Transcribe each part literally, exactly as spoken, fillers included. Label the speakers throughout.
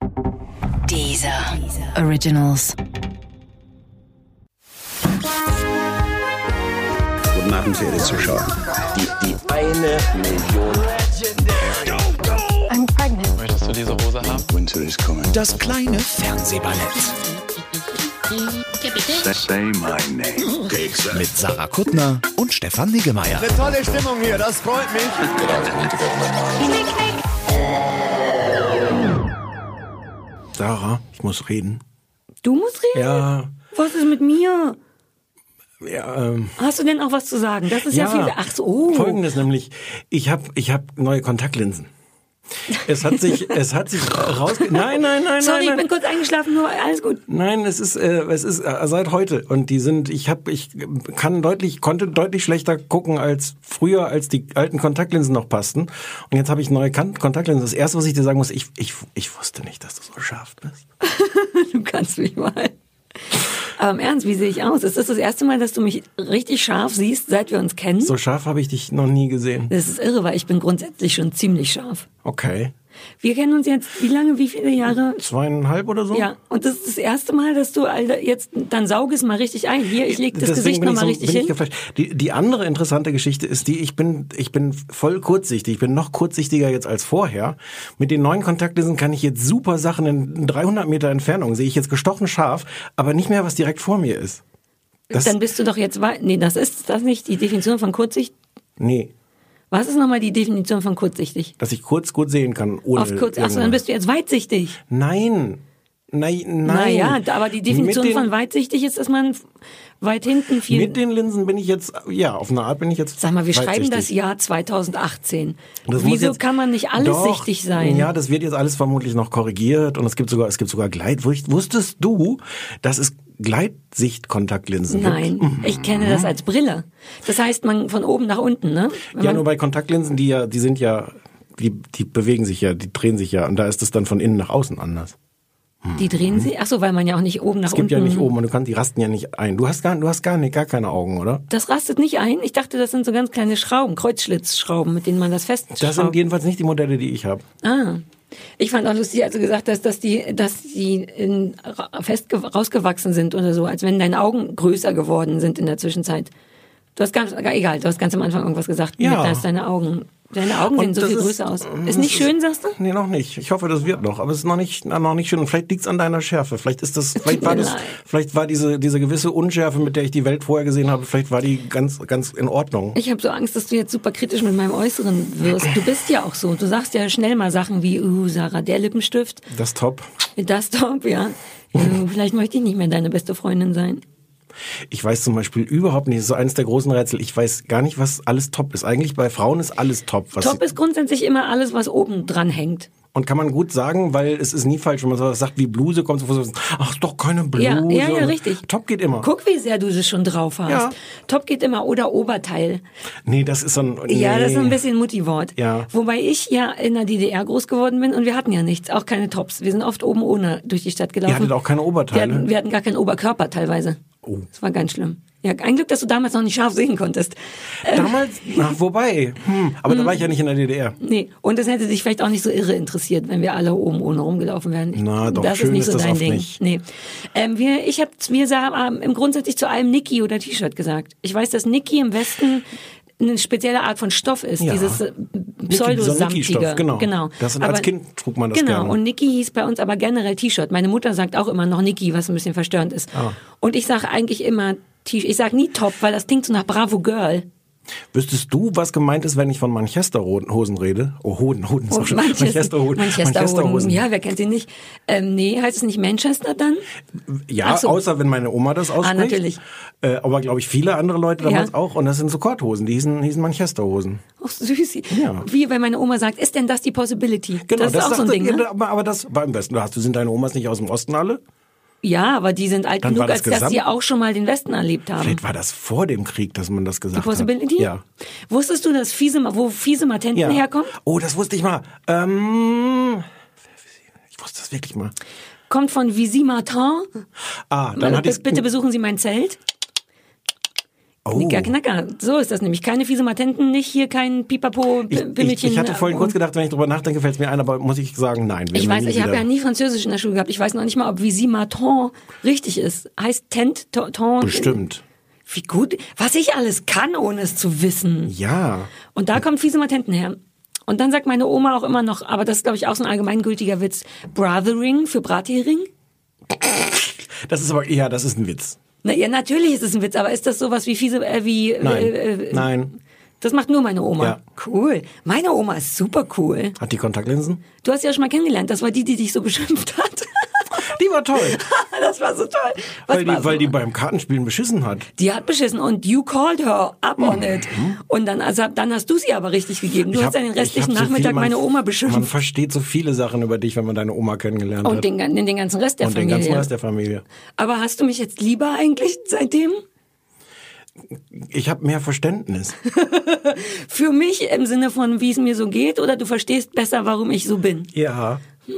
Speaker 1: Deezer Originals.
Speaker 2: Guten Abend, verehrte Zuschauer. Die, die eine Million.
Speaker 3: I'm pregnant.
Speaker 4: Möchtest du diese Hose haben?
Speaker 2: Winter is coming.
Speaker 5: Das kleine Fernsehballett.
Speaker 2: Say my name.
Speaker 5: Mit Sarah Kuttner und Stefan Niggemeier.
Speaker 6: Eine tolle Stimmung hier, das freut mich. Sarah, ich muss reden.
Speaker 7: Du musst reden?
Speaker 6: Ja,
Speaker 7: Was ist mit mir?
Speaker 6: ja, ähm,
Speaker 7: Hast du denn auch was zu sagen? Das ist ja,
Speaker 6: ja.
Speaker 7: viel... Ach so. Oh.
Speaker 6: Folgendes nämlich, ich habe ich hab neue Kontaktlinsen. Es hat sich, es hat sich rausge... Nein, nein, nein,
Speaker 7: Sorry,
Speaker 6: nein,
Speaker 7: ich
Speaker 6: nein.
Speaker 7: bin kurz eingeschlafen, nur alles gut.
Speaker 6: Nein, es ist, äh, es ist äh, seit heute und die sind, ich habe, ich kann deutlich, konnte deutlich schlechter gucken als früher, als die alten Kontaktlinsen noch passten. Und jetzt habe ich neue Kan- Kontaktlinsen. Das Erste, was ich dir sagen muss, ich, ich, ich wusste nicht, dass du so scharf bist.
Speaker 7: Du kannst mich mal. Aber im Ernst, wie sehe ich aus? Ist das das erste Mal, dass du mich richtig scharf siehst, seit wir uns kennen?
Speaker 6: So scharf habe ich dich noch nie gesehen.
Speaker 7: Das ist irre, weil ich bin grundsätzlich schon ziemlich scharf.
Speaker 6: Okay.
Speaker 7: Wir kennen uns jetzt, wie lange, wie viele Jahre?
Speaker 6: Zweieinhalb oder so?
Speaker 7: Ja, und das ist das erste Mal, dass du Alter, jetzt, dann saug es mal richtig ein. Hier, ich leg das
Speaker 6: Deswegen
Speaker 7: Gesicht
Speaker 6: bin ich
Speaker 7: nochmal
Speaker 6: so,
Speaker 7: richtig
Speaker 6: bin ich
Speaker 7: hin.
Speaker 6: geflasht. Die, die andere interessante Geschichte ist die, ich bin, ich bin voll kurzsichtig. Ich bin noch kurzsichtiger jetzt als vorher. Mit den neuen Kontaktlinsen kann ich jetzt super Sachen in dreihundert Meter Entfernung. Sehe ich jetzt gestochen scharf, aber nicht mehr, was direkt vor mir ist. Das,
Speaker 7: Dann bist du doch jetzt, wei- nee, das ist das nicht die Definition von Kurzsicht.
Speaker 6: nee,
Speaker 7: Was ist nochmal die Definition von kurzsichtig?
Speaker 6: dass ich kurz gut sehen kann. Ohne
Speaker 7: Auf kurz, achso, dann
Speaker 6: irgendwas.
Speaker 7: bist du jetzt weitsichtig.
Speaker 6: Nein. Nein, nein.
Speaker 7: Naja, aber die Definition
Speaker 6: Mit den-
Speaker 7: von weitsichtig ist, dass man weit hinten viel...
Speaker 6: Mit den Linsen bin ich jetzt, ja, auf eine Art bin ich jetzt
Speaker 7: Sag mal, wir schreiben
Speaker 6: weitsichtig.
Speaker 7: das Jahr zweitausendachtzehn.
Speaker 6: Das muss
Speaker 7: Wieso
Speaker 6: jetzt-
Speaker 7: kann man nicht alles
Speaker 6: Doch,
Speaker 7: sichtig sein?
Speaker 6: Ja, das wird jetzt alles vermutlich noch korrigiert und es gibt sogar, es gibt sogar Gleit. Wusstest du, dass es Gleitsichtkontaktlinsen
Speaker 7: Nein,
Speaker 6: gibt?
Speaker 7: ich kenne das als Brille. Das heißt, man von oben nach unten, ne? Wenn
Speaker 6: Ja,
Speaker 7: man,
Speaker 6: nur bei Kontaktlinsen, die ja, die sind ja, die, die bewegen sich ja, die drehen sich ja und da ist es dann von innen nach außen anders.
Speaker 7: die drehen sie? Ach so, weil man ja auch nicht oben nach
Speaker 6: Es gibt
Speaker 7: unten...
Speaker 6: ja nicht oben und du kannst, die rasten ja nicht ein. Du hast gar, du hast gar nicht, gar keine Augen, oder?
Speaker 7: Das rastet nicht ein? Ich dachte, das sind so ganz kleine Schrauben, Kreuzschlitzschrauben, mit denen man das festschraubt.
Speaker 6: Das sind jedenfalls nicht die Modelle, die ich habe.
Speaker 7: Ah. Ich fand auch lustig, als du gesagt hast, dass die, dass die in, fest ge- rausgewachsen sind oder so, als wenn deine Augen größer geworden sind in der Zwischenzeit. Du hast ganz, egal, du hast ganz am Anfang irgendwas gesagt,
Speaker 6: Ja.
Speaker 7: mit, dass deine Augen, deine Augen sehen
Speaker 6: Und
Speaker 7: so
Speaker 6: das
Speaker 7: viel
Speaker 6: ist-
Speaker 7: größer aus.
Speaker 6: das
Speaker 7: Ist nicht
Speaker 6: ist-
Speaker 7: schön, sagst du?
Speaker 6: Nee, noch nicht. Ich hoffe, das wird noch. Aber es ist noch nicht, noch nicht schön. Und vielleicht liegt's an deiner Schärfe. Vielleicht ist das, vielleicht war
Speaker 7: mir
Speaker 6: das,
Speaker 7: leid.
Speaker 6: vielleicht war diese, diese gewisse Unschärfe, mit der ich die Welt vorher gesehen habe, vielleicht war die ganz, ganz in Ordnung.
Speaker 7: Ich habe so Angst, dass du jetzt super kritisch mit meinem Äußeren wirst. Du bist ja auch so. Du sagst ja schnell mal Sachen wie, uh, Sarah, der Lippenstift,
Speaker 6: Das Top.
Speaker 7: das Top, ja. Uh, vielleicht möchte ich nicht mehr deine beste Freundin sein.
Speaker 6: Ich weiß zum Beispiel überhaupt nicht, das ist so eines der großen Rätsel, ich weiß gar nicht, was alles top ist. Eigentlich bei Frauen ist alles top. Was
Speaker 7: Top ist grundsätzlich immer alles, was oben dran hängt.
Speaker 6: und kann man gut sagen, weil es ist nie falsch, wenn man sowas sagt wie Bluse, kommt so, ach, ist doch keine Bluse.
Speaker 7: Ja, ja, ja, richtig.
Speaker 6: Top geht immer.
Speaker 7: Guck, wie sehr du das schon drauf hast.
Speaker 6: Ja.
Speaker 7: Top geht immer oder Oberteil.
Speaker 6: Nee, das ist so ein... Nee.
Speaker 7: Ja, das ist ein bisschen Mutti-Wort.
Speaker 6: Ja.
Speaker 7: Wobei ich ja in der D D R groß geworden bin und wir hatten ja nichts, auch keine Tops. Wir sind oft oben ohne durch die Stadt gelaufen.
Speaker 6: Ihr hattet auch keine
Speaker 7: wir
Speaker 6: Oberteile?
Speaker 7: hatten, wir hatten gar keinen Oberkörper teilweise.
Speaker 6: Oh.
Speaker 7: Das war ganz schlimm. Ja, ein Glück, dass du damals noch nicht scharf sehen konntest. Äh,
Speaker 6: Damals, ach, wobei, hm, aber da war ich ja nicht in der D D R.
Speaker 7: nee, und das hätte dich vielleicht auch nicht so irre interessiert, wenn wir alle oben ohne rumgelaufen wären.
Speaker 6: Na, doch,
Speaker 7: das
Speaker 6: schön
Speaker 7: ist nicht
Speaker 6: ist
Speaker 7: so
Speaker 6: das
Speaker 7: dein
Speaker 6: oft
Speaker 7: Ding.
Speaker 6: nicht.
Speaker 7: Nee. Ähm, wir, ich hab, wir haben im grundsätzlich zu allem Niki oder T-Shirt gesagt. Ich weiß, dass Niki im Westen eine spezielle Art von Stoff ist,
Speaker 6: Ja.
Speaker 7: dieses äh,
Speaker 6: Niki, dieser
Speaker 7: Pseudosamtige.
Speaker 6: Niki-Stoff, genau.
Speaker 7: genau.
Speaker 6: Das,
Speaker 7: Aber-
Speaker 6: als Kind trug man das
Speaker 7: Genau,
Speaker 6: gerne.
Speaker 7: und Niki hieß bei uns aber generell T-Shirt. Meine Mutter sagt auch immer noch Niki, was ein bisschen verstörend ist.
Speaker 6: Ah.
Speaker 7: Und ich sage eigentlich immer T-Shirt. Ich sage nie Top, weil das klingt so nach Bravo Girl.
Speaker 6: Wüsstest du, was gemeint ist, wenn ich von Manchester-Hosen rede? Oh, Hoden, Hoden, ist
Speaker 7: Oh,
Speaker 6: auch schon.
Speaker 7: Manchester,
Speaker 6: Manchester-Hoden.
Speaker 7: Manchester-Hoden. Ja, wer kennt sie nicht? Ähm, nee, heißt es nicht Manchester dann?
Speaker 6: Ja,
Speaker 7: Ach so.
Speaker 6: außer wenn meine Oma das ausspricht.
Speaker 7: Ah, natürlich.
Speaker 6: Äh, aber glaube ich viele andere Leute damals
Speaker 7: Ja.
Speaker 6: auch. Und das sind so Korthosen, die hießen, hießen Manchester-Hosen.
Speaker 7: Ach, süß.
Speaker 6: Ja.
Speaker 7: Wie, wenn meine Oma sagt, ist denn das die Possibility?
Speaker 6: Genau,
Speaker 7: das ist auch so ein
Speaker 6: sagte-
Speaker 7: Ding, ne?
Speaker 6: ja, aber, aber das war im Westen. Hast du, sind deine Omas nicht aus dem Osten alle?
Speaker 7: Ja, aber die sind alt
Speaker 6: Dann war
Speaker 7: genug,
Speaker 6: das
Speaker 7: als dass
Speaker 6: Gesamt-
Speaker 7: sie auch schon mal den Westen erlebt haben.
Speaker 6: Vielleicht war das vor dem Krieg, dass man das
Speaker 7: Die
Speaker 6: gesagt
Speaker 7: Possibility?
Speaker 6: hat. Ja.
Speaker 7: Wusstest du, dass fiese, wo fiese Matenten
Speaker 6: ja.
Speaker 7: herkommt?
Speaker 6: Oh, das wusste ich mal. Ähm, ich wusste das wirklich mal.
Speaker 7: Kommt von Visy Martin.
Speaker 6: Ah, dann hatte ich
Speaker 7: Bitte besuchen Sie mein Zelt.
Speaker 6: Oh, Oh.
Speaker 7: Knicker, knacker. So ist das nämlich. Keine fiese Matenten, nicht hier kein Pipapo,
Speaker 6: Ich,
Speaker 7: Pimmelchen.
Speaker 6: ich, ich hatte vorhin kurz gedacht, wenn ich drüber nachdenke, fällt es mir ein, aber muss ich sagen, nein.
Speaker 7: Ich weiß, ich habe ja nie Französisch in der Schule gehabt. Ich weiß noch nicht mal, ob Visy Maton richtig ist. Heißt Tent, Ton.
Speaker 6: Bestimmt.
Speaker 7: Wie gut, was ich alles kann, ohne es zu wissen.
Speaker 6: Ja.
Speaker 7: Und da kommt fiese Matenten her. Und dann sagt meine Oma auch immer noch, aber das ist, glaube ich, auch so ein allgemeingültiger Witz, Brothering für Brathering.
Speaker 6: Das ist aber, ja, das ist ein Witz.
Speaker 7: Na ja, natürlich ist es ein Witz, aber ist das sowas wie fiese, äh, wie...
Speaker 6: Nein,
Speaker 7: äh, äh,
Speaker 6: nein.
Speaker 7: Das macht nur meine Oma.
Speaker 6: Ja.
Speaker 7: Cool. Meine Oma ist super cool.
Speaker 6: Hat die Kontaktlinsen?
Speaker 7: Du hast sie ja schon mal kennengelernt, das war die, die dich so beschimpft hat.
Speaker 6: Die war toll.
Speaker 7: Das war so toll. Was
Speaker 6: Weil
Speaker 7: war
Speaker 6: die,
Speaker 7: so?
Speaker 6: weil die beim Kartenspielen beschissen hat.
Speaker 7: Die hat beschissen und you called her up on
Speaker 6: Mhm.
Speaker 7: it. Und dann, also, dann hast du sie aber richtig gegeben. Du
Speaker 6: Ich
Speaker 7: hast
Speaker 6: hab-
Speaker 7: ja den
Speaker 6: ich
Speaker 7: restlichen
Speaker 6: hab so
Speaker 7: Nachmittag
Speaker 6: viel- man-
Speaker 7: meine Oma
Speaker 6: Man
Speaker 7: beschimpft.
Speaker 6: versteht so viele Sachen über dich, wenn man deine Oma kennengelernt
Speaker 7: Und
Speaker 6: hat.
Speaker 7: den, gan- den ganzen Rest der
Speaker 6: Und den
Speaker 7: Familie.
Speaker 6: ganzen Rest der Familie.
Speaker 7: Aber hast du mich jetzt lieber eigentlich seitdem?
Speaker 6: Ich habe mehr Verständnis.
Speaker 7: Für mich im Sinne von, wie es mir so geht, oder du verstehst besser, warum ich so bin?
Speaker 6: Ja.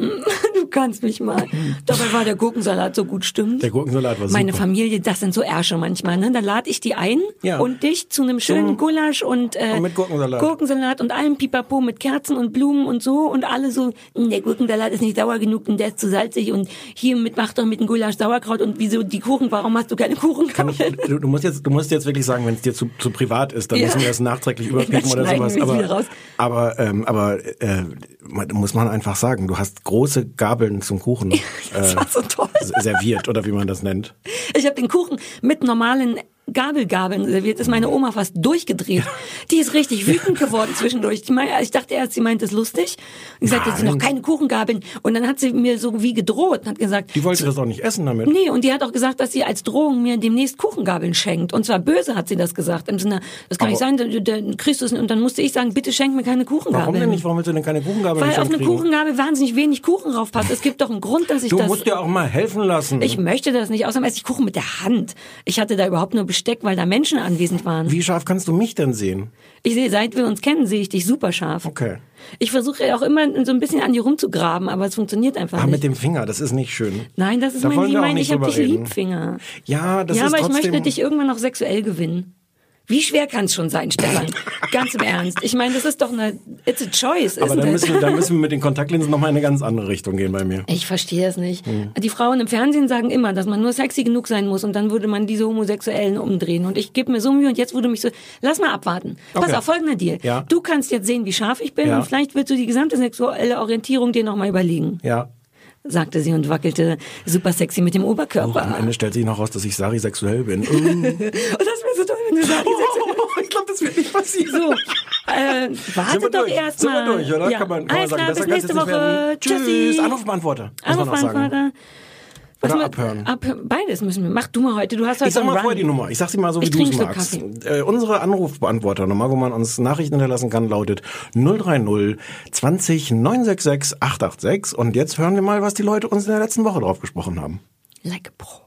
Speaker 7: Du kannst mich mal. Dabei war der Gurkensalat so gut, stimmt?
Speaker 6: Der Gurkensalat war
Speaker 7: Meine
Speaker 6: super.
Speaker 7: Familie, das sind so Ärsche manchmal, ne? Da lade ich die ein
Speaker 6: Ja.
Speaker 7: und dich zu einem schönen
Speaker 6: Zum-
Speaker 7: Gulasch und, äh,
Speaker 6: Und mit Gurkensalat.
Speaker 7: Gurkensalat und allem Pipapo mit Kerzen und Blumen und so und alle so, "Hm, der Gurkensalat ist nicht sauer genug und der ist zu salzig und hier mit, mach doch mit dem Gulasch Sauerkraut und wieso die Kuchen, warum hast du keine Kuchen?
Speaker 6: Kann ich, du, du musst jetzt, du musst jetzt wirklich sagen, wenn es dir zu, zu privat ist, dann
Speaker 7: Ja.
Speaker 6: müssen wir das nachträglich überblicken
Speaker 7: Dann
Speaker 6: oder
Speaker 7: schneiden
Speaker 6: sowas.
Speaker 7: wir es wieder
Speaker 6: Aber,
Speaker 7: raus.
Speaker 6: aber, ähm, aber äh, man- muss man einfach sagen, du hast große Gabeln zum Kuchen
Speaker 7: Das
Speaker 6: äh,
Speaker 7: war so toll.
Speaker 6: serviert oder wie man das nennt.
Speaker 7: Ich habe den Kuchen mit normalen Gabelgabeln serviert, ist meine Oma fast durchgedreht. Die ist richtig wütend geworden zwischendurch. Die mein, ich dachte erst, sie meint es lustig. Und gesagt, jetzt sind noch keine Kuchengabeln. Und dann hat sie mir so wie gedroht und hat gesagt,
Speaker 6: Die wollte das auch nicht essen damit.
Speaker 7: nee, und die hat auch gesagt, dass sie als Drohung mir demnächst Kuchengabeln schenkt. Und zwar böse hat sie das gesagt. Im Sinne, das kann
Speaker 6: Aber-
Speaker 7: nicht sein, dann dann kriegst du es. Und dann musste ich sagen, bitte schenk mir keine Kuchengabeln.
Speaker 6: Warum denn nicht? Warum willst du denn keine Kuchengabel
Speaker 7: Weil
Speaker 6: nicht
Speaker 7: auf eine
Speaker 6: kriegen?
Speaker 7: Kuchengabel wahnsinnig wenig Kuchen draufpasst. Es gibt doch einen Grund, dass ich
Speaker 6: Du
Speaker 7: das...
Speaker 6: musst dir auch mal helfen lassen.
Speaker 7: Ich möchte das nicht. Außerdem esse ich Kuchen mit der Hand. Ich hatte da überhaupt nur Besteck, weil da Menschen anwesend waren.
Speaker 6: Wie scharf kannst du mich denn sehen?
Speaker 7: Ich sehe, seit wir uns kennen, sehe ich dich super scharf.
Speaker 6: Okay.
Speaker 7: Ich versuche ja auch immer so ein bisschen an dir rumzugraben, aber es funktioniert einfach
Speaker 6: Ah,
Speaker 7: nicht.
Speaker 6: mit dem Finger, das ist nicht schön.
Speaker 7: Nein, das ist
Speaker 6: Da
Speaker 7: mein,
Speaker 6: wollen wir auch
Speaker 7: mein
Speaker 6: nicht
Speaker 7: ich habe
Speaker 6: drüber
Speaker 7: dich
Speaker 6: reden.
Speaker 7: lieb, Finger.
Speaker 6: Ja, das
Speaker 7: ja,
Speaker 6: ist
Speaker 7: aber
Speaker 6: trotzdem...
Speaker 7: ich möchte dich irgendwann noch sexuell gewinnen. Wie schwer kann es schon sein, Stefan? Ganz im Ernst. Ich meine, das ist doch eine, it's a choice,
Speaker 6: Aber
Speaker 7: isn't
Speaker 6: dann
Speaker 7: it?
Speaker 6: müssen, wir, dann müssen wir mit den Kontaktlinsen nochmal in eine ganz andere Richtung gehen bei mir.
Speaker 7: Ich verstehe es nicht.
Speaker 6: Hm.
Speaker 7: Die Frauen im Fernsehen sagen immer, dass man nur sexy genug sein muss und dann würde man diese Homosexuellen umdrehen. Und ich gebe mir so Mühe und jetzt wurde mich so, lass mal abwarten. Pass
Speaker 6: Okay.
Speaker 7: auf, folgender Deal.
Speaker 6: Ja.
Speaker 7: Du kannst jetzt sehen, wie scharf ich bin
Speaker 6: Ja.
Speaker 7: und vielleicht willst du die gesamte sexuelle Orientierung dir nochmal überlegen,
Speaker 6: Ja.
Speaker 7: sagte sie und wackelte super sexy mit dem
Speaker 6: Oh,
Speaker 7: Oberkörper.
Speaker 6: am Ende stellt sich noch raus, dass ich Sari sexuell bin. Uh.
Speaker 7: Und das wäre so toll, wenn du sagst,
Speaker 6: ich glaube, das wird nicht passieren.
Speaker 7: so, äh,
Speaker 6: Sind
Speaker 7: warte
Speaker 6: wir
Speaker 7: doch
Speaker 6: durch?
Speaker 7: erst
Speaker 6: Sind wir
Speaker 7: mal.
Speaker 6: durch, oder?
Speaker 7: Ja.
Speaker 6: Kann man, kann man
Speaker 7: Alles
Speaker 6: sagen,
Speaker 7: klar,
Speaker 6: besser
Speaker 7: bis
Speaker 6: kann's
Speaker 7: nächste
Speaker 6: jetzt nicht
Speaker 7: Woche.
Speaker 6: werden.
Speaker 7: Tschüssi.
Speaker 6: Tschüss. Anrufbeantworter. Muss man noch sagen.
Speaker 7: Anrufbeantworter. Was
Speaker 6: Oder
Speaker 7: wir-
Speaker 6: abhören.
Speaker 7: Ab, beides müssen wir. Mach du mal heute. Du hast heute
Speaker 6: Ich sag
Speaker 7: so einen
Speaker 6: mal
Speaker 7: Run.
Speaker 6: vorher die Nummer. Ich sag sie mal so, wie
Speaker 7: Ich
Speaker 6: du es
Speaker 7: trinke einen
Speaker 6: magst.
Speaker 7: Schluck
Speaker 6: Äh, unsere Anrufbeantworternummer, wo man uns Nachrichten hinterlassen kann, lautet null drei null zwanzig neun sechs sechs acht acht sechs. Und jetzt hören wir mal, was die Leute uns in der letzten Woche drauf gesprochen haben.
Speaker 7: Like a Pro.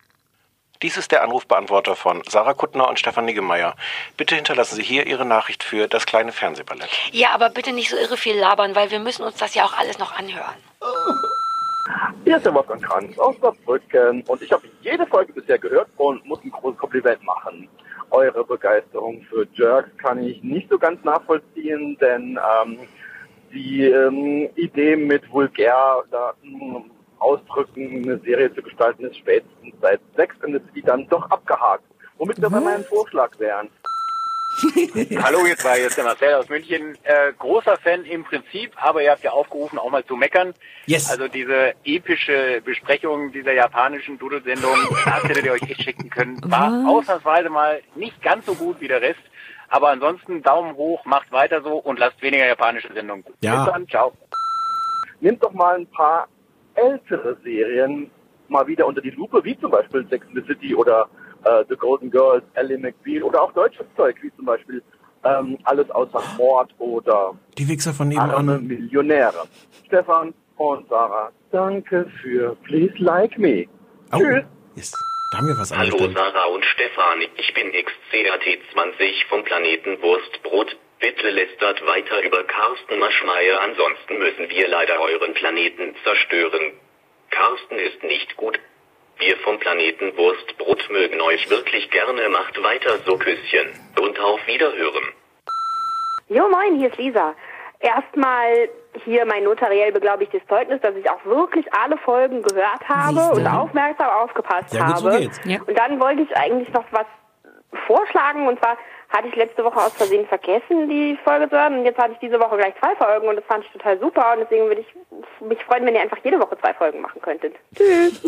Speaker 6: Dies ist der Anrufbeantworter von Sarah Kuttner und Stefan Niggemeier. Bitte hinterlassen Sie hier Ihre Nachricht für das kleine Fernsehballett.
Speaker 7: Ja, aber bitte nicht so irre viel labern, weil wir müssen uns das ja auch alles noch anhören.
Speaker 3: Hier ist der Wolfgang Kranz aus Saarbrücken und ich habe jede Folge bisher gehört und muss ein großes Kompliment machen. Eure Begeisterung für Jerks kann ich nicht so ganz nachvollziehen, denn ähm, die ähm, Idee mit vulgär da, mh, Ausdrücken eine Serie zu gestalten ist spätestens seit Sex and the City dann doch abgehakt. Womit wir bei meinem Vorschlag wären.
Speaker 4: Hallo, jetzt war jetzt der Marcel aus München. Äh, großer Fan im Prinzip, aber ihr habt ja aufgerufen, auch mal zu meckern.
Speaker 6: Yes.
Speaker 4: Also diese epische Besprechung dieser japanischen Doodle-Sendung, das hättet ihr euch echt schicken können. War
Speaker 7: Was?
Speaker 4: ausnahmsweise mal nicht ganz so gut wie der Rest. Aber ansonsten Daumen hoch, macht weiter so und lasst weniger japanische Sendungen.
Speaker 6: Ja.
Speaker 4: Bis dann, ciao.
Speaker 3: Nehmt doch mal ein paar ältere Serien mal wieder unter die Lupe, wie zum Beispiel Sex and the City oder äh, The Golden Girls, Ally McBeal oder auch deutsches Zeug, wie zum Beispiel ähm, Alles außer Mord oder
Speaker 6: Die Wichser von
Speaker 3: Arme
Speaker 6: nebenan.
Speaker 3: Millionäre. Stefan und Sarah, danke für Please Like Me.
Speaker 6: Oh,
Speaker 3: Tschüss.
Speaker 6: yes. Da haben wir was
Speaker 8: Hallo
Speaker 6: angestellt.
Speaker 8: Sarah und Stefan, ich bin X C R T zwanzig vom Planeten Wurstbrot. Bitte lästert weiter über Carsten Maschmeyer, ansonsten müssen wir leider euren Planeten zerstören. Carsten ist nicht gut. Wir vom Planeten Wurstbrot mögen euch wirklich gerne. Macht weiter so, Küsschen. Und auf Wiederhören.
Speaker 9: Jo, moin, hier ist Lisa. Erstmal hier mein notariell beglaubigtes Zeugnis, dass ich auch wirklich alle Folgen gehört habe
Speaker 7: Siehste.
Speaker 9: und aufmerksam aufgepasst
Speaker 6: Ja, gut, so
Speaker 9: habe.
Speaker 6: geht's.
Speaker 7: Ja.
Speaker 9: Und dann wollte ich eigentlich noch was vorschlagen, und zwar hatte ich letzte Woche aus Versehen vergessen, die Folge zu hören, und jetzt hatte ich diese Woche gleich zwei Folgen und das fand ich total super, und deswegen würde ich mich freuen, wenn ihr einfach jede Woche zwei Folgen machen könntet. Tschüss.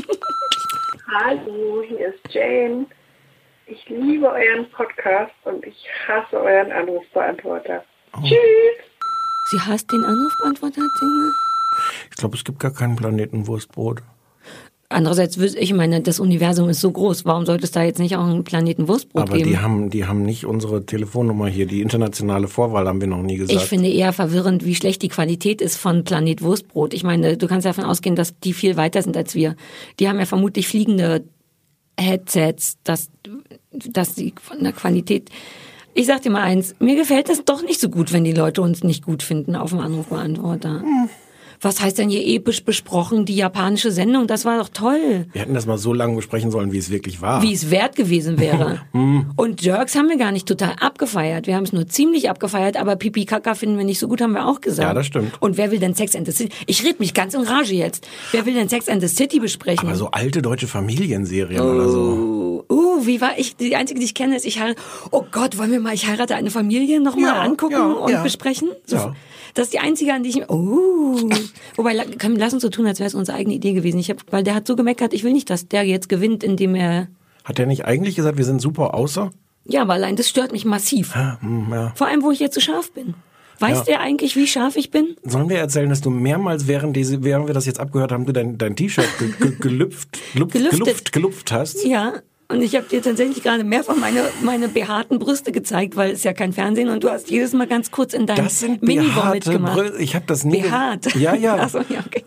Speaker 10: Hallo, hier ist Jane. Ich liebe euren Podcast und ich hasse euren Anrufbeantworter.
Speaker 6: Oh.
Speaker 10: Tschüss.
Speaker 7: Sie hasst den Anrufbeantworter, hat sie gesagt?
Speaker 6: Ich glaube, es gibt gar keinen Planeten Wurstbrot.
Speaker 7: Andererseits, wüs- ich meine, das Universum ist so groß. Warum sollte es da jetzt nicht auch einen Planeten Wurstbrot
Speaker 6: Aber
Speaker 7: geben?
Speaker 6: die haben, die haben nicht unsere Telefonnummer hier. Die internationale Vorwahl haben wir noch nie gesagt.
Speaker 7: Ich finde eher verwirrend, wie schlecht die Qualität ist von Planet Wurstbrot. Ich meine, du kannst davon ausgehen, dass die viel weiter sind als wir. Die haben ja vermutlich fliegende Headsets, dass, dass die von der Qualität... Ich sag dir mal eins, mir gefällt es doch nicht so gut, wenn die Leute uns nicht gut finden auf dem Anrufbeantworter. Hm. Was heißt denn hier episch besprochen, die japanische Sendung? Das war doch toll.
Speaker 6: Wir hätten das mal so lange besprechen sollen, wie es wirklich war.
Speaker 7: Wie es wert gewesen wäre. Und Jerks haben wir gar nicht total abgefeiert. Wir haben es nur ziemlich abgefeiert, aber Pipi Kaka finden wir nicht so gut, haben wir auch gesagt.
Speaker 6: Ja, das stimmt.
Speaker 7: Und wer will denn Sex and the City? Ich red mich ganz in Rage jetzt. Wer will denn Sex and the City besprechen?
Speaker 6: Aber so alte deutsche Familienserien oder so.
Speaker 7: Uh, wie war ich? Die einzige, die ich kenne, ist ich heirate. Oh Gott, wollen wir mal Ich heirate eine Familie noch mal
Speaker 6: Ja,
Speaker 7: angucken
Speaker 6: ja,
Speaker 7: und
Speaker 6: ja.
Speaker 7: besprechen? So,
Speaker 6: Ja.
Speaker 7: Das ist die einzige, an die ich... Oh. Wobei, la- komm, lass uns so tun, als wäre es unsere eigene Idee gewesen. Ich hab, weil der hat so gemeckert, ich will nicht, dass der jetzt gewinnt, indem er...
Speaker 6: Hat der nicht eigentlich gesagt, wir sind super außer?
Speaker 7: Ja, aber allein das stört mich massiv.
Speaker 6: Ja, hm, ja.
Speaker 7: Vor allem, wo ich jetzt so scharf bin. Weiß
Speaker 6: Ja.
Speaker 7: der eigentlich, wie scharf ich bin?
Speaker 6: Sollen wir erzählen, dass du mehrmals, während, diese, während wir das jetzt abgehört haben, du dein, dein T-Shirt ge, ge, gelüpft, gelupft,
Speaker 7: Gelüftet.
Speaker 6: gelupft, gelupft hast?
Speaker 7: Ja. Und ich habe dir tatsächlich gerade mehrfach meine, meine behaarten Brüste gezeigt, weil es ja kein Fernsehen, und du hast jedes Mal ganz kurz in deinem
Speaker 6: Das sind
Speaker 7: Mini-Vomit
Speaker 6: behaarte
Speaker 7: gemacht.
Speaker 6: Brüste. Ich habe das nie... ge-
Speaker 7: Behaart.
Speaker 6: Ja, ja.
Speaker 7: Ach so, ja, okay.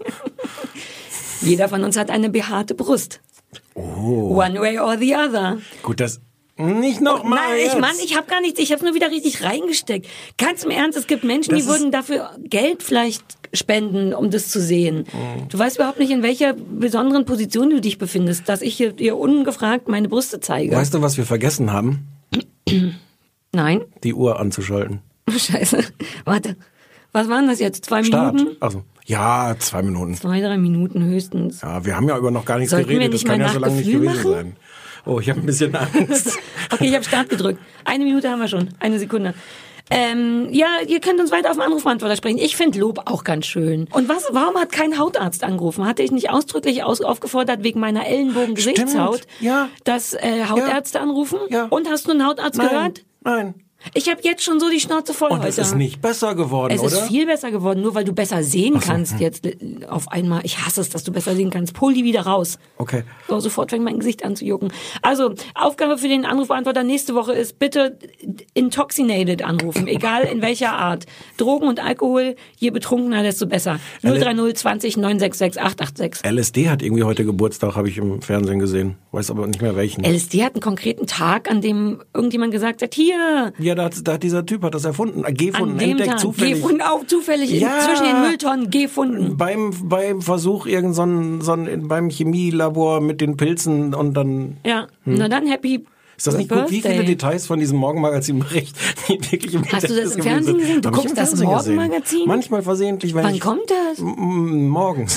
Speaker 7: Jeder von uns hat eine behaarte Brust.
Speaker 6: Oh.
Speaker 7: One way or the other.
Speaker 6: Gut, das... Nicht nochmal.
Speaker 7: Nein, ich Mann, ich habe gar nichts, ich habe nur wieder richtig reingesteckt. Ganz im Ernst, es gibt Menschen,
Speaker 6: Das
Speaker 7: die
Speaker 6: ist-
Speaker 7: würden dafür Geld vielleicht spenden, um das zu sehen.
Speaker 6: Mhm.
Speaker 7: Du weißt überhaupt nicht, in welcher besonderen Position du dich befindest, dass ich hier, dir ungefragt meine Brüste zeige.
Speaker 6: Weißt du, was wir vergessen haben?
Speaker 7: Nein?
Speaker 6: Die Uhr anzuschalten.
Speaker 7: Scheiße. Warte. Was waren das jetzt? Zwei
Speaker 6: Start.
Speaker 7: Minuten?
Speaker 6: Also, ja, zwei Minuten.
Speaker 7: Zwei, drei Minuten höchstens.
Speaker 6: Ja, wir haben ja über noch gar nichts
Speaker 7: Sollten wir
Speaker 6: geredet.
Speaker 7: nicht
Speaker 6: Das kann
Speaker 7: mal
Speaker 6: ja so
Speaker 7: nach
Speaker 6: lange nicht
Speaker 7: Gefühl
Speaker 6: gewesen
Speaker 7: machen?
Speaker 6: sein. Oh, ich habe ein bisschen Angst.
Speaker 7: Okay, ich habe Start gedrückt. Eine Minute haben wir schon. Eine Sekunde. Ähm, ja, ihr könnt uns weiter auf dem Anrufbeantworter sprechen. Ich finde Lob auch ganz schön. Und was? Warum hat kein Hautarzt angerufen? Hatte ich nicht ausdrücklich aus, aufgefordert wegen meiner Ellenbogen-Gesichtshaut,
Speaker 6: Stimmt, ja.
Speaker 7: dass äh, Hautärzte anrufen?
Speaker 6: Ja.
Speaker 7: Und hast du einen Hautarzt
Speaker 6: Nein,
Speaker 7: gehört?
Speaker 6: nein.
Speaker 7: Ich habe jetzt schon so die Schnauze voll
Speaker 6: Und
Speaker 7: heute.
Speaker 6: es ist nicht besser geworden,
Speaker 7: Es
Speaker 6: oder?
Speaker 7: ist viel besser geworden, nur weil du besser sehen kannst jetzt äh, auf einmal. Ich hasse es, dass du besser sehen kannst. Pull die wieder raus.
Speaker 6: Okay.
Speaker 7: So, sofort fängt mein Gesicht an zu jucken. Also, Aufgabe für den Anrufbeantworter nächste Woche ist, bitte intoxinated anrufen, egal in welcher Art. Drogen und Alkohol, je betrunkener, desto besser. null drei null zwanzig neun sechs sechs acht acht sechs.
Speaker 6: L S D hat irgendwie heute Geburtstag, habe ich im Fernsehen gesehen. Weiß aber nicht mehr welchen.
Speaker 7: L S D hat einen konkreten Tag, an dem irgendjemand gesagt hat, hier,
Speaker 6: Ja, da hat, da hat dieser Typ hat das erfunden, äh, gefunden,
Speaker 7: an dem
Speaker 6: entdeckt,
Speaker 7: Tag,
Speaker 6: zufällig.
Speaker 7: gefunden, auch zufällig in,
Speaker 6: Ja.
Speaker 7: zwischen den Mülltonnen, gefunden.
Speaker 6: Beim, beim Versuch, irgend so ein, so ein, beim Chemielabor mit den Pilzen und dann...
Speaker 7: Ja, na dann happy
Speaker 6: Ist das nicht gut, wie viele
Speaker 7: Birthday.
Speaker 6: Details von diesem Morgenmagazin-Bericht die wirklich im
Speaker 7: Hast du das
Speaker 6: Gedächtnis
Speaker 7: im Fernsehen
Speaker 6: geblieben sind?
Speaker 7: gesehen? Du
Speaker 6: Hab ich
Speaker 7: guckst
Speaker 6: im
Speaker 7: das
Speaker 6: Fernsehen gesehen.
Speaker 7: Morgenmagazin?
Speaker 6: Manchmal versehentlich, wenn
Speaker 7: Wann
Speaker 6: ich...
Speaker 7: kommt das?
Speaker 6: M- morgens.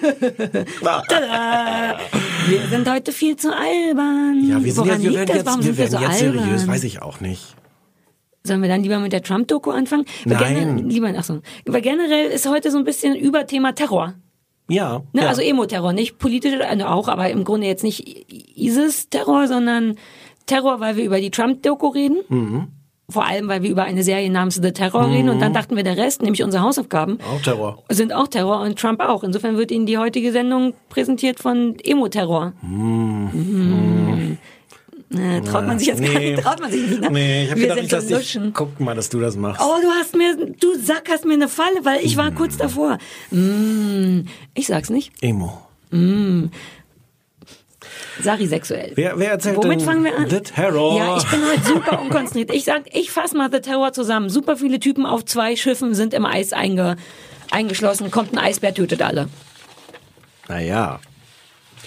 Speaker 7: Tada! Wir sind heute viel zu albern.
Speaker 6: Ja, wir, sind
Speaker 7: Woran
Speaker 6: jetzt, wir
Speaker 7: liegt
Speaker 6: werden
Speaker 7: das?
Speaker 6: jetzt,
Speaker 7: Warum
Speaker 6: wir
Speaker 7: sind wir
Speaker 6: werden
Speaker 7: so
Speaker 6: jetzt
Speaker 7: albern?
Speaker 6: seriös, weiß ich auch nicht.
Speaker 7: Sollen wir dann lieber mit der Trump-Doku anfangen? Weil
Speaker 6: Nein.
Speaker 7: Generell, lieber, ach so. Weil generell ist heute so ein bisschen Überthema Terror.
Speaker 6: Ja.
Speaker 7: Ne?
Speaker 6: ja.
Speaker 7: Also Emo-Terror, nicht politische, also auch, aber im Grunde jetzt nicht ISIS-Terror, sondern Terror, weil wir über die Trump-Doku reden.
Speaker 6: Mhm.
Speaker 7: Vor allem, weil wir über eine Serie namens The Terror reden. Und dann dachten wir, der Rest, nämlich unsere Hausaufgaben,
Speaker 6: Auch Terror.
Speaker 7: sind auch Terror und Trump auch. Insofern wird Ihnen die heutige Sendung präsentiert von Emo-Terror.
Speaker 6: Mhm.
Speaker 7: Mhm. Äh, traut man sich jetzt gar
Speaker 6: Nee.
Speaker 7: nicht, traut man sich nicht, ne?
Speaker 6: Nee, ich hab
Speaker 7: Wir
Speaker 6: gedacht,
Speaker 7: sind
Speaker 6: ich lass
Speaker 7: so
Speaker 6: dich,
Speaker 7: luschen.
Speaker 6: guck mal, dass du das machst.
Speaker 7: Oh, du hast mir, du sackerst mir eine Falle, weil ich war kurz davor. Mm, ich sag's nicht.
Speaker 6: Emo.
Speaker 7: Mm. Sarisexuell.
Speaker 6: Wer, wer erzählt
Speaker 7: Womit
Speaker 6: denn
Speaker 7: fangen wir an?
Speaker 6: The Terror?
Speaker 7: Ja, ich bin heute super unkonzentriert. Ich sag, ich fass mal The Terror zusammen. Super viele Typen auf zwei Schiffen sind im Eis einge, eingeschlossen. Kommt ein Eisbär, tötet alle.
Speaker 6: Naja.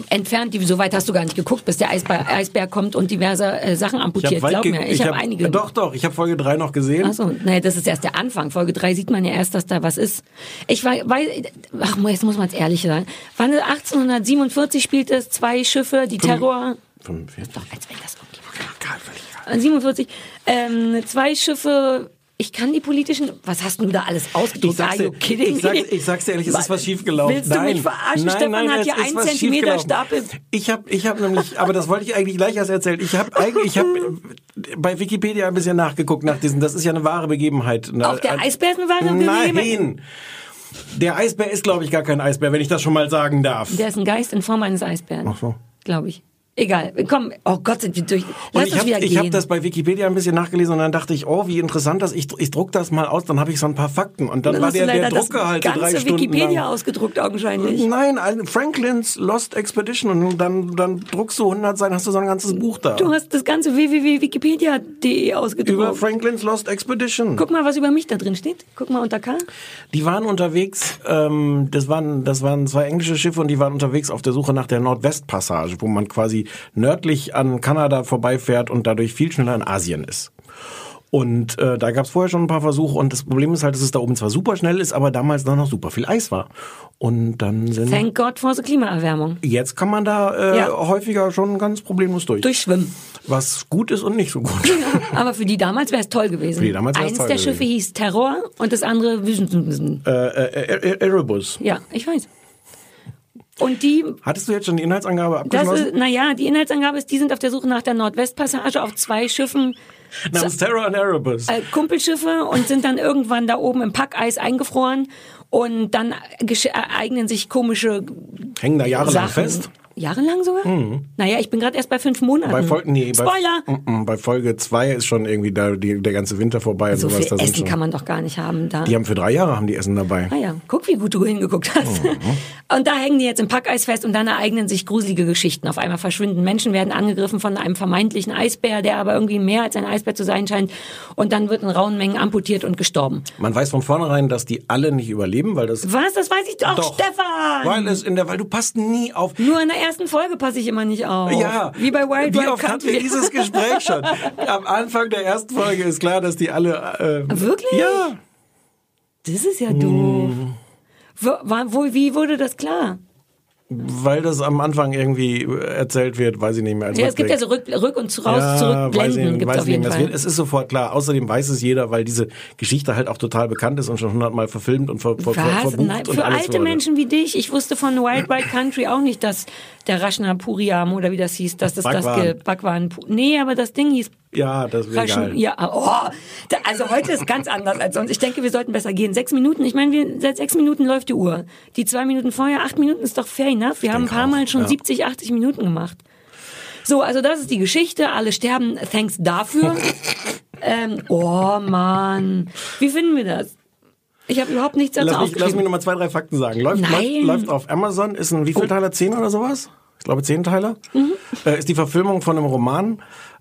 Speaker 7: entfernt, die, so weit hast du gar nicht geguckt, bis der Eisbär, Eisbär kommt und diverse äh, Sachen amputiert. Glaub
Speaker 6: ge-
Speaker 7: mir, ich, ich habe hab einige.
Speaker 6: Doch, doch, ich habe Folge drei noch gesehen.
Speaker 7: Achso, naja, das ist erst der Anfang. Folge drei sieht man ja erst, dass da was ist. Ich weiß, ach, jetzt muss man es ehrlich sagen. Wann achtzehnhundertsiebenundvierzig spielt es, zwei Schiffe, die Terror...
Speaker 6: fünfundvierzig
Speaker 7: Doch, als wenn das irgendwie... siebenundvierzig, ähm, zwei Schiffe... Ich kann die politischen... Was hast du da alles ausgedruckt?
Speaker 6: Ich sag's dir, ich sag's, ich sag's dir ehrlich, es ist was schiefgelaufen.
Speaker 7: Willst du
Speaker 6: nein.
Speaker 7: mich verarschen?
Speaker 6: Nein,
Speaker 7: Stefan
Speaker 6: nein,
Speaker 7: hat
Speaker 6: es
Speaker 7: hier
Speaker 6: ist
Speaker 7: einen
Speaker 6: was
Speaker 7: Zentimeter
Speaker 6: schiefgelaufen.
Speaker 7: Stapel.
Speaker 6: Ich habe ich hab nämlich, aber das wollte ich eigentlich gleich erst erzählen. Ich habe eigentlich, ich habe bei Wikipedia ein bisschen nachgeguckt nach diesen, das ist ja eine wahre Begebenheit.
Speaker 7: Auch der Eisbär ist eine wahre Begebenheit?
Speaker 6: Nein. Der Eisbär ist, glaube ich, gar kein Eisbär, wenn ich das schon mal sagen darf.
Speaker 7: Der ist ein Geist in Form eines Eisbären.
Speaker 6: Ach so.
Speaker 7: Glaube ich. Egal, komm, oh Gott, sind wir durch. Lass
Speaker 6: und ich
Speaker 7: uns
Speaker 6: habe
Speaker 7: wieder gehen.
Speaker 6: hab das bei Wikipedia ein bisschen nachgelesen und dann dachte ich, oh, wie interessant das, ich, ich druck das mal aus, dann habe ich so ein paar Fakten. Und dann,
Speaker 7: dann
Speaker 6: war
Speaker 7: hast
Speaker 6: der,
Speaker 7: du leider
Speaker 6: der Druckgehalt
Speaker 7: das
Speaker 6: drei
Speaker 7: ganze
Speaker 6: Stunden
Speaker 7: Wikipedia
Speaker 6: lang.
Speaker 7: ausgedruckt augenscheinlich.
Speaker 6: Nein, Franklin's Lost Expedition und dann, dann druckst du hundert Seiten, hast du so ein ganzes Buch da.
Speaker 7: Du hast das ganze w w w punkt wikipedia punkt d e ausgedruckt.
Speaker 6: Über Franklin's Lost Expedition.
Speaker 7: Guck mal, was über mich da drin steht. Guck mal unter K.
Speaker 6: Die waren unterwegs, ähm, das waren, das waren zwei englische Schiffe und die waren unterwegs auf der Suche nach der Nordwestpassage, wo man quasi nördlich an Kanada vorbeifährt und dadurch viel schneller in Asien ist. Und äh, da gab es vorher schon ein paar Versuche und das Problem ist halt, dass es da oben zwar super schnell ist, aber damals noch super viel Eis war. Und dann sind...
Speaker 7: Thank God for the Klimaerwärmung.
Speaker 6: Jetzt kann man da äh,
Speaker 7: Ja.
Speaker 6: häufiger schon ganz problemlos durch.
Speaker 7: Durchschwimmen.
Speaker 6: Was gut ist und nicht so gut.
Speaker 7: Aber für die damals wäre es toll gewesen.
Speaker 6: Für die damals wär's
Speaker 7: Eins
Speaker 6: toll
Speaker 7: der
Speaker 6: gewesen.
Speaker 7: Schiffe hieß Terror und das andere Vision.
Speaker 6: Äh, äh, äh, Erebus.
Speaker 7: Ja, ich weiß. Und die...
Speaker 6: Hattest du jetzt schon die Inhaltsangabe
Speaker 7: Das
Speaker 6: abgeschlossen?
Speaker 7: ist, naja, die Inhaltsangabe ist, die sind auf der Suche nach der Nordwestpassage auf zwei Schiffen,
Speaker 6: Namens Terror und Erebus.
Speaker 7: äh, Kumpelschiffe, und sind dann irgendwann da oben im Packeis eingefroren und dann gesch- ereignen sich komische
Speaker 6: Hängen da jahrelang
Speaker 7: Sachen.
Speaker 6: fest?
Speaker 7: Jahrelang sogar?
Speaker 6: Mhm.
Speaker 7: Naja, ich bin gerade erst bei fünf Monaten.
Speaker 6: Bei Folge, nee,
Speaker 7: Spoiler!
Speaker 6: Bei, mm, mm, bei Folge zwei ist schon irgendwie da die, der ganze Winter vorbei. Und
Speaker 7: So
Speaker 6: sowas.
Speaker 7: viel
Speaker 6: Da sind
Speaker 7: Essen
Speaker 6: schon,
Speaker 7: kann man doch gar nicht haben da.
Speaker 6: Die haben für drei Jahre haben die Essen dabei.
Speaker 7: Ah ja, guck, wie gut du hingeguckt hast.
Speaker 6: Mhm.
Speaker 7: Und da hängen die jetzt im Packeis fest und dann ereignen sich gruselige Geschichten. Auf einmal verschwinden Menschen, werden angegriffen von einem vermeintlichen Eisbär, der aber irgendwie mehr als ein Eisbär zu sein scheint. Und dann wird in rauen Mengen amputiert und gestorben.
Speaker 6: Man weiß von vornherein, dass die alle nicht überleben, weil das...
Speaker 7: Was? Das weiß ich doch,
Speaker 6: Doch,
Speaker 7: Stefan!
Speaker 6: Weil es in der, weil du passt nie auf.
Speaker 7: Nur in der ersten Folge passe ich immer nicht auf.
Speaker 6: Ja.
Speaker 7: Wie bei Wild
Speaker 6: Wie
Speaker 7: Wild
Speaker 6: oft hatten wir
Speaker 7: Country.
Speaker 6: dieses Gespräch schon? Am Anfang der ersten Folge ist klar, dass die alle... Äh,
Speaker 7: Wirklich?
Speaker 6: Ja.
Speaker 7: Das ist ja doof. Wo, war- wo, wie wurde das klar?
Speaker 6: Weil das am Anfang irgendwie erzählt wird, weiß ich nicht mehr. Als
Speaker 7: Ja,
Speaker 6: man
Speaker 7: es gibt ja so
Speaker 6: denkt.
Speaker 7: Rück, Rück und raus,
Speaker 6: Ja, weiß
Speaker 7: zurückblenden
Speaker 6: ich,
Speaker 7: gibt
Speaker 6: weiß
Speaker 7: es auf
Speaker 6: ich
Speaker 7: jeden
Speaker 6: nicht mehr. Es
Speaker 7: Fall.
Speaker 6: wird- Es ist sofort klar. Außerdem weiß es jeder, weil diese Geschichte halt auch total bekannt ist und schon hundertmal verfilmt und ver, ver, ver,
Speaker 7: Was?
Speaker 6: verbucht
Speaker 7: Nein,
Speaker 6: und
Speaker 7: für
Speaker 6: alles
Speaker 7: alte
Speaker 6: wurde.
Speaker 7: Menschen wie dich. Ich wusste von Wild Wild Country auch nicht, dass der Rashna Puriam oder wie das hieß, dass das das
Speaker 6: Bhagwan.
Speaker 7: ge- Bhagwan. Pu- Nee, aber das Ding hieß
Speaker 6: Ja, das ist
Speaker 7: Rashna.
Speaker 6: egal.
Speaker 7: Ja, oh, da, also heute ist ganz anders als sonst. Ich denke, wir sollten besser gehen. Sechs Minuten. Ich meine, wir, seit sechs Minuten läuft die Uhr. Die zwei Minuten vorher, acht Minuten ist doch fair enough. Wir haben ein
Speaker 6: denke
Speaker 7: paar
Speaker 6: auch,
Speaker 7: Mal schon
Speaker 6: ja.
Speaker 7: siebzig, achtzig Minuten gemacht. So, also das ist die Geschichte. Alle sterben. Thanks dafür. ähm, oh Mann, wie finden wir das? Ich habe überhaupt nichts dazu
Speaker 6: Lass mich,
Speaker 7: aufgeschrieben.
Speaker 6: lass mich nochmal zwei, drei Fakten sagen. Läuft,
Speaker 7: Nein.
Speaker 6: läuft, läuft auf Amazon, ist ein Wievielteiler? Zehn oder sowas? Ich glaube zehn Teiler.
Speaker 7: Mhm.
Speaker 6: Äh, ist die Verfilmung von einem Roman.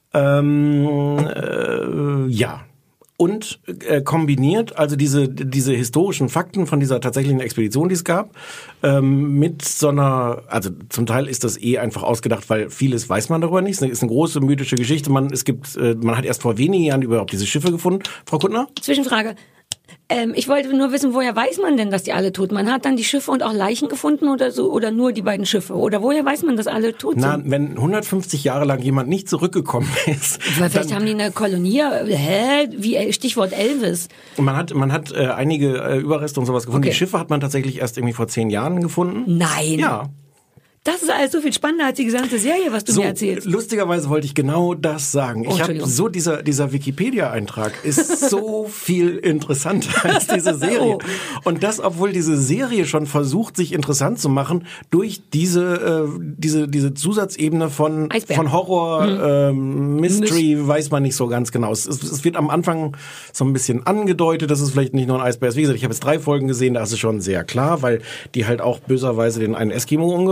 Speaker 6: Ähm, äh, ja. Und äh, kombiniert, also diese diese historischen Fakten von dieser tatsächlichen Expedition, die es gab, ähm, mit so einer, also zum Teil ist das eh einfach ausgedacht, weil vieles weiß man darüber nicht. Es ist eine große mythische Geschichte. Man es gibt, äh, man hat erst vor wenigen Jahren überhaupt diese Schiffe gefunden. Frau Kuttner?
Speaker 7: Zwischenfrage. Ähm, ich wollte nur wissen, woher weiß man denn, dass die alle tot sind? Man hat dann die Schiffe und auch Leichen gefunden oder so, oder nur die beiden Schiffe? Oder woher weiß man, dass alle tot
Speaker 6: Na,
Speaker 7: sind?
Speaker 6: wenn hundertfünfzig Jahre lang jemand nicht zurückgekommen ist,
Speaker 7: Weil vielleicht
Speaker 6: dann,
Speaker 7: haben die eine Kolonie, hä? Wie, äh, Stichwort Elvis.
Speaker 6: man hat man hat äh, einige äh, Überreste und sowas gefunden.
Speaker 7: Okay.
Speaker 6: Die Schiffe hat man tatsächlich erst irgendwie vor zehn Jahren gefunden.
Speaker 7: Nein.
Speaker 6: Ja.
Speaker 7: Das ist alles so viel spannender als die gesamte Serie, was du
Speaker 6: So,
Speaker 7: mir erzählst.
Speaker 6: lustigerweise wollte ich genau das sagen.
Speaker 7: Oh,
Speaker 6: Ich habe
Speaker 7: Entschuldigung.
Speaker 6: so, dieser, dieser Wikipedia-Eintrag ist so viel interessanter als diese Serie.
Speaker 7: Oh.
Speaker 6: Und das, obwohl diese Serie schon versucht, sich interessant zu machen durch diese, äh, diese, diese Zusatzebene von,
Speaker 7: Eisbär.
Speaker 6: von Horror,
Speaker 7: Hm.
Speaker 6: ähm, Mystery, weiß man nicht so ganz genau. Es, es, es wird am Anfang so ein bisschen angedeutet, dass es vielleicht nicht nur ein Eisbär ist. Wie gesagt, ich habe jetzt drei Folgen gesehen, da ist es schon sehr klar, weil die halt auch böserweise den einen Eskimo umgebracht haben.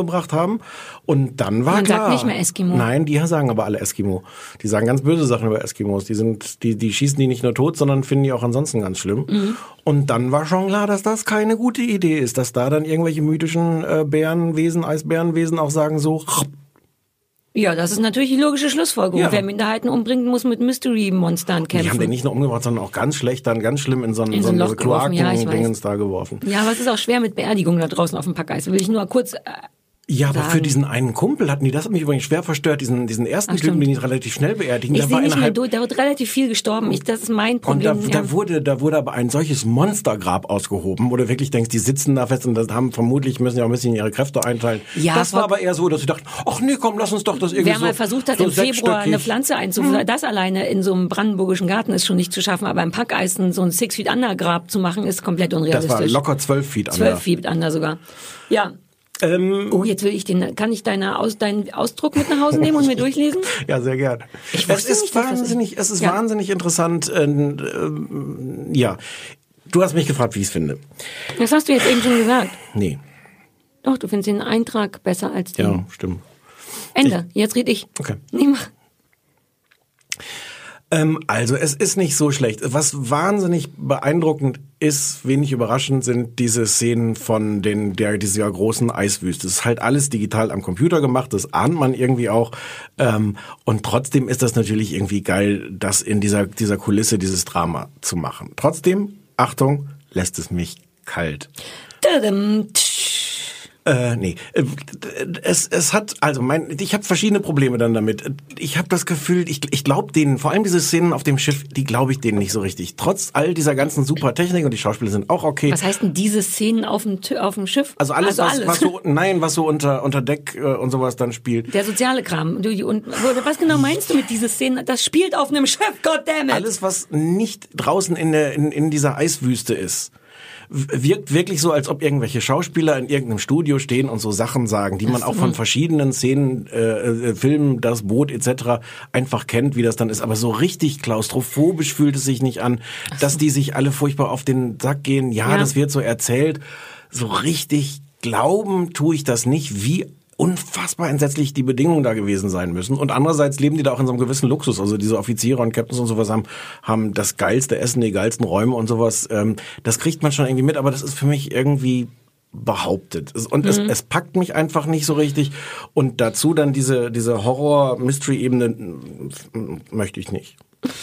Speaker 6: haben. Und dann war
Speaker 7: Man
Speaker 6: klar.
Speaker 7: sagt nicht mehr Eskimo.
Speaker 6: Nein, die sagen aber alle Eskimo. Die sagen ganz böse Sachen über Eskimos. Die sind, die, die schießen die nicht nur tot, sondern finden die auch ansonsten ganz schlimm. Mhm. Und dann war schon klar, dass das keine gute Idee ist, dass da dann irgendwelche mythischen äh, Bärenwesen, Eisbärenwesen auch sagen so.
Speaker 7: Ja, das ist natürlich die logische Schlussfolgerung.
Speaker 6: Ja.
Speaker 7: Wer Minderheiten umbringt, muss mit Mystery-Monstern kämpfen.
Speaker 6: Die haben den nicht nur umgebracht, sondern auch ganz schlecht, dann ganz schlimm in so ein,
Speaker 7: in so ein Loch geworfen. Ja,
Speaker 6: Kloaken-Dingens da geworfen.
Speaker 7: Ja, aber es ist auch schwer mit Beerdigung da draußen auf dem Packeis. Will ich nur kurz... Äh,
Speaker 6: Ja, aber
Speaker 7: sagen.
Speaker 6: für diesen einen Kumpel hatten die, das hat mich übrigens schwer verstört, diesen diesen ersten Typen, den die relativ schnell beerdigen.
Speaker 7: Ich
Speaker 6: der
Speaker 7: sehe
Speaker 6: war
Speaker 7: nicht mehr
Speaker 6: innerhalb
Speaker 7: durch, da wird relativ viel gestorben. Ich, das ist mein
Speaker 6: und
Speaker 7: Problem.
Speaker 6: da, da wurde da wurde aber ein solches Monstergrab ausgehoben, wo du wirklich denkst, die sitzen da fest und das haben vermutlich müssen ja auch ein bisschen ihre Kräfte einteilen.
Speaker 7: Ja,
Speaker 6: das war aber eher so, dass sie dachten, ach nee, komm, lass uns doch das irgendwie
Speaker 7: Wer
Speaker 6: so
Speaker 7: mal versucht hat,
Speaker 6: so
Speaker 7: im Februar eine
Speaker 6: sechsstöckig.
Speaker 7: Pflanze einzuführen, hm. das alleine in so einem brandenburgischen Garten ist schon nicht zu schaffen, aber im Packeisen so ein Six Feet Under Grab zu machen, ist komplett unrealistisch.
Speaker 6: Das war locker zwölf Feet Under.
Speaker 7: Zwölf Feet Under sogar. Ja.
Speaker 6: Ähm,
Speaker 7: oh, jetzt will ich den, kann ich deine Aus, deinen Ausdruck mit nach Hause nehmen und mir durchlesen?
Speaker 6: Ja, sehr gern.
Speaker 7: Ich
Speaker 6: es ist
Speaker 7: nicht,
Speaker 6: wahnsinnig, es ist ja. wahnsinnig interessant. Äh, äh, ja, du hast mich gefragt, wie ich es finde.
Speaker 7: Das hast du jetzt eben schon gesagt.
Speaker 6: Nee.
Speaker 7: Doch, du findest den Eintrag besser als den.
Speaker 6: Ja, stimmt.
Speaker 7: Ende. Ich, jetzt red ich.
Speaker 6: Okay.
Speaker 7: Nee, mach.
Speaker 6: Ähm, also es ist nicht so schlecht. Was wahnsinnig beeindruckend ist, wenig überraschend, sind diese Szenen von den der dieser großen Eiswüste. Es ist halt alles digital am Computer gemacht, das ahnt man irgendwie auch. Ähm, und trotzdem ist das natürlich irgendwie geil, das in dieser dieser Kulisse, dieses Drama zu machen. Trotzdem, Achtung, lässt es mich kalt.
Speaker 7: Tadam.
Speaker 6: Äh, nee, es es hat also mein ich habe verschiedene Probleme dann damit. Ich habe das Gefühl, ich ich glaube denen, vor allem diese Szenen auf dem Schiff, die glaube ich denen nicht so richtig. Trotz all dieser ganzen super Technik und die Schauspieler sind auch okay.
Speaker 7: Was heißt denn diese Szenen auf dem auf dem Schiff?
Speaker 6: Also alles,
Speaker 7: also
Speaker 6: was,
Speaker 7: alles.
Speaker 6: was so nein, was so unter unter Deck äh, und sowas dann spielt.
Speaker 7: Der soziale Kram. Du, und was genau meinst du mit dieser Szene? Das spielt auf einem Schiff, goddammit.
Speaker 6: Alles, was nicht draußen in der in, in dieser Eiswüste ist, wirkt wirklich so, als ob irgendwelche Schauspieler in irgendeinem Studio stehen und so Sachen sagen, die man auch von verschiedenen Szenen, äh, Filmen, das Boot et cetera einfach kennt, wie das dann ist. Aber so richtig klaustrophobisch fühlt es sich nicht an, dass die sich alle furchtbar auf den Sack gehen. Ja, ja, das wird so erzählt. So richtig glauben tue ich das nicht, wie unfassbar entsetzlich die Bedingungen da gewesen sein müssen. Und andererseits leben die da auch in so einem gewissen Luxus. Also diese Offiziere und Captains und sowas haben, haben das geilste Essen, die geilsten Räume und sowas. Ähm, das kriegt man schon irgendwie mit, aber das ist für mich irgendwie behauptet. Und mhm. es, es packt mich einfach nicht so richtig. Und dazu dann diese, diese Horror-Mystery-Ebene möchte ich nicht.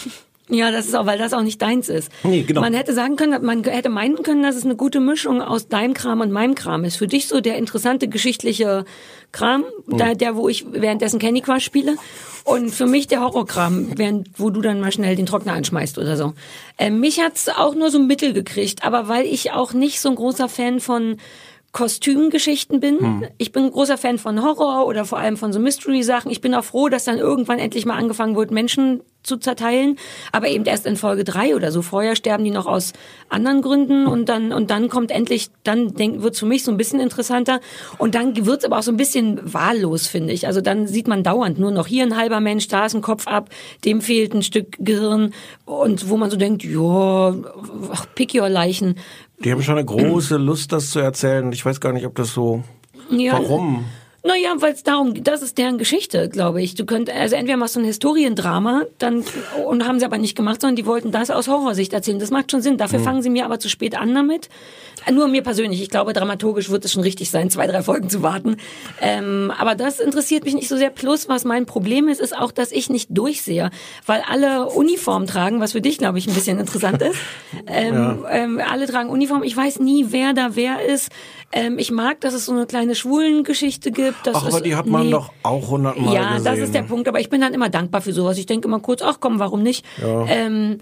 Speaker 7: Ja, das ist auch, weil das auch nicht deins ist.
Speaker 6: Nee, genau.
Speaker 7: Man hätte sagen können, man hätte meinen können, dass es eine gute Mischung aus deinem Kram und meinem Kram ist. Für dich so der interessante geschichtliche Kram, mhm. der, der, wo ich währenddessen Candy Crush spiele. Und für mich der Horrorkram, während, wo du dann mal schnell den Trockner anschmeißt oder so. Äh, mich hat's auch nur so mittel gekriegt, aber weil ich auch nicht so ein großer Fan von Kostümgeschichten bin. Hm. Ich bin ein großer Fan von Horror oder vor allem von so Mystery-Sachen. Ich bin auch froh, dass dann irgendwann endlich mal angefangen wird, Menschen zu zerteilen, aber eben erst in Folge drei oder so. Vorher sterben die noch aus anderen Gründen und dann und dann kommt endlich, dann wird es für mich so ein bisschen interessanter und dann wird es aber auch so ein bisschen wahllos, finde ich. Also dann sieht man dauernd nur noch hier ein halber Mensch, da ist ein Kopf ab, dem fehlt ein Stück Gehirn und wo man so denkt, ja, pick your Leichen.
Speaker 6: Die haben schon eine große Lust, das zu erzählen. Ich weiß gar nicht, ob das so...
Speaker 7: Ja.
Speaker 6: Warum?
Speaker 7: Naja, weil es darum, das ist deren Geschichte, glaube ich. Du könntest, also entweder machst du ein Historiendrama, dann, und haben sie aber nicht gemacht, sondern die wollten das aus Horrorsicht erzählen. Das macht schon Sinn. Dafür hm. fangen sie mir aber zu spät an damit. Nur mir persönlich. Ich glaube, dramaturgisch wird es schon richtig sein, zwei, drei Folgen zu warten. Ähm, aber das interessiert mich nicht so sehr. Plus, was mein Problem ist, ist auch, dass ich nicht durchsehe. Weil alle Uniform tragen, was für dich, glaube ich, ein bisschen interessant ist. Ähm, ja. ähm, alle tragen Uniform. Ich weiß nie, wer da wer ist. Ähm, ich mag, dass es so eine kleine Schwulengeschichte gibt. Das
Speaker 6: ach, aber
Speaker 7: ist,
Speaker 6: die hat man nee. doch auch hundertmal
Speaker 7: ja,
Speaker 6: gesehen.
Speaker 7: Ja, das ist der Punkt. Aber ich bin dann immer dankbar für sowas. Ich denke immer kurz, ach komm, warum nicht?
Speaker 6: Ja.
Speaker 7: Ähm,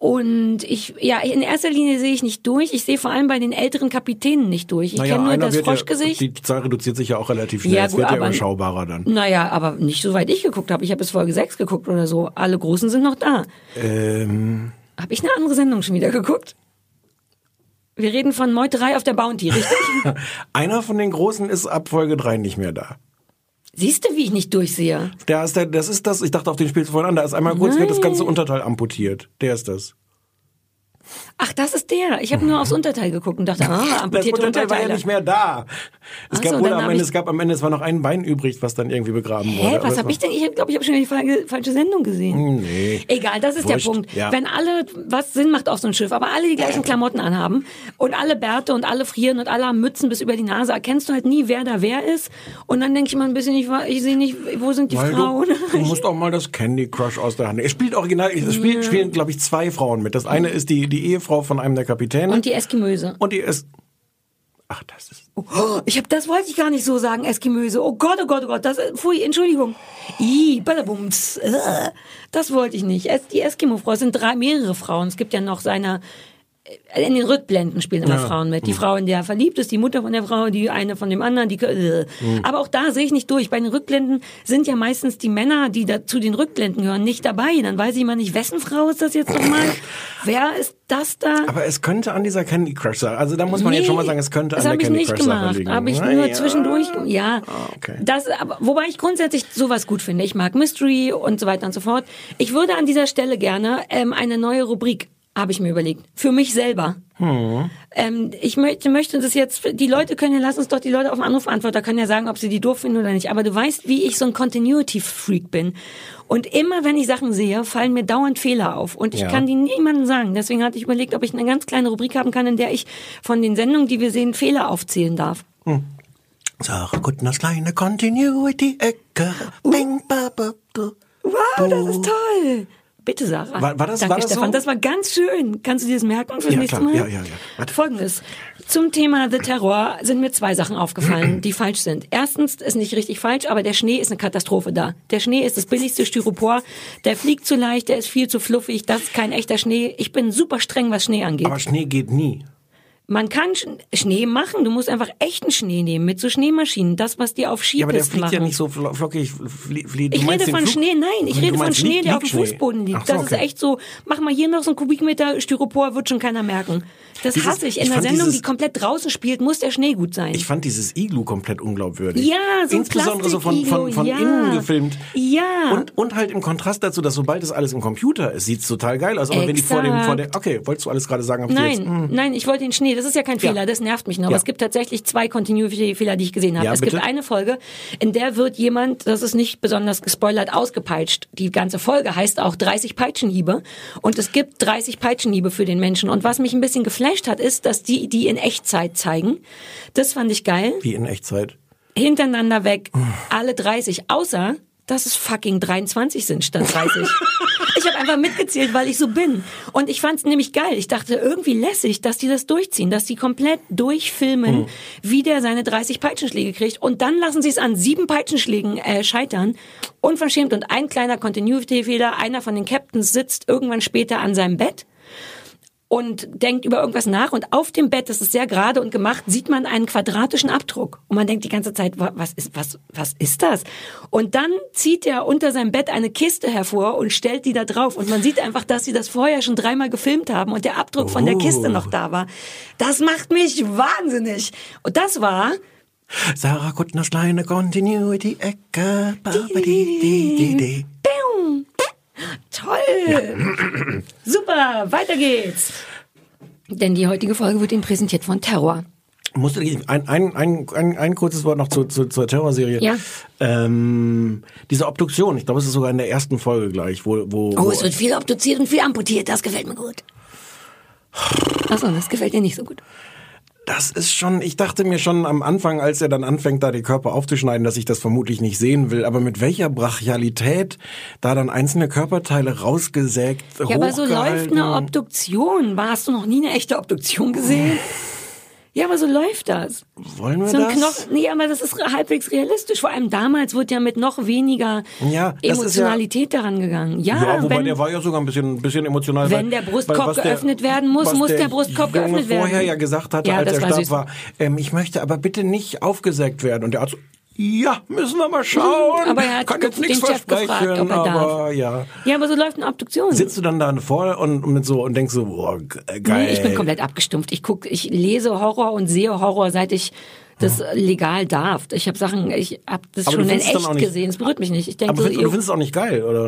Speaker 7: und ich, ja, in erster Linie sehe ich nicht durch. Ich sehe vor allem bei den älteren Kapitänen nicht durch. Ich
Speaker 6: naja,
Speaker 7: kenne nur das Froschgesicht.
Speaker 6: Ja, die Zahl reduziert sich ja auch relativ schnell.
Speaker 7: Ja,
Speaker 6: es
Speaker 7: gut,
Speaker 6: wird ja
Speaker 7: aber,
Speaker 6: überschaubarer dann.
Speaker 7: Naja, aber nicht so weit ich geguckt habe. Ich habe bis Folge sechs geguckt oder so. Alle Großen sind noch da.
Speaker 6: Ähm.
Speaker 7: Habe ich eine andere Sendung schon wieder geguckt? Wir reden von Meuterei auf der Bounty, richtig?
Speaker 6: Einer von den Großen ist ab Folge drei nicht mehr da.
Speaker 7: Siehst du, wie ich nicht durchsehe?
Speaker 6: Der ist der, das ist das, ich dachte auf den spielst du vorhin an, da ist einmal kurz, wird das ganze Unterteil amputiert. Der ist das.
Speaker 7: Ach, das ist der. Ich habe nur aufs Unterteil geguckt und dachte, ah, amputierte
Speaker 6: Das Unterteil war ja
Speaker 7: Unterteile.
Speaker 6: nicht mehr da. Es
Speaker 7: Ach
Speaker 6: gab
Speaker 7: so,
Speaker 6: wohl
Speaker 7: dann
Speaker 6: am
Speaker 7: hab
Speaker 6: Ende,
Speaker 7: ich-
Speaker 6: es gab am Ende, es war noch ein Bein übrig, was dann irgendwie begraben wurde.
Speaker 7: Hä,
Speaker 6: Aber
Speaker 7: was
Speaker 6: es
Speaker 7: habe
Speaker 6: war-
Speaker 7: ich denn? Ich glaube, ich habe schon die falsche, falsche Sendung gesehen.
Speaker 6: Nee.
Speaker 7: Egal, das ist
Speaker 6: Wurscht,
Speaker 7: der Punkt.
Speaker 6: ja.
Speaker 7: Wenn alle, was Sinn macht auf so ein Schiff, aber alle die gleichen Klamotten anhaben und alle Bärte und alle frieren und alle haben Mützen bis über die Nase, erkennst du halt nie, wer da wer ist. Und dann denke ich mal ein bisschen, ich, ich sehe nicht, wo sind die
Speaker 6: Weil
Speaker 7: Frauen?
Speaker 6: Du, du musst auch mal das Candy Crush aus der Hand nehmen. Es spielt original, es spielt, spielen, glaube ich, zwei Frauen mit. Das eine ist die, die Ehefrau von einem der Kapitäne.
Speaker 7: Und die Eskimöse.
Speaker 6: Und die ist... Ach, das ist...
Speaker 7: Oh, ich hab, das wollte ich gar nicht so sagen, Eskimöse. Oh Gott, oh Gott, oh Gott, das, pfui, Entschuldigung. Ih, badabums. Äh, Das wollte ich nicht. Es, die Eskimo-Frau, es sind drei, mehrere Frauen. Es gibt ja noch seine, in den Rückblenden spielen immer
Speaker 6: Ja.
Speaker 7: Frauen mit. Die Frau, in der er verliebt ist, die Mutter von der Frau, die eine von dem anderen, die, äh. Aber auch da sehe ich nicht durch. Bei den Rückblenden sind ja meistens die Männer, die da zu den Rückblenden gehören, nicht dabei. Dann weiß ich immer nicht, wessen Frau ist das jetzt nochmal? Wer ist das da?
Speaker 6: Aber es könnte an dieser Candy Crush Sache, also da muss man
Speaker 7: Nee,
Speaker 6: jetzt schon mal sagen, es könnte
Speaker 7: das
Speaker 6: an
Speaker 7: hab
Speaker 6: der
Speaker 7: ich
Speaker 6: Candy
Speaker 7: nicht
Speaker 6: Crush Sache
Speaker 7: gemacht.
Speaker 6: liegen.
Speaker 7: Habe ich
Speaker 6: Na
Speaker 7: nur
Speaker 6: ja.
Speaker 7: zwischendurch, ja.
Speaker 6: Ah, okay.
Speaker 7: Das, aber, wobei ich grundsätzlich sowas gut finde. Ich mag Mystery und so weiter und so fort. Ich würde an dieser Stelle gerne ähm, eine neue Rubrik, habe ich mir überlegt, für mich selber.
Speaker 6: Hm.
Speaker 7: Ähm, ich möchte, möchte das jetzt, die Leute können ja, lass uns doch die Leute auf den Anrufbeantworter können ja sagen, ob sie die doof finden oder nicht. Aber du weißt, wie ich so ein Continuity-Freak bin. Und immer, wenn ich Sachen sehe, fallen mir dauernd Fehler auf. Und ich
Speaker 6: Ja.
Speaker 7: kann die niemandem sagen. Deswegen hatte ich überlegt, ob ich eine ganz kleine Rubrik haben kann, in der ich von den Sendungen, die wir sehen, Fehler aufzählen darf.
Speaker 6: Sarah Kuttners kleine Continuity-Ecke. Bing, ba, ba, du.
Speaker 7: Wow, das ist toll. Bitte, Sarah.
Speaker 6: War- war das-
Speaker 7: Danke,
Speaker 6: war das
Speaker 7: Stefan.
Speaker 6: so?
Speaker 7: Das war ganz schön. Kannst du dir das merken fürs
Speaker 6: Ja,
Speaker 7: nächste
Speaker 6: klar.
Speaker 7: Mal?
Speaker 6: Ja, ja, ja. Warte.
Speaker 7: Folgendes. Zum Thema The Terror sind mir zwei Sachen aufgefallen, die falsch sind. Erstens ist nicht richtig falsch, aber der Schnee ist eine Katastrophe da. Der Schnee ist das billigste Styropor. Der fliegt zu leicht, der ist viel zu fluffig. Das ist kein echter Schnee. Ich bin super streng, was Schnee angeht.
Speaker 6: Aber Schnee geht nie.
Speaker 7: Man kann Sch- Schnee machen. Du musst einfach echten Schnee nehmen mit so Schneemaschinen. Das, was die auf
Speaker 6: Ja, aber der
Speaker 7: Skipisten
Speaker 6: fliegt
Speaker 7: machen.
Speaker 6: ja nicht so flo- flockig. Flie, flie, du
Speaker 7: Ich
Speaker 6: meinst
Speaker 7: rede
Speaker 6: den
Speaker 7: von
Speaker 6: Flug-
Speaker 7: Schnee, nein, ich
Speaker 6: Du
Speaker 7: rede von
Speaker 6: meinst
Speaker 7: Schnee,
Speaker 6: Lieg-
Speaker 7: der auf dem
Speaker 6: Liegschnee.
Speaker 7: Fußboden liegt.
Speaker 6: Ach so,
Speaker 7: Das
Speaker 6: okay.
Speaker 7: ist echt so, mach mal hier noch so einen Kubikmeter Styropor, wird schon keiner merken. Das
Speaker 6: Dieses-
Speaker 7: hasse ich. In
Speaker 6: ich
Speaker 7: einer
Speaker 6: fand
Speaker 7: Sendung,
Speaker 6: dieses-
Speaker 7: die komplett draußen spielt, muss der Schnee gut sein.
Speaker 6: Ich fand dieses Iglu komplett unglaubwürdig.
Speaker 7: Ja, so ein
Speaker 6: Insbesondere so von, von, von
Speaker 7: Plastik-Iglu,
Speaker 6: innen
Speaker 7: ja.
Speaker 6: gefilmt.
Speaker 7: Ja.
Speaker 6: Und, und halt im Kontrast dazu, dass sobald es alles im Computer ist, sieht's total geil aus. Aber wenn die vor dem, vor der, okay, wolltest du alles gerade sagen? Hab ich
Speaker 7: Nein,
Speaker 6: jetzt, hm.
Speaker 7: nein, ich wollte den Schnee. Das ist ja kein Fehler, das nervt mich noch. Aber
Speaker 6: Ja.
Speaker 7: es gibt tatsächlich zwei Continuity-Fehler, die ich gesehen habe.
Speaker 6: Ja,
Speaker 7: es
Speaker 6: bitte?
Speaker 7: gibt eine Folge, in der wird jemand, das ist nicht besonders gespoilert, ausgepeitscht. Die ganze Folge heißt auch dreißig Peitschenhiebe. Und es gibt dreißig Peitschenhiebe für den Menschen. Und was mich ein bisschen geflasht hat, ist, dass die die in Echtzeit zeigen. Das fand ich geil.
Speaker 6: Wie in Echtzeit.
Speaker 7: Hintereinander weg, alle dreißig. Außer, dass es fucking dreiundzwanzig sind statt dreißig. Ich habe einfach mitgezählt, weil ich so bin. Und ich fand es nämlich geil. Ich dachte, irgendwie lässig, dass die das durchziehen, dass die komplett durchfilmen, wie der seine dreißig Peitschenschläge kriegt. Und dann lassen sie es an sieben Peitschenschlägen äh, scheitern. Unverschämt. Und ein kleiner Continuity-Fehler. Einer von den Captains sitzt irgendwann später an seinem Bett und denkt über irgendwas nach und auf dem Bett, das ist sehr gerade und gemacht, sieht man einen quadratischen Abdruck und man denkt die ganze Zeit, wa- was ist was was ist das? Und dann zieht er unter seinem Bett eine Kiste hervor und stellt die da drauf und man sieht einfach, dass sie das vorher schon dreimal gefilmt haben und der Abdruck von der
Speaker 6: Oh.
Speaker 7: Kiste noch da war. Das macht mich wahnsinnig. Und das war
Speaker 6: Sarah Kuttners kleine Continuity-Ecke. Ba, ba, di, di, di, di.
Speaker 7: Pium. Toll. Super, weiter geht's. Denn die heutige Folge wird Ihnen präsentiert von Terror.
Speaker 6: Musst du ein, ein, ein, ein, ein kurzes Wort noch zu, zu, zur Terrorserie.
Speaker 7: Ja.
Speaker 6: Ähm, diese Obduktion, ich glaube, es ist sogar in der ersten Folge gleich, wo, wo,
Speaker 7: Oh,
Speaker 6: wo
Speaker 7: es wird viel obduziert und viel amputiert. Das gefällt mir gut. Achso, das gefällt dir nicht so gut.
Speaker 6: das ist schon, ich dachte mir schon am Anfang, als er dann anfängt, da die Körper aufzuschneiden, dass ich das vermutlich nicht sehen will, aber mit welcher Brachialität da dann einzelne Körperteile rausgesägt,
Speaker 7: Ja, aber so läuft
Speaker 6: hochgehalten.
Speaker 7: eine Obduktion. War, hast du noch nie eine echte Obduktion gesehen? Ja, aber so läuft das.
Speaker 6: Wollen wir
Speaker 7: So ein
Speaker 6: das?
Speaker 7: Knochen, nee, aber das ist halbwegs realistisch. Vor allem damals wird ja mit noch weniger
Speaker 6: Ja, das ist
Speaker 7: Emotionalität daran gegangen. Ja,
Speaker 6: Ja, wobei
Speaker 7: wenn,
Speaker 6: der war ja sogar ein bisschen, ein bisschen emotional.
Speaker 7: Wenn
Speaker 6: weil-
Speaker 7: der Brustkorb
Speaker 6: weil was
Speaker 7: geöffnet werden muss,
Speaker 6: was
Speaker 7: muss der Brustkorb
Speaker 6: Junge
Speaker 7: geöffnet werden.
Speaker 6: vorher ja gesagt hatte,
Speaker 7: Ja,
Speaker 6: als
Speaker 7: das
Speaker 6: er
Speaker 7: war
Speaker 6: starb,
Speaker 7: süß.
Speaker 6: war, ähm, ich möchte aber bitte nicht aufgesägt werden. Und der Arzt so, ja, müssen wir mal schauen.
Speaker 7: Aber er hat
Speaker 6: Kann jetzt
Speaker 7: den
Speaker 6: nichts
Speaker 7: Chef gefragt,
Speaker 6: versprechen,
Speaker 7: ob er darf.
Speaker 6: aber ja.
Speaker 7: ja, aber so läuft eine Obduktion.
Speaker 6: Sitzt du dann da vor und mit so und denkst so, boah, g- äh, geil.
Speaker 7: Nee, ich bin komplett abgestumpft. Ich guck, ich lese Horror und sehe Horror, seit ich das legal darf. Ich habe Sachen, ich habe das
Speaker 6: Aber du
Speaker 7: schon in
Speaker 6: findest es dann
Speaker 7: echt
Speaker 6: auch nicht-
Speaker 7: gesehen. Es berührt mich nicht. Ich denke,
Speaker 6: Aber
Speaker 7: so,
Speaker 6: findest, du findest es auch nicht geil, oder?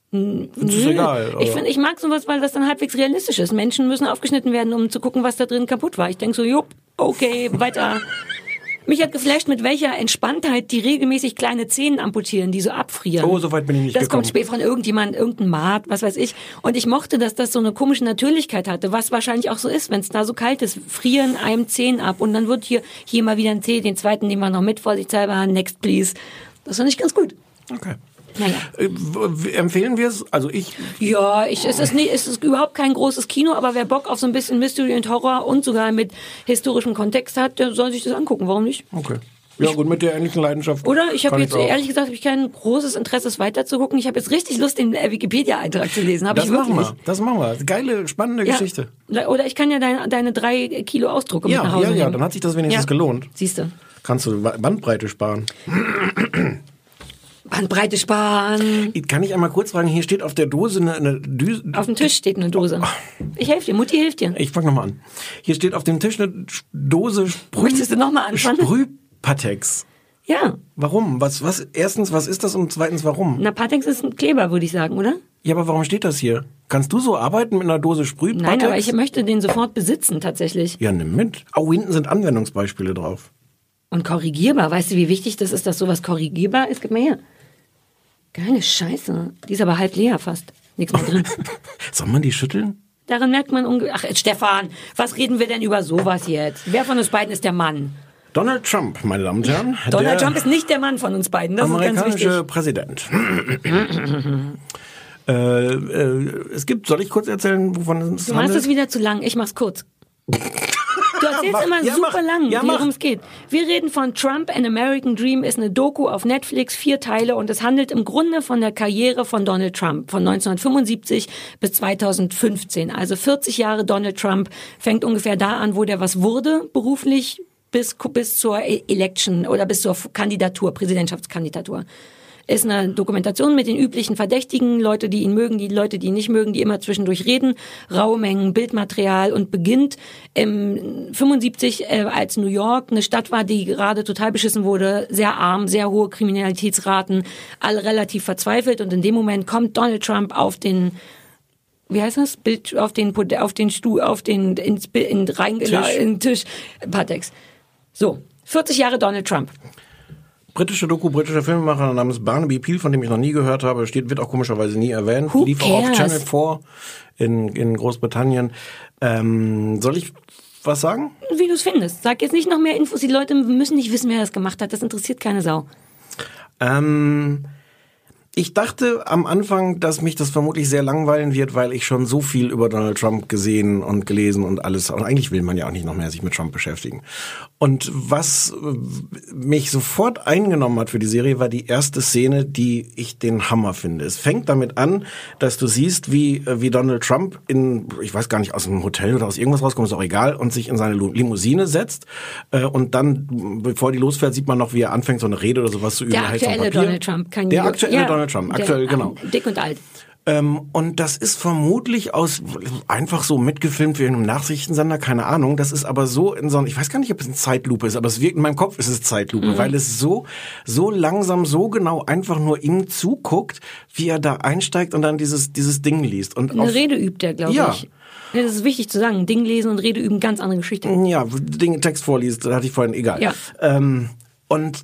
Speaker 6: Das ist egal.
Speaker 7: Ich finde, ich mag sowas, weil das dann halbwegs realistisch ist. Menschen müssen aufgeschnitten werden, um zu gucken, was da drin kaputt war. Ich denke so, jupp, okay, weiter. Mich hat geflasht, mit welcher Entspanntheit die regelmäßig kleine Zehen amputieren, die so abfrieren.
Speaker 6: Oh, so weit bin ich nicht
Speaker 7: das
Speaker 6: gekommen.
Speaker 7: Das kommt später von irgendjemand, irgendein Maat, was weiß ich. Und ich mochte, dass das so eine komische Natürlichkeit hatte, was wahrscheinlich auch so ist, wenn es da so kalt ist. Frieren einem Zehen ab und dann wird hier, hier mal wieder ein Zeh, den zweiten nehmen wir noch mit, vorsichtshalber, next please. Das fand ich ganz gut.
Speaker 6: Okay.
Speaker 7: Naja.
Speaker 6: Äh, empfehlen wir es? Also ich...
Speaker 7: Ja, ich, es, ist nicht, es ist überhaupt kein großes Kino, aber wer Bock auf so ein bisschen Mystery und Horror und sogar mit historischem Kontext hat, der soll sich das angucken. Warum nicht?
Speaker 6: Okay. Ja gut, mit der ähnlichen Leidenschaft.
Speaker 7: Oder? Ich habe jetzt,
Speaker 6: auch.
Speaker 7: ehrlich gesagt, habe ich kein großes Interesse, es weiterzugucken. Ich habe jetzt richtig Lust, den Wikipedia-Eintrag zu lesen. Hab
Speaker 6: das
Speaker 7: ich wirklich.
Speaker 6: machen wir. Das machen wir. Geile, spannende
Speaker 7: ja.
Speaker 6: Geschichte.
Speaker 7: Oder ich kann ja deine, deine drei Kilo Ausdrucke
Speaker 6: ja,
Speaker 7: mit nach Hause
Speaker 6: Ja,
Speaker 7: nehmen.
Speaker 6: ja, dann hat sich das wenigstens
Speaker 7: ja.
Speaker 6: gelohnt.
Speaker 7: Siehst du.
Speaker 6: Kannst du Bandbreite sparen.
Speaker 7: Bandbreite sparen.
Speaker 6: Kann ich einmal kurz fragen, hier steht auf der Dose eine, eine Düse.
Speaker 7: Auf dem Tisch steht eine Dose. Ich helfe dir, Mutti hilft dir.
Speaker 6: Ich fange nochmal an. Hier steht auf dem Tisch eine Dose Sprüh...
Speaker 7: Möchtest du nochmal anfangen?
Speaker 6: Sprühpatex.
Speaker 7: Ja.
Speaker 6: Warum? Was, was, erstens, was ist das und zweitens, warum?
Speaker 7: Na, Patex ist ein Kleber, würde ich sagen, oder?
Speaker 6: Ja, aber warum steht das hier? Kannst du so arbeiten mit einer Dose Sprühpatex?
Speaker 7: Nein, aber ich möchte den sofort besitzen, tatsächlich.
Speaker 6: Ja, nimm mit. Oh, hinten sind Anwendungsbeispiele drauf.
Speaker 7: Und korrigierbar. Weißt du, wie wichtig das ist, dass sowas korrigierbar ist? Gib mal her. Geile Scheiße. Die ist aber halb leer fast. Nichts mehr drin.
Speaker 6: Soll man die schütteln?
Speaker 7: Darin merkt man... Unge- Ach, Stefan, was reden wir denn über sowas jetzt? Wer von uns beiden ist der Mann?
Speaker 6: Donald Trump, meine Damen und Herren.
Speaker 7: Donald Trump ist nicht der Mann von uns beiden. Das ist ganz wichtig.
Speaker 6: Amerikanische Präsident. äh, äh, es gibt, soll ich kurz erzählen, wovon es handelt?
Speaker 7: Du machst es wieder zu lang, ich mach's kurz. Du erzählst immer
Speaker 6: ja,
Speaker 7: super
Speaker 6: mach.
Speaker 7: lang,
Speaker 6: Ja,
Speaker 7: worum es geht. Wir reden von Trump, An American Dream, ist eine Doku auf Netflix, vier Teile, und es handelt im Grunde von der Karriere von Donald Trump, von neunzehnhundertfünfundsiebzig bis zweitausendfünfzehn. Also vierzig Jahre Donald Trump, fängt ungefähr da an, wo der was wurde, beruflich, bis, bis zur Election oder bis zur Kandidatur, Präsidentschaftskandidatur. Ist eine Dokumentation mit den üblichen Verdächtigen, Leute, die ihn mögen, die Leute, die ihn nicht mögen, die immer zwischendurch reden, raue Mengen Bildmaterial, und beginnt im fünfundsiebzig, äh, als New York eine Stadt war, die gerade total beschissen wurde, sehr arm, sehr hohe Kriminalitätsraten, alle relativ verzweifelt, und in dem Moment kommt Donald Trump auf den, wie heißt das? Bild, auf den, auf den Stuhl, auf den, ins, in, rein,
Speaker 6: Tisch.
Speaker 7: in den Tisch, Patex. So, vierzig Jahre Donald Trump.
Speaker 6: Britische Doku, britischer Filmemacher namens Barnaby Peel, von dem ich noch nie gehört habe, steht, wird auch komischerweise nie erwähnt.
Speaker 7: Who
Speaker 6: Lief auch auf
Speaker 7: cares?
Speaker 6: Channel vier in, in Großbritannien. Ähm, soll ich was sagen?
Speaker 7: Wie du es findest. Sag jetzt nicht noch mehr Infos. Die Leute müssen nicht wissen, wer das gemacht hat. Das interessiert keine Sau.
Speaker 6: Ähm, ich dachte am Anfang, dass mich das vermutlich sehr langweilen wird, weil ich schon so viel über Donald Trump gesehen und gelesen und alles. Und eigentlich will man ja auch nicht noch mehr sich mit Trump beschäftigen. Und was mich sofort eingenommen hat für die Serie, war die erste Szene, die ich den Hammer finde. Es fängt damit an, dass du siehst, wie wie Donald Trump in, ich weiß gar nicht, aus einem Hotel oder aus irgendwas rauskommt, ist auch egal, und sich in seine Limousine setzt. Und dann, bevor die losfährt, sieht man noch, wie er anfängt, so eine Rede oder sowas zu üben.
Speaker 7: Der aktuelle Donald Trump. Kein
Speaker 6: Der aktuelle
Speaker 7: ja,
Speaker 6: Donald Trump, aktuell,
Speaker 7: der,
Speaker 6: genau.
Speaker 7: Dick und alt.
Speaker 6: Ähm, und das ist vermutlich aus, einfach so mitgefilmt wie in einem Nachrichtensender, keine Ahnung. Das ist aber so in so, ich weiß gar nicht, ob es eine Zeitlupe ist, aber es wirkt, in meinem Kopf ist es Zeitlupe, mhm. weil es so, so langsam, so genau einfach nur ihm zuguckt, wie er da einsteigt und dann dieses, dieses Ding liest. Und
Speaker 7: Eine
Speaker 6: auf,
Speaker 7: Rede übt er, glaube
Speaker 6: ja.
Speaker 7: ich. Das ist wichtig zu sagen. Ding lesen und Rede üben, ganz andere Geschichte.
Speaker 6: Ja, Ding, Text vorliest, da hatte ich vorhin, egal.
Speaker 7: Ja.
Speaker 6: Ähm, und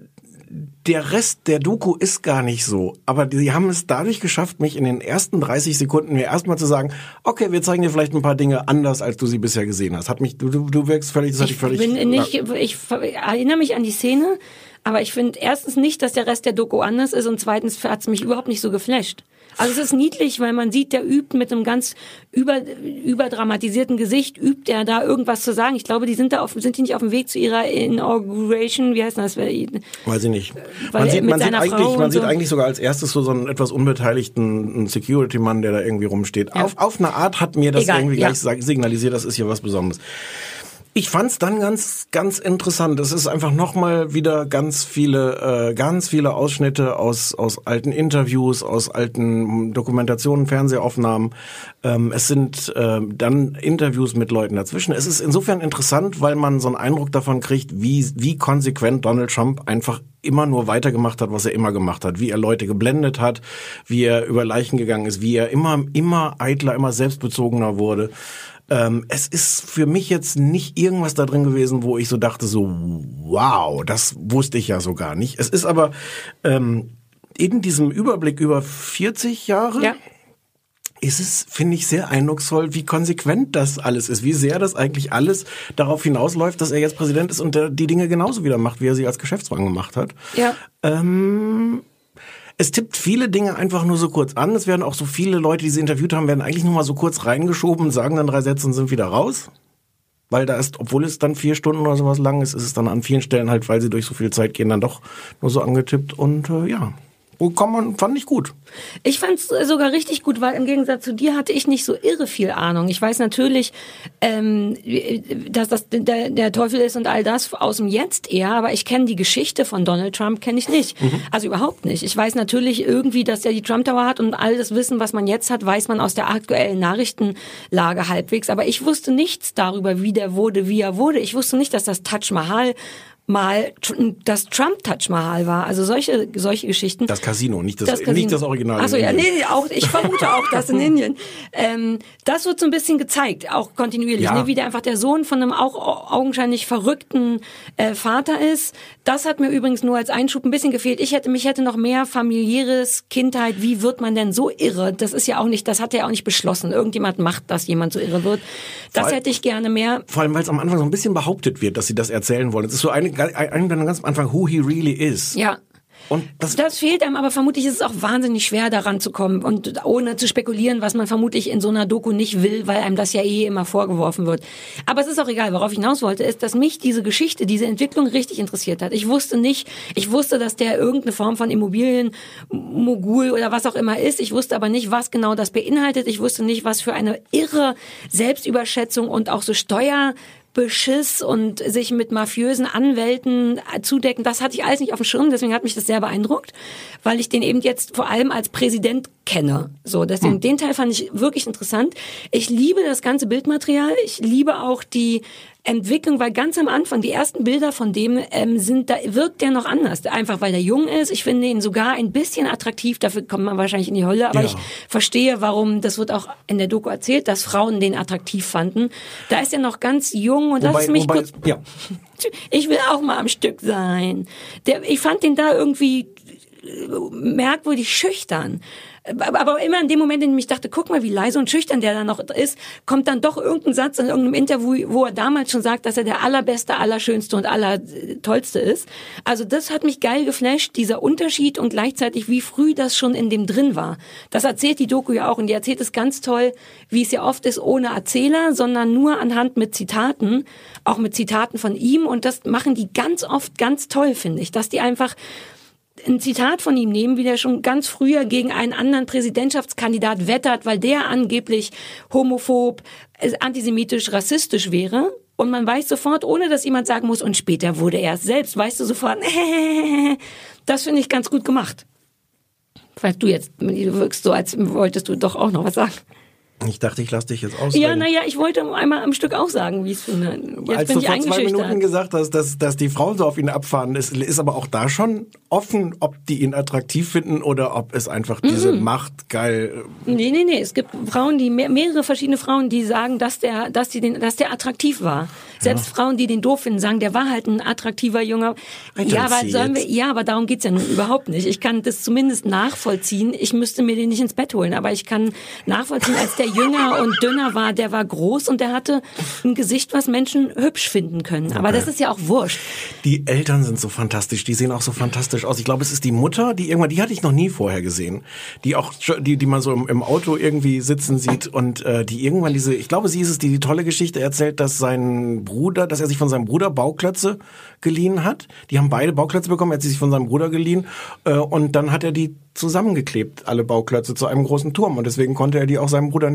Speaker 6: der Rest der Doku ist gar nicht so. Aber die haben es dadurch geschafft, mich in den ersten dreißig Sekunden mir erstmal zu sagen, okay, wir zeigen dir vielleicht ein paar Dinge anders, als du sie bisher gesehen hast. Hat mich, du, du, du wirkst völlig, das hatte ich völlig...
Speaker 7: Bin nicht, ich erinnere mich an die Szene, aber ich finde erstens nicht, dass der Rest der Doku anders ist, und zweitens hat es mich überhaupt nicht so geflasht. Also es ist niedlich, weil man sieht, der übt mit einem ganz über, überdramatisierten Gesicht, übt er da irgendwas zu sagen. Ich glaube, die sind da auf, sind die nicht auf dem Weg zu ihrer Inauguration, wie heißt das?
Speaker 6: Weiß ich nicht.
Speaker 7: Weil
Speaker 6: Man sieht,
Speaker 7: mit
Speaker 6: man sieht
Speaker 7: seiner
Speaker 6: eigentlich,
Speaker 7: Frau
Speaker 6: man
Speaker 7: und
Speaker 6: sieht
Speaker 7: so.
Speaker 6: eigentlich sogar als erstes so, so einen etwas unbeteiligten Security-Mann, der da irgendwie rumsteht.
Speaker 7: Ja.
Speaker 6: Auf, auf eine Art hat mir das
Speaker 7: Egal,
Speaker 6: irgendwie
Speaker 7: ja.
Speaker 6: gleich signalisiert, das ist hier was Besonderes. Ich fand's dann ganz, ganz interessant. Es ist einfach nochmal wieder ganz viele, äh, ganz viele Ausschnitte aus aus alten Interviews, aus alten Dokumentationen, Fernsehaufnahmen. Ähm, es sind äh, dann Interviews mit Leuten dazwischen. Es ist insofern interessant, weil man so einen Eindruck davon kriegt, wie wie konsequent Donald Trump einfach immer nur weitergemacht hat, was er immer gemacht hat, wie er Leute geblendet hat, wie er über Leichen gegangen ist, wie er immer immer eitler, immer selbstbezogener wurde. Ähm, es ist für mich jetzt nicht irgendwas da drin gewesen, wo ich so dachte, so wow, das wusste ich ja so gar nicht. Es ist aber ähm, in diesem Überblick über vierzig Jahre, ja, ist es, finde ich, sehr eindrucksvoll, wie konsequent das alles ist, wie sehr das eigentlich alles darauf hinausläuft, dass er jetzt Präsident ist und der die Dinge genauso wieder macht, wie er sie als Geschäftsmann gemacht hat.
Speaker 7: Ja.
Speaker 6: Ähm, Es tippt viele Dinge einfach nur so kurz an. Es werden auch so viele Leute, die sie interviewt haben, werden eigentlich nur mal so kurz reingeschoben, sagen dann drei Sätze und sind wieder raus. Weil da ist, obwohl es dann vier Stunden oder sowas lang ist, ist es dann an vielen Stellen halt, weil sie durch so viel Zeit gehen, dann doch nur so angetippt. Und äh, ja, wo kann man, fand ich gut.
Speaker 7: Ich fand es sogar richtig gut, weil im Gegensatz zu dir hatte ich nicht so irre viel Ahnung. Ich weiß natürlich, ähm, dass das der, der Teufel ist und all das aus dem Jetzt eher, aber ich kenne die Geschichte von Donald Trump, kenne ich nicht. Mhm. Also überhaupt nicht. Ich weiß natürlich irgendwie, dass er die Trump Tower hat und all das Wissen, was man jetzt hat, weiß man aus der aktuellen Nachrichtenlage halbwegs. Aber ich wusste nichts darüber, wie der wurde, wie er wurde. Ich wusste nicht, dass das Taj Mahal mal das Trump Taj Mahal war, also solche solche Geschichten.
Speaker 6: Das Casino, nicht das,
Speaker 7: das Casino.
Speaker 6: Nicht das Original.
Speaker 7: Achso, ja, nee, nee, auch ich vermute auch das in Indien. Ähm, das wird so ein bisschen gezeigt, auch kontinuierlich,
Speaker 6: ja.
Speaker 7: ne, wie der einfach der Sohn von einem auch augenscheinlich verrückten äh, Vater ist. Das hat mir übrigens nur als Einschub ein bisschen gefehlt. Ich hätte mich hätte noch mehr familiäres Kindheit. Wie wird man denn so irre? Das ist ja auch nicht, das hat er ja auch nicht beschlossen. Irgendjemand macht, dass jemand so irre wird. Das allem, hätte ich gerne mehr.
Speaker 6: Vor allem, weil es am Anfang so ein bisschen behauptet wird, dass sie das erzählen wollen. Es ist so eine Eigentlich dann ganz am Anfang, who he really is.
Speaker 7: Ja.
Speaker 6: Und das,
Speaker 7: das fehlt einem, aber vermutlich ist es auch wahnsinnig schwer, daran zu kommen und ohne zu spekulieren, was man vermutlich in so einer Doku nicht will, weil einem das ja eh immer vorgeworfen wird. Aber es ist auch egal, worauf ich hinaus wollte, ist, dass mich diese Geschichte, diese Entwicklung richtig interessiert hat. Ich wusste nicht, ich wusste, dass der irgendeine Form von Immobilienmogul oder was auch immer ist. Ich wusste aber nicht, was genau das beinhaltet. Ich wusste nicht, was für eine irre Selbstüberschätzung und auch so Steuer Beschiss und sich mit mafiösen Anwälten zudecken, das hatte ich alles nicht auf dem Schirm, deswegen hat mich das sehr beeindruckt, weil ich den eben jetzt vor allem als Präsident kenne. So, deswegen, hm. den Teil fand ich wirklich interessant. Ich liebe das ganze Bildmaterial, ich liebe auch die Entwicklung, weil ganz am Anfang, die ersten Bilder von dem ähm, sind, da wirkt der noch anders. Einfach weil der jung ist. Ich finde ihn sogar ein bisschen attraktiv, dafür kommt man wahrscheinlich in die Hölle, aber ja. ich verstehe, warum, das wird auch in der Doku erzählt, dass Frauen den attraktiv fanden. Da ist er noch ganz jung und wobei, das ist mich
Speaker 6: wobei,
Speaker 7: kurz,
Speaker 6: ja.
Speaker 7: Ich will auch mal am Stück sein. Der, ich fand den da irgendwie merkwürdig schüchtern. Aber immer in dem Moment, in dem ich dachte, guck mal, wie leise und schüchtern der da noch ist, kommt dann doch irgendein Satz in irgendeinem Interview, wo er damals schon sagt, dass er der allerbeste, allerschönste und allertollste ist. Also das hat mich geil geflasht, dieser Unterschied und gleichzeitig, wie früh das schon in dem drin war. Das erzählt die Doku ja auch und die erzählt es ganz toll, wie es ja oft ist, ohne Erzähler, sondern nur anhand mit Zitaten, auch mit Zitaten von ihm und das machen die ganz oft ganz toll, finde ich, dass die einfach ein Zitat von ihm nehmen, wie der schon ganz früher gegen einen anderen Präsidentschaftskandidat wettert, weil der angeblich homophob, antisemitisch, rassistisch wäre. Und man weiß sofort, ohne dass jemand sagen muss, und später wurde er es selbst, weißt du sofort, das finde ich ganz gut gemacht. Weil du jetzt, du wirkst so, als wolltest du doch auch noch was sagen.
Speaker 6: Ich dachte, ich lasse dich jetzt ausreden.
Speaker 7: Ja, naja, ich wollte einmal am Stück auch sagen, wie es finde. Jetzt
Speaker 6: Als
Speaker 7: bin
Speaker 6: du
Speaker 7: ich
Speaker 6: vor zwei Minuten
Speaker 7: eingeschüchtert.
Speaker 6: gesagt hast, dass, dass die Frauen so auf ihn abfahren, ist, ist aber auch da schon offen, ob die ihn attraktiv finden oder ob es einfach diese
Speaker 7: Mhm.
Speaker 6: Macht geil.
Speaker 7: Nee, nee, nee. Es gibt Frauen, die mehr, mehrere verschiedene Frauen, die sagen, dass der, dass die den, dass der attraktiv war. Selbst ja. Frauen, die den doof finden, sagen, der war halt ein attraktiver Junger. Ja, aber sollen wir, ja, aber darum geht's ja nun überhaupt nicht. Ich kann das zumindest nachvollziehen. Ich müsste mir den nicht ins Bett holen, aber ich kann nachvollziehen, als der jünger und dünner war, der war groß und der hatte ein Gesicht, was Menschen hübsch finden können. Aber okay. das ist ja auch wurscht.
Speaker 6: Die Eltern sind so fantastisch, die sehen auch so fantastisch aus. Ich glaube, es ist die Mutter, die irgendwann, die hatte ich noch nie vorher gesehen, die auch, die, die man so im, im Auto irgendwie sitzen sieht und äh, die irgendwann diese, ich glaube, sie ist es, die die tolle Geschichte erzählt, dass sein Bruder, dass er sich von seinem Bruder Bauklötze geliehen hat. Die haben beide Bauklötze bekommen, er hat sie sich von seinem Bruder geliehen äh, und dann hat er die zusammengeklebt, alle Bauklötze zu einem großen Turm und deswegen konnte er die auch seinem Bruder nicht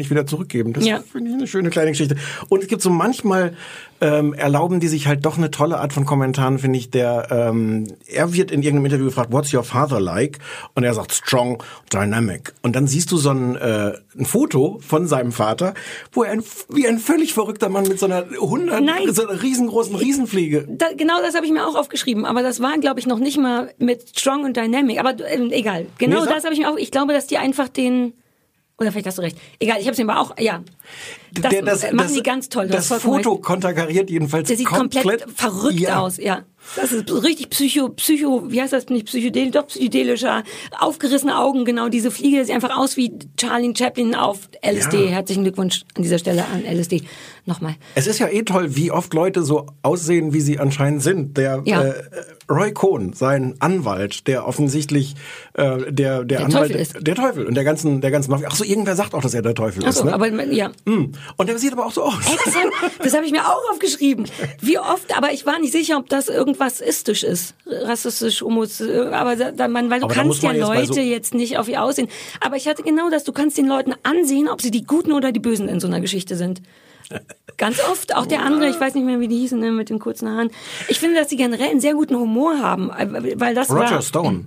Speaker 6: nicht wieder zurückgeben. Das
Speaker 7: ja.
Speaker 6: finde ich eine schöne kleine Geschichte. Und es gibt so manchmal, ähm, erlauben die sich halt doch eine tolle Art von Kommentaren, finde ich, der, ähm, er wird in irgendeinem Interview gefragt, what's your father like? Und er sagt, strong, dynamic. Und dann siehst du so ein, äh, ein Foto von seinem Vater, wo er ein, wie ein völlig verrückter Mann mit so einer hundert,
Speaker 7: Nein.
Speaker 6: so einer riesengroßen Riesenfliege.
Speaker 7: Da, genau das habe ich mir auch aufgeschrieben, aber das war, glaube ich, noch nicht mal mit strong und dynamic. Aber äh, egal, genau
Speaker 6: nee,
Speaker 7: das habe ich mir auch, ich glaube, dass die einfach den... Oder vielleicht hast du recht. Egal, ich habe es mir aber auch, ja. Das,
Speaker 6: Der, das
Speaker 7: machen
Speaker 6: das,
Speaker 7: die ganz toll.
Speaker 6: Das Foto recht. konterkariert jedenfalls
Speaker 7: Der sieht komplett, komplett verrückt
Speaker 6: ja.
Speaker 7: aus, ja. Das ist richtig psycho, psycho, wie heißt das, nicht psychedelisch, doch psychedelischer, aufgerissene Augen, genau, diese Fliege sieht einfach aus wie Charlie Chaplin auf L S D. Ja. Herzlichen Glückwunsch an dieser Stelle an L S D. Nochmal.
Speaker 6: Es ist ja eh toll, wie oft Leute so aussehen, wie sie anscheinend sind. Der
Speaker 7: ja.
Speaker 6: äh, Roy Cohn, sein Anwalt, der offensichtlich äh, der der,
Speaker 7: der
Speaker 6: Anwalt
Speaker 7: Teufel ist.
Speaker 6: Der Teufel und der ganzen der ganzen Mafia. Ach so, irgendwer sagt auch, dass er der Teufel
Speaker 7: Ach
Speaker 6: ist,
Speaker 7: so,
Speaker 6: ne?
Speaker 7: aber ja.
Speaker 6: Mm. Und der sieht aber auch so aus.
Speaker 7: Exakt, das habe ich mir auch aufgeschrieben. Wie oft, aber ich war nicht sicher, ob das irgendwas istisch ist. Rassistisch, homos, aber da, man, weil du
Speaker 6: aber
Speaker 7: kannst ja Leute
Speaker 6: so
Speaker 7: jetzt nicht auf ihr aussehen. Aber ich hatte genau das, du kannst den Leuten ansehen, ob sie die Guten oder die Bösen in so einer Geschichte sind. Ganz oft, auch der andere, ich weiß nicht mehr, wie die hießen, ne, mit den kurzen Haaren. Ich finde, dass sie generell einen sehr guten Humor haben, weil das
Speaker 6: Roger
Speaker 7: war...
Speaker 6: Stone.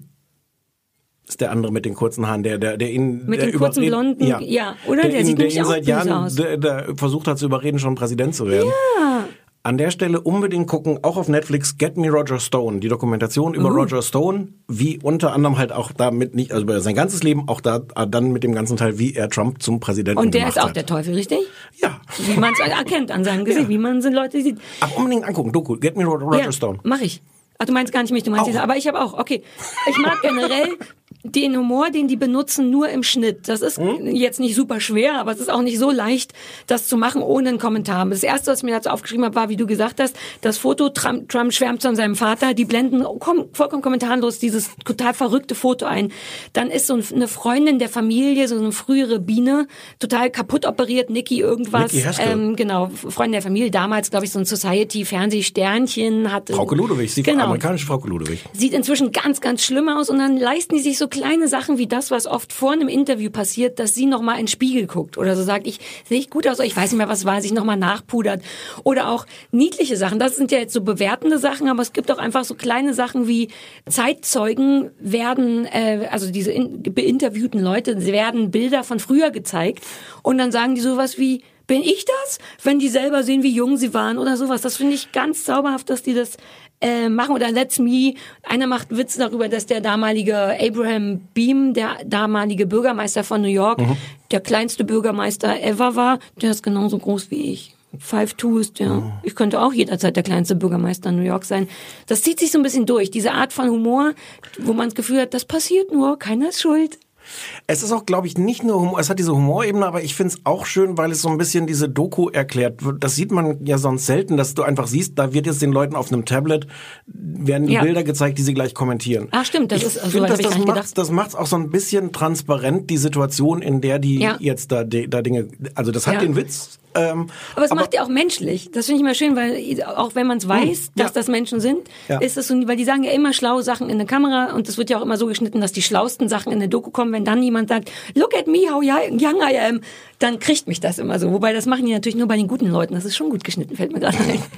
Speaker 6: Ist der andere mit den kurzen Haaren, der der der ihn
Speaker 7: mit
Speaker 6: der
Speaker 7: den kurzen
Speaker 6: überreden,
Speaker 7: blonden,
Speaker 6: ja,
Speaker 7: ja oder der,
Speaker 6: der,
Speaker 7: der
Speaker 6: ihn,
Speaker 7: sieht
Speaker 6: der
Speaker 7: nämlich
Speaker 6: ihn
Speaker 7: auch
Speaker 6: seit Jahren
Speaker 7: aus.
Speaker 6: Der, der versucht hat zu überreden, schon Präsident zu werden.
Speaker 7: Ja.
Speaker 6: An der Stelle unbedingt gucken, auch auf Netflix, Get Me Roger Stone, die Dokumentation über uh. Roger Stone, wie unter anderem halt auch damit nicht, also über sein ganzes Leben, auch da dann mit dem ganzen Teil, wie er Trump zum Präsidenten gemacht hat.
Speaker 7: Und der ist auch der Teufel, richtig?
Speaker 6: Ja.
Speaker 7: Wie man es erkennt an seinem Gesicht, ja. wie man so Leute sieht.
Speaker 6: Aber unbedingt angucken, Doku, Get Me Roger
Speaker 7: ja,
Speaker 6: Stone.
Speaker 7: Mach ich. Ach, du meinst gar nicht mich, du meinst diese, aber ich habe auch, okay. Ich mag generell den Humor, den die benutzen, nur im Schnitt. Das ist hm? jetzt nicht super schwer, aber es ist auch nicht so leicht, das zu machen ohne einen Kommentar. Das Erste, was ich mir dazu aufgeschrieben habe, war, wie du gesagt hast, das Foto, Trump, Trump schwärmt von seinem Vater, die blenden komm, vollkommen kommentarlos dieses total verrückte Foto ein. Dann ist so eine Freundin der Familie, so eine frühere Biene, total kaputt operiert, Nikki irgendwas.
Speaker 6: Nikki Haskell.
Speaker 7: Ähm, genau, Freundin der Familie, damals, glaube ich, so ein Society-Fernsehsternchen. Hat,
Speaker 6: Frauke Ludewig, die
Speaker 7: genau.
Speaker 6: amerikanische Frauke Ludewig.
Speaker 7: Sieht inzwischen ganz, ganz schlimm aus und dann leisten die sich so kleine Sachen wie das, was oft vor einem Interview passiert, dass sie nochmal in den Spiegel guckt oder so sagt, ich sehe ich gut aus, ich weiß nicht mehr, was war, sich nochmal nachpudert. Oder auch niedliche Sachen. Das sind ja jetzt so bewertende Sachen, aber es gibt auch einfach so kleine Sachen wie Zeitzeugen werden, äh, also diese in, beinterviewten Leute, werden Bilder von früher gezeigt und dann sagen die sowas wie, bin ich das? Wenn die selber sehen, wie jung sie waren oder sowas. Das finde ich ganz zauberhaft, dass die das äh, machen. Oder Let's Me, einer macht Witz darüber, dass der damalige Abraham Beam, der damalige Bürgermeister von New York, mhm. der kleinste Bürgermeister ever war. Der ist genauso groß wie ich. Five Two ist der. Mhm. Ich könnte auch jederzeit der kleinste Bürgermeister in New York sein. Das zieht sich so ein bisschen durch. Diese Art von Humor, wo man das Gefühl hat, das passiert nur, keiner ist schuld.
Speaker 6: Es ist auch, glaube ich, nicht nur Humor, es hat diese Humorebene, aber ich finde es auch schön, weil es so ein bisschen diese Doku erklärt wird. Das sieht man ja sonst selten, dass du einfach siehst, da wird jetzt den Leuten auf einem Tablet, werden die ja. Bilder gezeigt, die sie gleich kommentieren.
Speaker 7: Ach stimmt, das
Speaker 6: ich
Speaker 7: ist, also
Speaker 6: find,
Speaker 7: das,
Speaker 6: das,
Speaker 7: das
Speaker 6: macht das macht's auch so ein bisschen transparent, die Situation, in der die
Speaker 7: ja.
Speaker 6: jetzt da, da Dinge, also das hat ja. den Witz. Ähm,
Speaker 7: aber es aber, macht ja auch menschlich. Das finde ich immer schön, weil auch wenn man es weiß, mh, dass ja. das Menschen sind, ja. ist es so, weil die sagen ja immer schlaue Sachen in der Kamera und es wird ja auch immer so geschnitten, dass die schlauesten Sachen in der Doku kommen. Wenn dann jemand sagt, look at me, how young I am, dann kriegt mich das immer so. Wobei das machen die natürlich nur bei den guten Leuten. Das ist schon gut geschnitten, fällt mir gerade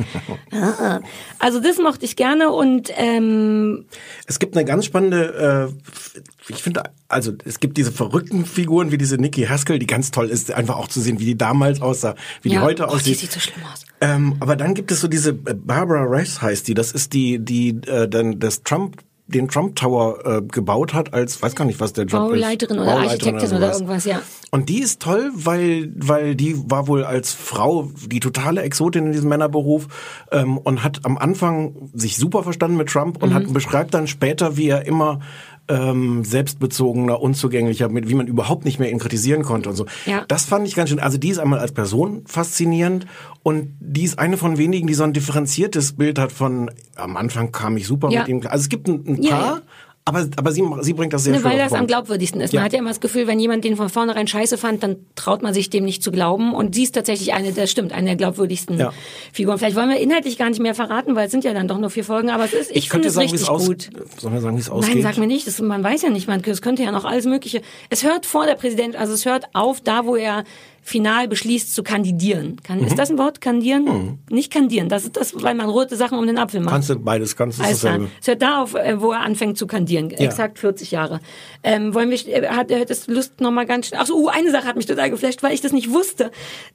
Speaker 7: ein. Also das mochte ich gerne und ähm,
Speaker 6: es gibt eine ganz spannende, äh, ich finde, also es gibt diese verrückten Figuren wie diese Nikki Haskell, die ganz toll ist, einfach auch zu sehen, wie die damals aussah, wie
Speaker 7: ja.
Speaker 6: die heute
Speaker 7: oh,
Speaker 6: aussieht.
Speaker 7: Die sieht so schlimm aus.
Speaker 6: Ähm, aber dann gibt es so diese Barbara Rice heißt die, das ist die, die äh, dann das Trump den Trump Tower äh, gebaut hat als, weiß gar nicht, was der Job
Speaker 7: Bauleiterin
Speaker 6: ist.
Speaker 7: Oder Bauleiterin Architektin oder, oder irgendwas, ja.
Speaker 6: Und die ist toll, weil weil die war wohl als Frau die totale Exotin in diesem Männerberuf ähm, und hat am Anfang sich super verstanden mit Trump und mhm. hat beschreibt dann später, wie er immer ähm, selbstbezogener, unzugänglicher, mit wie man überhaupt nicht mehr ihn kritisieren konnte und so.
Speaker 7: Ja.
Speaker 6: Das fand ich ganz schön. Also die ist einmal als Person faszinierend und die ist eine von wenigen, die so ein differenziertes Bild hat von, am Anfang kam ich super
Speaker 7: ja.
Speaker 6: mit ihm. Also es gibt ein, ein paar, ja, ja. aber aber sie sie bringt das sehr
Speaker 7: ne,
Speaker 6: schön.
Speaker 7: Weil das am glaubwürdigsten ist. Man ja. hat ja immer das Gefühl, wenn jemand den von vornherein scheiße fand, dann traut man sich dem nicht zu glauben. Und sie ist tatsächlich eine, das stimmt, eine der glaubwürdigsten ja. Figuren. Vielleicht wollen wir inhaltlich gar nicht mehr verraten, weil es sind ja dann doch nur vier Folgen, aber es ist, ich, ich finde es sagen, richtig aus, gut.
Speaker 6: Sollen wir sagen, wie es ausgeht?
Speaker 7: Nein, sag mir nicht, das, man weiß ja nicht, man, es könnte ja noch alles Mögliche. Es hört vor der Präsident, also es hört auf da, wo er final beschließt zu kandidieren. Kann, mhm. Ist das ein Wort? Kandidieren? Mhm. Nicht kandieren. Das ist das, weil man rote Sachen um den Apfel macht.
Speaker 6: Kannst du beides, kannst du dasselbe.
Speaker 7: Es hört da auf, wo er anfängt zu kandidieren. Ja. Exakt vierzig Jahre. Ähm, wollen wir, hat, hättest du Lust noch mal ganz schnell, ach so, uh, eine Sache hat mich total geflasht, weil ich das nicht wusste.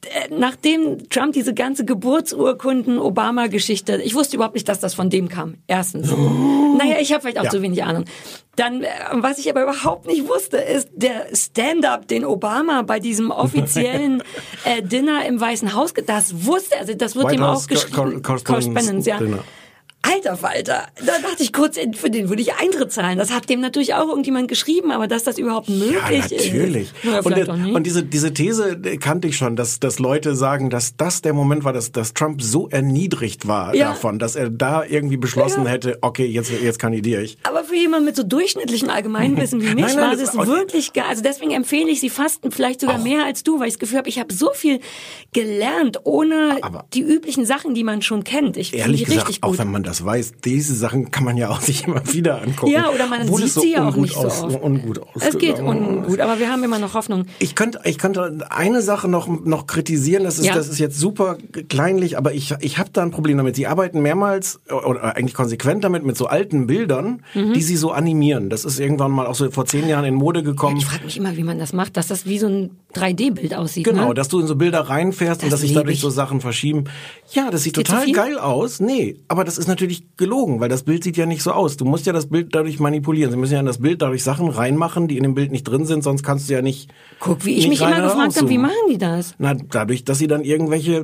Speaker 7: Nachdem Trump diese ganze Geburtsurkunden Obama-Geschichte, ich wusste überhaupt nicht, dass das von dem kam. Erstens. Oh. Naja, ich habe vielleicht auch ja. zu wenig Ahnung. Dann, was ich aber überhaupt nicht wusste, ist der Stand-up, den Obama bei diesem offiziellen äh, Dinner im Weißen Haus, das wusste er, also das wird ihm auch geschrieben. Correspondence, ja. Dinner. Alter Falter, da dachte ich kurz, für den würde ich Eintritt zahlen. Das hat dem natürlich auch irgendjemand geschrieben, aber dass das überhaupt möglich
Speaker 6: ist. Ja, natürlich.
Speaker 7: Ist,
Speaker 6: und, der, und diese, diese These kannte ich schon, dass, dass Leute sagen, dass das der Moment war, dass, dass Trump so erniedrigt war ja. davon, dass er da irgendwie beschlossen ja. hätte, okay, jetzt, jetzt kandidiere ich.
Speaker 7: Aber für jemanden mit so durchschnittlichem Allgemeinwissen wie mich nein, nein, war das, das wirklich geil. Also deswegen empfehle ich sie fast vielleicht sogar auch mehr als du, weil ich das Gefühl habe, ich habe so viel gelernt, ohne aber die üblichen Sachen, die man schon kennt. Ich finde die
Speaker 6: gesagt,
Speaker 7: richtig gut.
Speaker 6: Auch wenn man das weiß, diese Sachen kann man ja auch sich immer wieder angucken.
Speaker 7: Ja, oder man sieht
Speaker 6: so
Speaker 7: sie ja auch nicht so
Speaker 6: aus,
Speaker 7: oft.
Speaker 6: Ungut aus.
Speaker 7: Es geht ungut, aber wir haben immer noch Hoffnung.
Speaker 6: Ich könnte, ich könnte eine Sache noch, noch kritisieren, das ist, ja. das ist jetzt super kleinlich, aber ich, ich habe da ein Problem damit. Sie arbeiten mehrmals, oder eigentlich konsequent damit, mit so alten Bildern, mhm. die sie so animieren. Das ist irgendwann mal auch so vor zehn Jahren in Mode gekommen.
Speaker 7: Ja, ich frage mich immer, wie man das macht, dass das wie so ein drei D Bild aussieht.
Speaker 6: Genau,
Speaker 7: ne?
Speaker 6: dass du in so Bilder reinfährst das und dass sich dadurch ich. so Sachen verschieben. Ja, das sieht Geht total geil aus. Nee, aber das ist natürlich gelogen, weil das Bild sieht ja nicht so aus. Du musst ja das Bild dadurch manipulieren. Sie müssen ja in das Bild dadurch Sachen reinmachen, die in dem Bild nicht drin sind, sonst kannst du ja nicht.
Speaker 7: Guck, wie ich mich immer gefragt habe, wie machen die das?
Speaker 6: Na, dadurch, dass sie dann irgendwelche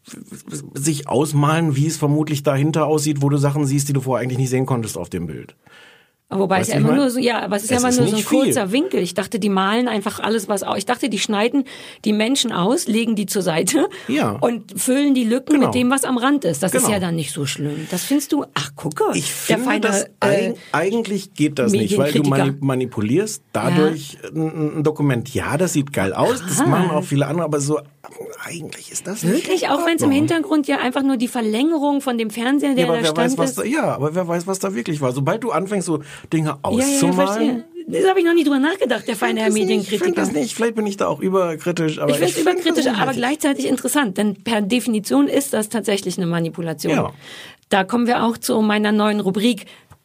Speaker 6: sich ausmalen, wie es vermutlich dahinter aussieht, wo du Sachen siehst, die du vorher eigentlich nicht sehen konntest auf dem Bild.
Speaker 7: Wobei es ja immer nur so, ja, aber es ist ja immer nur so ein kurzer Winkel. Ich dachte, die malen einfach alles, was auch. Ich dachte, die schneiden die Menschen aus, legen die zur Seite
Speaker 6: ja.
Speaker 7: und füllen die Lücken
Speaker 6: genau.
Speaker 7: mit dem, was am Rand ist. Das
Speaker 6: genau.
Speaker 7: ist ja dann nicht so schlimm. Das findest du, ach, gucke.
Speaker 6: Ich finde, feine, das äh, eigentlich geht das nicht, weil du mani- manipulierst dadurch ja. ein, ein Dokument. Ja, das sieht geil aus, das Aha. machen auch viele andere, aber so, eigentlich ist das
Speaker 7: wirklich,
Speaker 6: nicht
Speaker 7: auch wenn es im Hintergrund ja einfach nur die Verlängerung von dem Fernseher, der
Speaker 6: ja, aber
Speaker 7: da
Speaker 6: wer
Speaker 7: stand
Speaker 6: weiß, was
Speaker 7: ist.
Speaker 6: Da, ja, aber wer weiß, was da wirklich war. Sobald du anfängst, so Dinge auszumalen.
Speaker 7: Ja, ja, das habe ich noch nie drüber nachgedacht, der feine Herr Medienkritiker.
Speaker 6: Ich finde das nicht, vielleicht bin ich da auch überkritisch. Aber
Speaker 7: ich finde es überkritisch,
Speaker 6: find
Speaker 7: aber gleichzeitig interessant, denn per Definition ist das tatsächlich eine Manipulation.
Speaker 6: Ja.
Speaker 7: Da kommen wir auch zu meiner neuen Rubrik.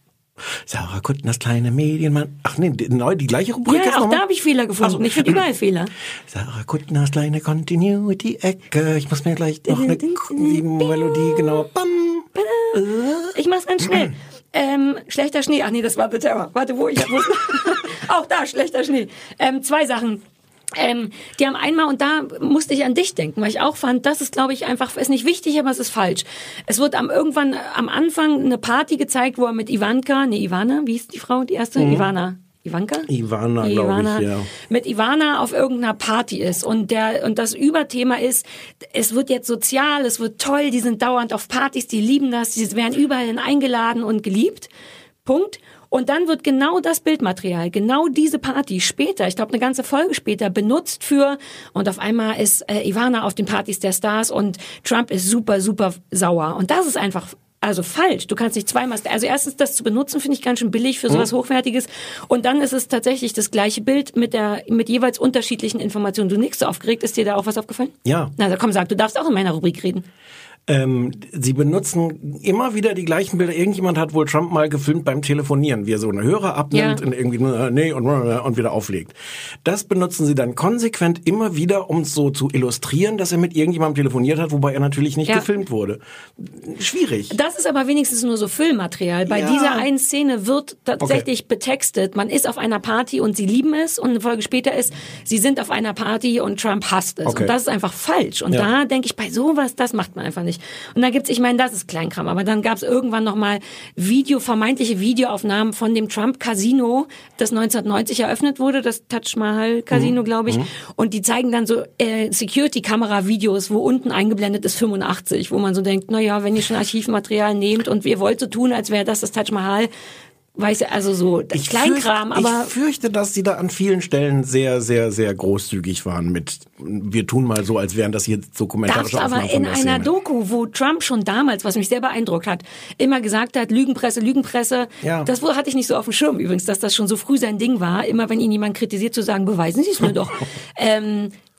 Speaker 6: Sarah Kuttners kleine Medienmann. Ach nee, die, neu, die gleiche Rubrik.
Speaker 7: Ja, auch da habe ich Fehler gefunden. So. Ich finde überall Fehler.
Speaker 6: Sarah Kuttners kleine Continuity-Ecke. Ich muss mir gleich noch eine die Melodie genau. Bam.
Speaker 7: Ich mach's ganz schnell. Ähm, schlechter Schnee. Ach nee, das war The Terror. Warte, wo ich... auch da, schlechter Schnee. Ähm, zwei Sachen. Ähm, die haben einmal, und da musste ich an dich denken, weil ich auch fand, das ist, glaube ich, einfach, ist nicht wichtig, aber es ist falsch. Es wird am irgendwann am Anfang eine Party gezeigt, wo er mit Ivanka, nee, Ivana, wie hieß die Frau, die erste? Mhm. Ivana. Ivanka?
Speaker 6: Ivana, glaube ich, ja.
Speaker 7: Mit Ivana auf irgendeiner Party ist und der und das Überthema ist, es wird jetzt sozial, es wird toll, die sind dauernd auf Partys, die lieben das, die werden überall eingeladen und geliebt. Punkt. Und dann wird genau das Bildmaterial, genau diese Party später, ich glaube eine ganze Folge später, benutzt für, und auf einmal ist äh, Ivana auf den Partys der Stars und Trump ist super, super sauer. Und das ist einfach, also falsch. Du kannst nicht zweimal, also erstens das zu benutzen, finde ich ganz schön billig für sowas mhm. Hochwertiges. Und dann ist es tatsächlich das gleiche Bild mit der, mit jeweils unterschiedlichen Informationen. Du nix so aufgeregt, ist dir da auch was aufgefallen?
Speaker 6: Ja.
Speaker 7: Na, komm, sag, du darfst auch in meiner Rubrik reden.
Speaker 6: Ähm, sie benutzen immer wieder die gleichen Bilder. Irgendjemand hat wohl Trump mal gefilmt beim Telefonieren, wie er so eine Hörer abnimmt ja. und irgendwie äh, nee und, und wieder auflegt. Das benutzen sie dann konsequent immer wieder, um so zu illustrieren, dass er mit irgendjemandem telefoniert hat, wobei er natürlich nicht ja. gefilmt wurde. Schwierig.
Speaker 7: Das ist aber wenigstens nur so Füllmaterial. Bei ja. dieser einen Szene wird tatsächlich okay. betextet, man ist auf einer Party und sie lieben es, und eine Folge später ist, sie sind auf einer Party und Trump hasst es. Okay. Und das ist einfach falsch. Und ja. da denke ich, bei sowas, das macht man einfach nicht. Und da gibt's, ich meine, das ist Kleinkram, aber dann gab's irgendwann nochmal Video, vermeintliche Videoaufnahmen von dem Trump-Casino, das neunzehnhundertneunzig eröffnet wurde, das Taj Mahal Casino, mhm. glaube ich. Mhm. Und die zeigen dann so äh, Security-Kamera-Videos, wo unten eingeblendet ist fünfundachtzig, wo man so denkt, na ja, wenn ihr schon Archivmaterial nehmt und ihr wollt so tun, als wäre das das Taj Mahal, weiß ja, also so
Speaker 6: ich
Speaker 7: Kleinkram,
Speaker 6: fürchte,
Speaker 7: aber...
Speaker 6: Ich fürchte, dass sie da an vielen Stellen sehr, sehr, sehr großzügig waren mit, wir tun mal so, als wären das hier dokumentarische Aufnahmen von der Szene.
Speaker 7: Aber in einer Doku, wo Trump schon damals, was mich sehr beeindruckt hat, immer gesagt hat, Lügenpresse, Lügenpresse,
Speaker 6: ja.
Speaker 7: das hatte ich nicht so auf dem Schirm übrigens, dass das schon so früh sein Ding war, immer wenn ihn jemand kritisiert, zu sagen, beweisen Sie es mir doch. ähm,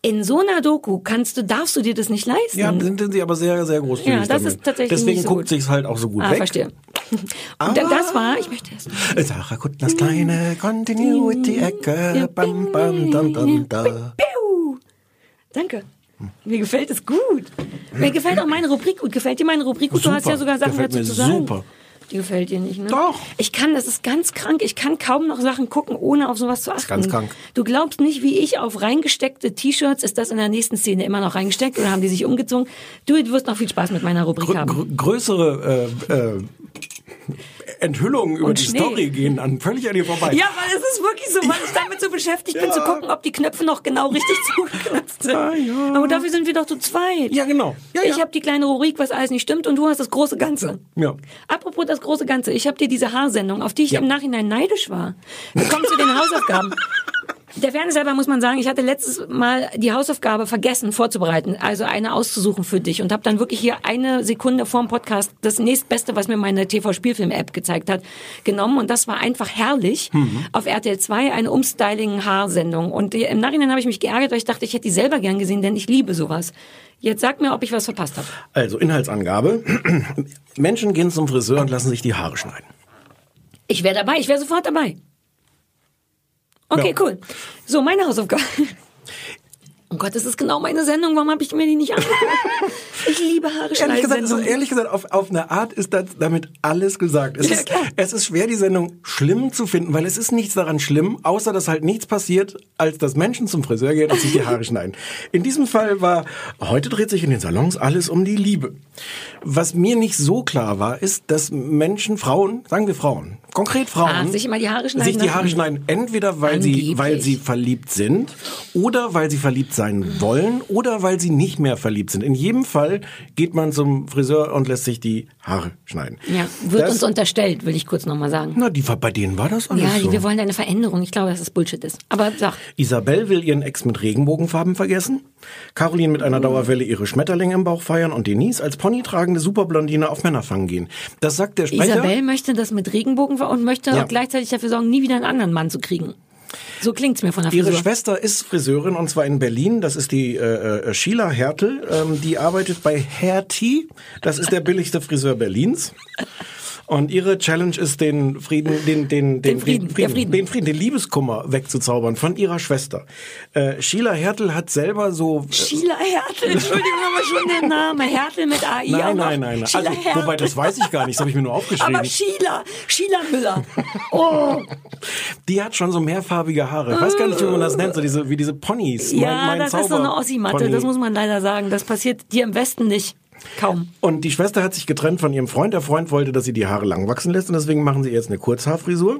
Speaker 7: in so einer Doku kannst du, darfst du dir das nicht leisten.
Speaker 6: Ja, sind, sind sie aber sehr, sehr großzügig
Speaker 7: Ja, das
Speaker 6: damit.
Speaker 7: ist tatsächlich
Speaker 6: Deswegen
Speaker 7: nicht so
Speaker 6: guckt
Speaker 7: gut.
Speaker 6: sich's halt auch so gut
Speaker 7: Ah,
Speaker 6: weg.
Speaker 7: verstehe.
Speaker 6: Aber
Speaker 7: Und das war, ich möchte erst mal.
Speaker 6: Sarah Kuttners kleine Continuity-Ecke. Bam, bam, dam, dam, da.
Speaker 7: Piu. Danke. Mir gefällt es gut. Mir gefällt auch meine Rubrik gut. Gefällt dir meine Rubrik gut?
Speaker 6: Super.
Speaker 7: Du hast ja sogar Sachen
Speaker 6: Gefällt
Speaker 7: dazu
Speaker 6: mir
Speaker 7: zu sagen.
Speaker 6: super.
Speaker 7: Die gefällt dir nicht, ne?
Speaker 6: Doch.
Speaker 7: Ich kann, das ist ganz krank. Ich kann kaum noch Sachen gucken, ohne auf sowas zu achten.
Speaker 6: ist ganz krank.
Speaker 7: Du glaubst nicht, wie ich auf reingesteckte T-Shirts, ist das in der nächsten Szene immer noch reingesteckt oder haben die sich umgezogen? Du, du wirst noch viel Spaß mit meiner Rubrik
Speaker 6: Gr
Speaker 7: haben.
Speaker 6: gr größere äh, äh, Enthüllungen über
Speaker 7: Und
Speaker 6: die
Speaker 7: Schnee.
Speaker 6: Story gehen an völlig an dir vorbei.
Speaker 7: Ja, weil es ist wirklich so, weil ich damit so beschäftigt bin,
Speaker 6: Ja.
Speaker 7: zu gucken, ob die Knöpfe noch genau richtig zugeknöpft sind.
Speaker 6: Ah, ja.
Speaker 7: Aber dafür sind wir doch zu zweit.
Speaker 6: Ja, genau. Ja,
Speaker 7: Ich
Speaker 6: ja.
Speaker 7: habe die kleine Rubrik, was alles nicht stimmt, und du hast das große Ganze.
Speaker 6: Ja.
Speaker 7: Apropos das große Ganze, ich habe dir diese Haarsendung, auf die ich
Speaker 6: Ja.
Speaker 7: im Nachhinein neidisch war. Wir kommen zu den Hausaufgaben. Der Fernseher, muss man sagen, ich hatte letztes Mal die Hausaufgabe vergessen vorzubereiten, also eine auszusuchen für dich, und habe dann wirklich hier eine Sekunde vorm Podcast das nächstbeste, was mir meine T V-Spielfilm-App gezeigt hat, genommen, und das war einfach herrlich.
Speaker 6: Mhm.
Speaker 7: Auf R T L zwei eine Umstyling-Haarsendung, und im Nachhinein habe ich mich geärgert, weil ich dachte, ich hätte die selber gern gesehen, denn ich liebe sowas. Jetzt sag mir, ob ich was verpasst habe.
Speaker 6: Also, Inhaltsangabe. Menschen gehen zum Friseur und lassen sich die Haare schneiden.
Speaker 7: Ich wäre dabei, ich wäre sofort dabei. Okay,
Speaker 6: Ja.
Speaker 7: cool. So, meine Hausaufgabe. Oh Gott, das ist genau meine Sendung. Warum habe ich mir die nicht angeguckt? Ich liebe Haare
Speaker 6: Ehrlich gesagt,
Speaker 7: schneiden.
Speaker 6: also ehrlich gesagt auf, auf eine Art ist das damit alles gesagt. Es,
Speaker 7: Ja,
Speaker 6: ist,
Speaker 7: klar.
Speaker 6: es ist schwer, die Sendung schlimm zu finden, weil es ist nichts daran schlimm, außer dass halt nichts passiert, als dass Menschen zum Friseur gehen und sich die Haare schneiden. In diesem Fall war, heute dreht sich in den Salons alles um die Liebe. Was mir nicht so klar war, ist, dass Menschen, Frauen, sagen wir Frauen, konkret Frauen,
Speaker 7: Ah, sich immer die Haare schneiden
Speaker 6: sich die
Speaker 7: lassen.
Speaker 6: Haare schneiden, entweder weil sie,
Speaker 7: Angeblich.
Speaker 6: weil sie verliebt sind oder weil sie verliebt sein wollen oder weil sie nicht mehr verliebt sind. In jedem Fall geht man zum Friseur und lässt sich die Haare schneiden.
Speaker 7: Ja, wird
Speaker 6: Das-
Speaker 7: uns unterstellt, will ich kurz nochmal sagen.
Speaker 6: Na, die, war- bei denen war das alles
Speaker 7: Ja, die,
Speaker 6: so.
Speaker 7: wir wollen eine Veränderung. Ich glaube, dass das Bullshit ist. Aber sag.
Speaker 6: Isabel will ihren Ex mit Regenbogenfarben vergessen. Caroline mit einer Dauerwelle ihre Schmetterlinge im Bauch feiern und Denise als ponytragende Superblondine auf Männerfang gehen. Das sagt der Sprecher.
Speaker 7: Isabel möchte das mit Regenbogen ver- und möchte
Speaker 6: Ja.
Speaker 7: auch gleichzeitig dafür sorgen, nie wieder einen anderen Mann zu kriegen. So klingt's mir von der
Speaker 6: Ihre
Speaker 7: Frisur.
Speaker 6: Schwester ist Friseurin, und zwar in Berlin. Das ist die äh, äh, Sheila Hertel. Ähm, die arbeitet bei Hertie. Das ist der billigste Friseur Berlins. Und ihre Challenge ist, den Frieden, den, den, den,
Speaker 7: Den Frieden,
Speaker 6: den,
Speaker 7: der Frieden.
Speaker 6: den Frieden, den Liebeskummer wegzuzaubern von ihrer Schwester. Äh, Sheila Hertel hat selber so...
Speaker 7: Sheila Hertel, Entschuldigung, aber schon der Name. Hertel mit A I. auch
Speaker 6: Nein,
Speaker 7: noch.
Speaker 6: nein, nein, nein.
Speaker 7: Sheila
Speaker 6: Also,
Speaker 7: Hertel.
Speaker 6: wobei, das weiß ich gar nicht. Das habe ich mir nur aufgeschrieben.
Speaker 7: Aber Sheila, Sheila Müller. Oh.
Speaker 6: Die hat schon so mehrfarbige Haare. Ich weiß gar nicht, wie man das nennt. So diese, wie diese Ponys.
Speaker 7: Ja,
Speaker 6: mein, mein
Speaker 7: das ist so eine Ossi-Matte,
Speaker 6: Zauber-Pony.
Speaker 7: das muss man leider sagen. Das passiert dir im Westen nicht. Kaum.
Speaker 6: Und die Schwester hat sich getrennt von ihrem Freund. Der Freund wollte, dass sie die Haare lang wachsen lässt, und deswegen machen sie jetzt eine Kurzhaarfrisur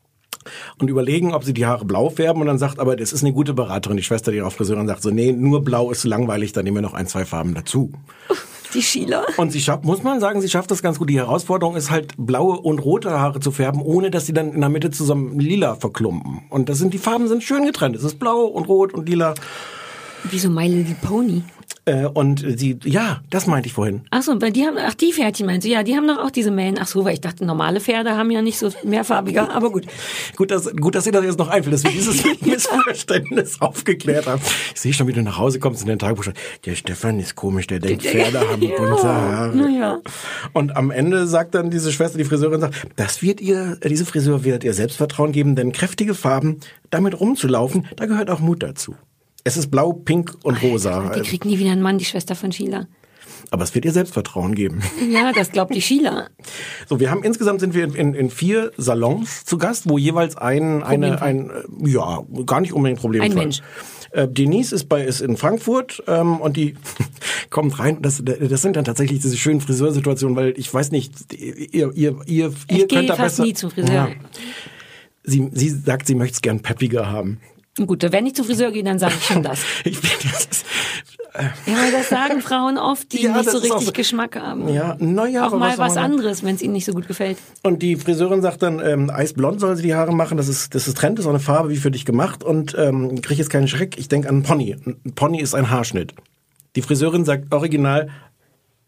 Speaker 6: und überlegen, ob sie die Haare blau färben. Und dann sagt aber, das ist eine gute Beraterin, die Schwester, die ihrer Friseurin sagt so, nee, nur blau ist zu langweilig, dann nehmen wir noch ein, zwei Farben dazu.
Speaker 7: Die Sheila.
Speaker 6: Und sie schafft, muss man sagen, sie schafft das ganz gut. Die Herausforderung ist halt, blaue und rote Haare zu färben, ohne dass sie dann in der Mitte zusammen lila verklumpen. Und das sind, die Farben sind schön getrennt. Es ist blau und rot und lila.
Speaker 7: Wie so My Little Pony.
Speaker 6: Äh, und sie, ja, das meinte ich vorhin.
Speaker 7: Ach so, weil die haben, ach die Pferdchen meinst du? Ja, die haben doch auch diese Mähen. Ach so, weil ich dachte, normale Pferde haben ja nicht so mehrfarbiger, aber gut.
Speaker 6: Gut, dass, gut, dass ihr das jetzt noch einfällt, dass wir dieses Missverständnis aufgeklärt haben. Ich sehe schon, wie du nach Hause kommst in den Tagebuch. Der Stefan ist komisch, der denkt, Pferde haben
Speaker 7: Ja,
Speaker 6: bunte Haare.
Speaker 7: na ja.
Speaker 6: Und am Ende sagt dann diese Schwester, die Friseurin, sagt, das wird ihr, diese Frisur wird ihr Selbstvertrauen geben, denn kräftige Farben, damit rumzulaufen, da gehört auch Mut dazu. Es ist blau, pink und rosa.
Speaker 7: Die kriegt nie wieder einen Mann, die Schwester von Sheila.
Speaker 6: Aber es wird ihr Selbstvertrauen geben.
Speaker 7: Ja, das glaubt die Sheila.
Speaker 6: So, wir haben insgesamt sind wir in, in, in vier Salons zu Gast, wo jeweils ein, eine, ein, äh, ja, gar nicht unbedingt Problemfall.
Speaker 7: Ein Mensch.
Speaker 6: Äh, Denise ist bei, ist in Frankfurt, ähm, und die kommt rein. Das, das sind dann tatsächlich diese schönen Friseursituationen, weil ich weiß nicht, ihr, ihr, ihr, ihr
Speaker 7: Ich
Speaker 6: könnt
Speaker 7: gehe
Speaker 6: da
Speaker 7: fast
Speaker 6: besser.
Speaker 7: nie zum Friseur.
Speaker 6: Ja. Sie, sie sagt, sie möchte es gern peppiger haben.
Speaker 7: Gut, wenn ich zum Friseur gehe, dann sage ich schon das.
Speaker 6: Ich bin, das ist,
Speaker 7: Ja, aber das sagen Frauen oft, die
Speaker 6: Ja,
Speaker 7: nicht
Speaker 6: das
Speaker 7: so
Speaker 6: ist auch
Speaker 7: richtig
Speaker 6: so-
Speaker 7: Geschmack haben.
Speaker 6: ja, naja,
Speaker 7: Auch mal was
Speaker 6: soll man-
Speaker 7: anderes, wenn es ihnen nicht so gut gefällt.
Speaker 6: Und die Friseurin sagt dann, ähm, eisblond soll sie die Haare machen, das ist, das ist Trend, das ist auch eine Farbe wie für dich gemacht, und ähm, krieg jetzt keinen Schreck, ich denke an einen Pony. Ein Pony ist ein Haarschnitt. Die Friseurin sagt original,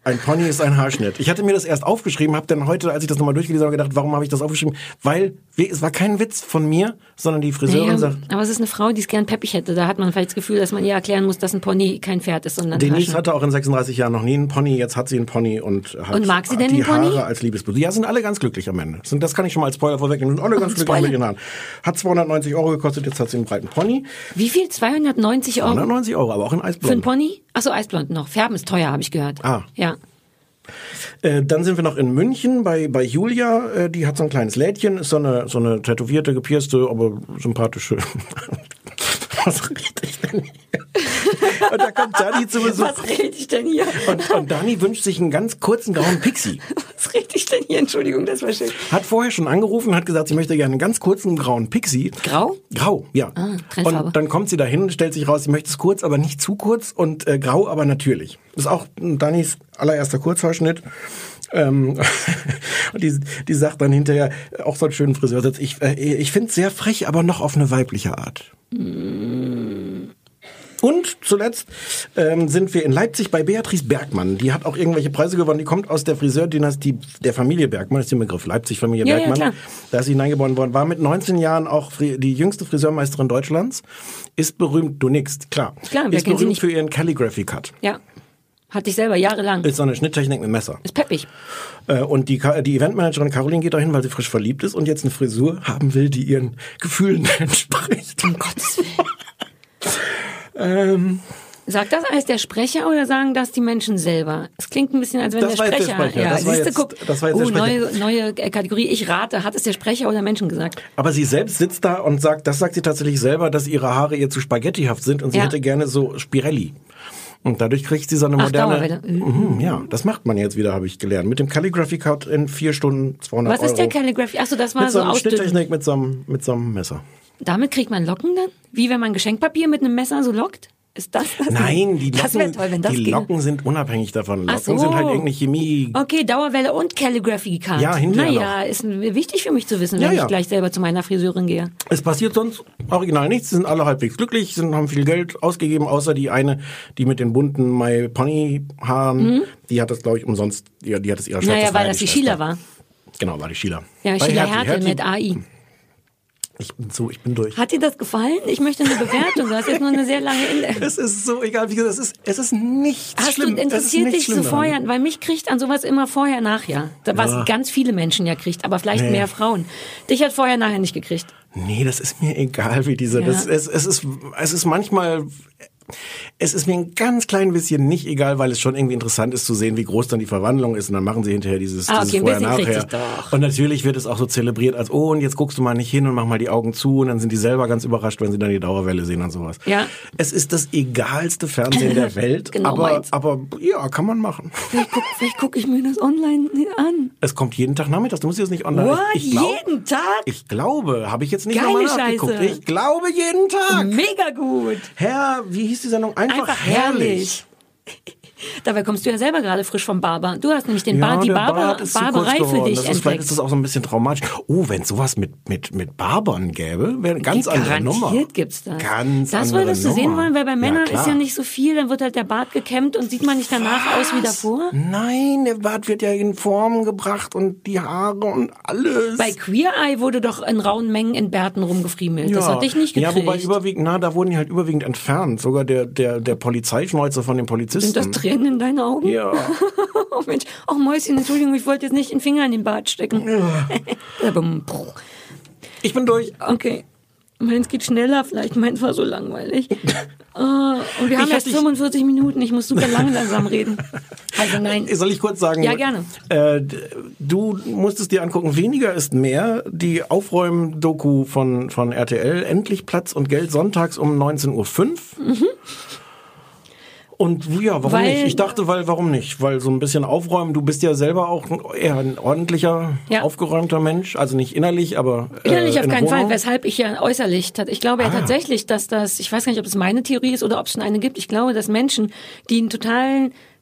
Speaker 6: Ein Pony ist ein Haarschnitt. Ich hatte mir das erst aufgeschrieben, habe dann heute, als ich das nochmal durchgelesen habe, gedacht, warum habe ich das aufgeschrieben? Weil es war kein Witz von mir, sondern die Friseurin
Speaker 7: naja,
Speaker 6: sagt...
Speaker 7: Aber es ist eine Frau, die es gern peppig hätte. Da hat man vielleicht das Gefühl, dass man ihr erklären muss, dass ein Pony kein Pferd ist, sondern ein
Speaker 6: Denise
Speaker 7: Haarschnitt.
Speaker 6: hatte auch in sechsunddreißig Jahren noch nie einen Pony, jetzt hat sie einen Pony und hat
Speaker 7: und mag sie denn
Speaker 6: die
Speaker 7: den Pony?
Speaker 6: Haare als Liebesblut. Ja, sind alle ganz glücklich am Ende. Sind, das kann ich schon mal als Spoiler vorwegnehmen. Sind alle ganz glücklich
Speaker 7: Spoiler.
Speaker 6: mit ihren Haaren. Hat zweihundertneunzig Euro gekostet, jetzt hat sie einen breiten Pony.
Speaker 7: Wie viel? zweihundertneunzig Euro?
Speaker 6: zweihundertneunzig Euro, aber auch in Eisblond.
Speaker 7: Für ein Pony? Achso, Eisblond noch. Färben ist teuer, habe ich gehört.
Speaker 6: Ah.
Speaker 7: Ja.
Speaker 6: Äh, dann sind wir noch in München bei, bei Julia, äh, die hat so ein kleines Lädchen, ist so eine, so eine tätowierte, gepierste, aber sympathische. Was rede ich denn hier? Und da kommt Dani zu Besuch.
Speaker 7: Was rede ich denn hier?
Speaker 6: Und, und Dani wünscht sich einen ganz kurzen grauen Pixie.
Speaker 7: Was rede ich denn hier? Entschuldigung, das war schön.
Speaker 6: Hat vorher schon angerufen, hat gesagt, sie möchte gerne einen ganz kurzen grauen Pixie.
Speaker 7: Grau?
Speaker 6: Grau, ja.
Speaker 7: Ah, Trendfarbe.
Speaker 6: Und dann kommt sie dahin, stellt sich raus, sie möchte es kurz, aber nicht zu kurz und äh, grau, aber natürlich. Das ist auch Danis allererster Kurzhaarschnitt. Ähm, und die, die sagt dann hinterher, auch so einen schönen Friseursatz, ich, äh, ich finde es sehr frech, aber noch auf eine weibliche Art. Mm. Und zuletzt ähm, sind wir in Leipzig bei Beatrice Bergmann. Die hat auch irgendwelche Preise gewonnen. Die kommt aus der Friseurdynastie der Familie Bergmann. Das ist der Begriff Leipzig-Familie
Speaker 7: ja,
Speaker 6: Bergmann.
Speaker 7: Ja, klar.
Speaker 6: Da ist sie hineingeboren worden. War mit neunzehn Jahren auch die jüngste Friseurmeisterin Deutschlands. Ist berühmt, du nix, klar.
Speaker 7: Klar, wer
Speaker 6: ist
Speaker 7: kennt sie
Speaker 6: berühmt
Speaker 7: nicht?
Speaker 6: für ihren Calligraphy-Cut.
Speaker 7: Ja. Hatte ich selber jahrelang.
Speaker 6: Ist so eine Schnitttechnik mit Messer.
Speaker 7: Ist peppig.
Speaker 6: Äh, und die, die Eventmanagerin Caroline geht dahin, weil sie frisch verliebt ist und jetzt eine Frisur haben will, die ihren Gefühlen entspricht.
Speaker 7: Um Gottes Willen.
Speaker 6: ähm...
Speaker 7: Sagt das alles der Sprecher oder sagen das die Menschen selber? Es klingt ein bisschen, als wenn
Speaker 6: das
Speaker 7: der
Speaker 6: war
Speaker 7: Sprecher...
Speaker 6: Jetzt der Sprecher.
Speaker 7: Ja,
Speaker 6: das, war
Speaker 7: siehste,
Speaker 6: jetzt,
Speaker 7: guck,
Speaker 6: das war jetzt
Speaker 7: oh,
Speaker 6: der Sprecher.
Speaker 7: Neue, neue Kategorie. Ich rate. Hat es der Sprecher oder Menschen gesagt?
Speaker 6: Aber sie selbst sitzt da und sagt, das sagt sie tatsächlich selber, dass ihre Haare ihr zu spaghettihaft sind und sie
Speaker 7: Ja.
Speaker 6: hätte gerne so Spirelli. Und dadurch kriegt sie so eine
Speaker 7: Ach,
Speaker 6: moderne...
Speaker 7: Dauerwelle.
Speaker 6: Mhm, ja, das macht man jetzt wieder, habe ich gelernt. Mit dem Calligraphy Cut in vier Stunden zweihundert
Speaker 7: Was
Speaker 6: Euro.
Speaker 7: ist der Calligraphy? Achso, das war
Speaker 6: mit so
Speaker 7: so
Speaker 6: einer
Speaker 7: ausdünnen.
Speaker 6: Schnitttechnik mit so einem, mit so einem Messer.
Speaker 7: Damit kriegt man Locken dann? Wie wenn man Geschenkpapier mit einem Messer so lockt? Ist das das?
Speaker 6: Nein, die
Speaker 7: Das wäre
Speaker 6: Locken,
Speaker 7: toll, wenn das
Speaker 6: die
Speaker 7: ginge.
Speaker 6: Locken sind unabhängig davon.
Speaker 7: Ach
Speaker 6: Locken
Speaker 7: so.
Speaker 6: sind halt irgendeine Chemie...
Speaker 7: Okay, Dauerwelle und Calligraphy Card.
Speaker 6: Ja, hinterher
Speaker 7: Naja, ist wichtig für mich zu wissen, wenn
Speaker 6: Ja, ja.
Speaker 7: ich gleich selber zu meiner Friseurin gehe.
Speaker 6: Es passiert sonst original nichts. Sie sind alle halbwegs glücklich, sind, haben viel Geld ausgegeben, außer die eine, die mit den bunten My Pony Haaren.
Speaker 7: Mhm.
Speaker 6: Die hat das, glaube ich, umsonst. Die, die hat es ihrer Schwester.
Speaker 7: Naja, weil das die Sheila war.
Speaker 6: Genau, war die Sheila.
Speaker 7: Ja,
Speaker 6: Bei
Speaker 7: Sheila
Speaker 6: Hertie.
Speaker 7: Hertel
Speaker 6: Hertie-
Speaker 7: mit A I.
Speaker 6: Ich bin so, ich bin durch.
Speaker 7: Hat dir das gefallen? Ich möchte eine Bewertung. Du hast jetzt nur eine sehr lange... In
Speaker 6: Es ist so egal, wie gesagt, es ist, es ist nichts
Speaker 7: Hast
Speaker 6: schlimm.
Speaker 7: du
Speaker 6: Es ist
Speaker 7: interessiert
Speaker 6: nichts
Speaker 7: dich so
Speaker 6: schlimm daran.
Speaker 7: vorher, weil mich kriegt an sowas immer vorher nachher. Da was
Speaker 6: Ja.
Speaker 7: ganz viele Menschen ja kriegt, aber vielleicht
Speaker 6: Nee.
Speaker 7: mehr Frauen. Dich hat vorher nachher nicht gekriegt.
Speaker 6: Nee, das ist mir egal, wie diese.
Speaker 7: Ja.
Speaker 6: Das, es, es ist, es ist manchmal. Es ist mir ein ganz klein bisschen nicht egal, weil es schon irgendwie interessant ist zu sehen, wie groß dann die Verwandlung ist. Und dann machen sie hinterher dieses,
Speaker 7: Ah,
Speaker 6: dieses
Speaker 7: okay, ein
Speaker 6: Vorher,
Speaker 7: bisschen kriegt
Speaker 6: Nachher.
Speaker 7: es doch.
Speaker 6: Und natürlich wird es auch so zelebriert als, oh, und jetzt guckst du mal nicht hin und mach mal die Augen zu. Und dann sind die selber ganz überrascht, wenn sie dann die Dauerwelle sehen und sowas.
Speaker 7: Ja.
Speaker 6: Es ist das egalste Fernsehen der Welt.
Speaker 7: Genau
Speaker 6: aber,
Speaker 7: meins.
Speaker 6: aber ja, kann man machen.
Speaker 7: Vielleicht gucke guck ich mir das online an.
Speaker 6: Es kommt jeden Tag nachmittags. Du musst jetzt nicht online.
Speaker 7: What?
Speaker 6: Ich, ich glaub,
Speaker 7: Jeden Tag?
Speaker 6: Ich glaube, habe ich jetzt nicht
Speaker 7: Geile
Speaker 6: nochmal nachgeguckt.
Speaker 7: Scheiße.
Speaker 6: Ich glaube jeden Tag.
Speaker 7: Mega gut.
Speaker 6: Herr, wie hieß die Sendung? Einfach,
Speaker 7: Einfach
Speaker 6: herrlich.
Speaker 7: herrlich. Dabei kommst du ja selber gerade frisch vom Barber. Du hast nämlich den
Speaker 6: Ja,
Speaker 7: Bar, die
Speaker 6: der
Speaker 7: Barber,
Speaker 6: Bart ist zu kurz
Speaker 7: Barberei für
Speaker 6: geworden.
Speaker 7: dich
Speaker 6: Das ist, vielleicht
Speaker 7: entdeckt.
Speaker 6: ist das auch so ein bisschen traumatisch. Oh, wenn es sowas mit, mit, mit Barbern gäbe, wäre eine ganz andere Nummer.
Speaker 7: Garantiert gibt's das.
Speaker 6: Ganz
Speaker 7: das
Speaker 6: andere
Speaker 7: würdest du
Speaker 6: Nummer.
Speaker 7: sehen wollen, weil bei Männern
Speaker 6: klar.
Speaker 7: ist ja nicht so viel, dann wird halt der Bart gekämmt und sieht man nicht danach aus wie davor.
Speaker 6: Nein, der Bart wird ja in Form gebracht und die Haare und alles.
Speaker 7: Bei Queer Eye wurde doch in rauen Mengen in Bärten rumgefriemelt. Das hatte ich nicht gekriegt.
Speaker 6: Ja, wobei überwiegend, na, da wurden die halt überwiegend entfernt. Sogar der, der, der Polizeischnäuzer von den Polizisten.
Speaker 7: Sind das Tränen in deinen Augen?
Speaker 6: Ja.
Speaker 7: Oh Mensch, ach Mäuschen, Entschuldigung, ich wollte jetzt nicht den Finger in den Bart stecken.
Speaker 6: Ich bin durch.
Speaker 7: Okay. Meins geht schneller, vielleicht meins war so langweilig. Oh, und wir haben
Speaker 6: Ich
Speaker 7: erst
Speaker 6: hätte-
Speaker 7: fünfundvierzig Minuten, ich muss super lange langsam reden. Also nein.
Speaker 6: Soll ich kurz sagen?
Speaker 7: Ja, gerne.
Speaker 6: Äh, du musstest dir angucken, weniger ist mehr. Die Aufräumen-Doku von, von R T L. Endlich Platz und Geld sonntags um neunzehn Uhr fünf.
Speaker 7: Mhm.
Speaker 6: Und ja, warum
Speaker 7: Weil-
Speaker 6: nicht? Ich dachte, weil, warum nicht? Weil so ein bisschen aufräumen, du bist ja selber auch ein, eher ein ordentlicher,
Speaker 7: Ja.
Speaker 6: aufgeräumter Mensch. Also nicht innerlich, aber äh,
Speaker 7: Innerlich auf
Speaker 6: in der
Speaker 7: keinen Fall,
Speaker 6: Wohnung.
Speaker 7: weshalb ich ja äußerlich, tat- ich glaube ja
Speaker 6: Ah.
Speaker 7: tatsächlich, dass das, ich weiß gar nicht, ob es meine Theorie ist oder ob es schon eine gibt, ich glaube, dass Menschen, die einen totalen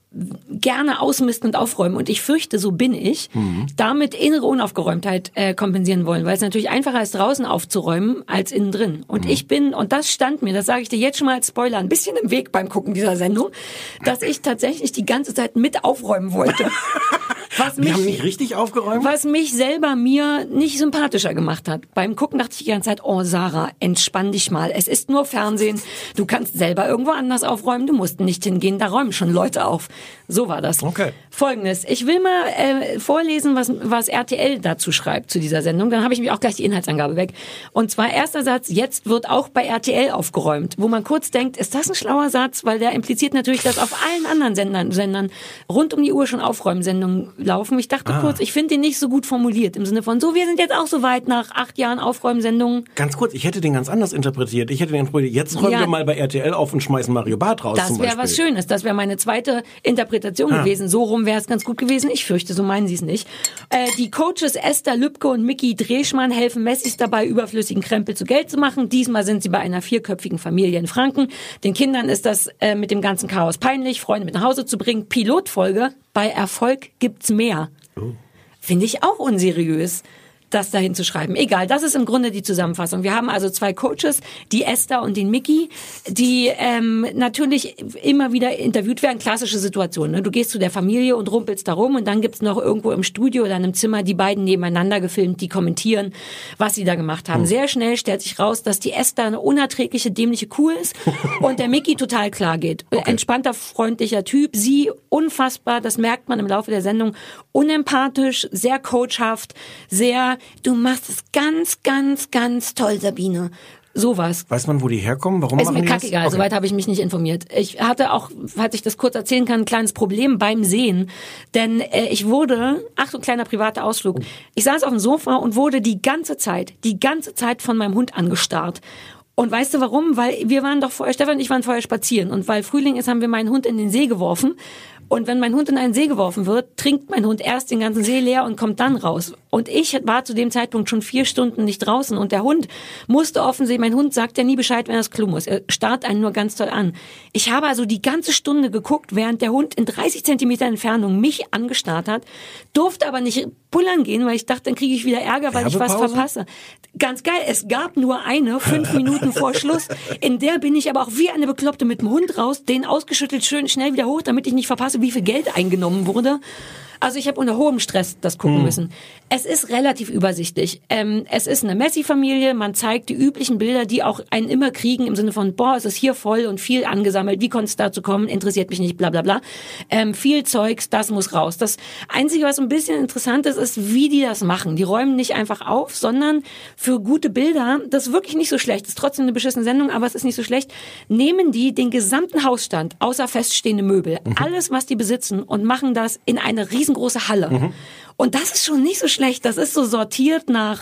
Speaker 7: gerne ausmisten und aufräumen. Und ich fürchte, so bin ich, mhm. damit innere Unaufgeräumtheit äh, kompensieren wollen, weil es natürlich einfacher ist, draußen aufzuräumen, als innen drin. Und mhm. ich bin, und das stand mir, das sage ich dir jetzt schon mal als Spoiler, ein bisschen im Weg beim Gucken dieser Sendung, dass ich tatsächlich die ganze Zeit mit aufräumen wollte. Was
Speaker 6: Die
Speaker 7: mich,
Speaker 6: haben nicht richtig aufgeräumt?
Speaker 7: Was mich selber mir nicht sympathischer gemacht hat. Beim Gucken dachte ich die ganze Zeit, oh Sarah, entspann dich mal. Es ist nur Fernsehen. Du kannst selber irgendwo anders aufräumen. Du musst nicht hingehen. Da räumen schon Leute auf. So war das.
Speaker 6: Okay.
Speaker 7: Folgendes. Ich will mal äh, vorlesen, was, was R T L dazu schreibt zu dieser Sendung. Dann habe ich mich auch gleich die Inhaltsangabe weg. Und zwar erster Satz, jetzt wird auch bei R T L aufgeräumt. Wo man kurz denkt, ist das ein schlauer Satz? Weil der impliziert natürlich, dass auf allen anderen Sendern, Sendern rund um die Uhr schon Aufräumsendungen laufen. Ich dachte ah. kurz, ich finde den nicht so gut formuliert. Im Sinne von, so, wir sind jetzt auch so weit nach acht Jahren Aufräumsendungen.
Speaker 6: Ganz kurz, ich hätte den ganz anders interpretiert. Ich hätte den interpretiert, jetzt räumen
Speaker 7: ja.
Speaker 6: wir mal bei R T L auf und schmeißen Mario Barth raus.
Speaker 7: Das wäre was Schönes. Das wäre meine zweite Interpretation ah. gewesen. So rum wäre es ganz gut gewesen. Ich fürchte, so meinen sie es nicht. Äh, die Coaches Esther Lübke und Micky Dreschmann helfen Messis dabei, überflüssigen Krempel zu Geld zu machen. Diesmal sind sie bei einer vierköpfigen Familie in Franken. Den Kindern ist das äh, mit dem ganzen Chaos peinlich, Freunde mit nach Hause zu bringen. Pilotfolge, bei Erfolg gibt's mehr. Oh. Finde ich auch unseriös, das dahin zu schreiben. Egal, das ist im Grunde die Zusammenfassung. Wir haben also zwei Coaches, die Esther und den Micky, die ähm, natürlich immer wieder interviewt werden. Klassische Situation, ne? Du gehst zu der Familie und rumpelst da rum und dann gibt's noch irgendwo im Studio oder in einem Zimmer die beiden nebeneinander gefilmt, die kommentieren, was sie da gemacht haben. Hm. Sehr schnell stellt sich raus, dass die Esther eine unerträgliche, dämliche Kuh ist und der Micky total klar geht. Okay. Entspannter, freundlicher Typ. Sie unfassbar, das merkt man im Laufe der Sendung, unempathisch, sehr coachhaft, sehr du machst es ganz, ganz, ganz toll, Sabine. Sowas.
Speaker 6: Weiß man, wo die herkommen? Warum
Speaker 7: ist
Speaker 6: machen
Speaker 7: mir
Speaker 6: die
Speaker 7: kackegal,
Speaker 6: das? Okay.
Speaker 7: Soweit habe ich mich nicht informiert. Ich hatte auch, falls ich das kurz erzählen kann, ein kleines Problem beim Sehen. Denn äh, ich wurde, ach so ein kleiner privater Ausflug, ich saß auf dem Sofa und wurde die ganze Zeit, die ganze Zeit von meinem Hund angestarrt. Und weißt du warum? Weil wir waren doch vorher, Stefan und ich waren vorher spazieren. Und weil Frühling ist, haben wir meinen Hund in den See geworfen. Und wenn mein Hund in einen See geworfen wird, trinkt mein Hund erst den ganzen See leer und kommt dann raus. Und ich war zu dem Zeitpunkt schon vier Stunden nicht draußen. Und der Hund musste offensichtlich, mein Hund sagt ja nie Bescheid, wenn er das Klo muss. Er starrt einen nur ganz toll an. Ich habe also die ganze Stunde geguckt, während der Hund in dreißig Zentimeter Entfernung mich angestarrt hat, durfte aber nicht pullern gehen, weil ich dachte, dann kriege ich wieder Ärger, weil ich was verpasse. Ganz geil, es gab nur eine, fünf Minuten vor Schluss. In der bin ich aber auch wie eine Bekloppte mit dem Hund raus, den ausgeschüttelt, schön schnell wieder hoch, damit ich nicht verpasse, wie viel Geld eingenommen wurde. Also ich habe unter hohem Stress das gucken hm. müssen. Es ist relativ übersichtlich. Ähm, es ist eine Messi-Familie. Man zeigt die üblichen Bilder, die auch einen immer kriegen, im Sinne von, boah, es ist hier voll und viel angesammelt. Wie konnte es dazu kommen? Interessiert mich nicht, bla bla bla. Ähm, viel Zeugs, das muss raus. Das Einzige, was ein bisschen interessant ist, ist, wie die das machen. Die räumen nicht einfach auf, sondern für gute Bilder, das ist wirklich nicht so schlecht, das ist trotzdem eine beschissene Sendung, aber es ist nicht so schlecht, nehmen die den gesamten Hausstand, außer feststehende Möbel, mhm. alles, was die besitzen und machen das in eine riesen große Halle. Mhm. Und das ist schon nicht so schlecht. Das ist so sortiert nach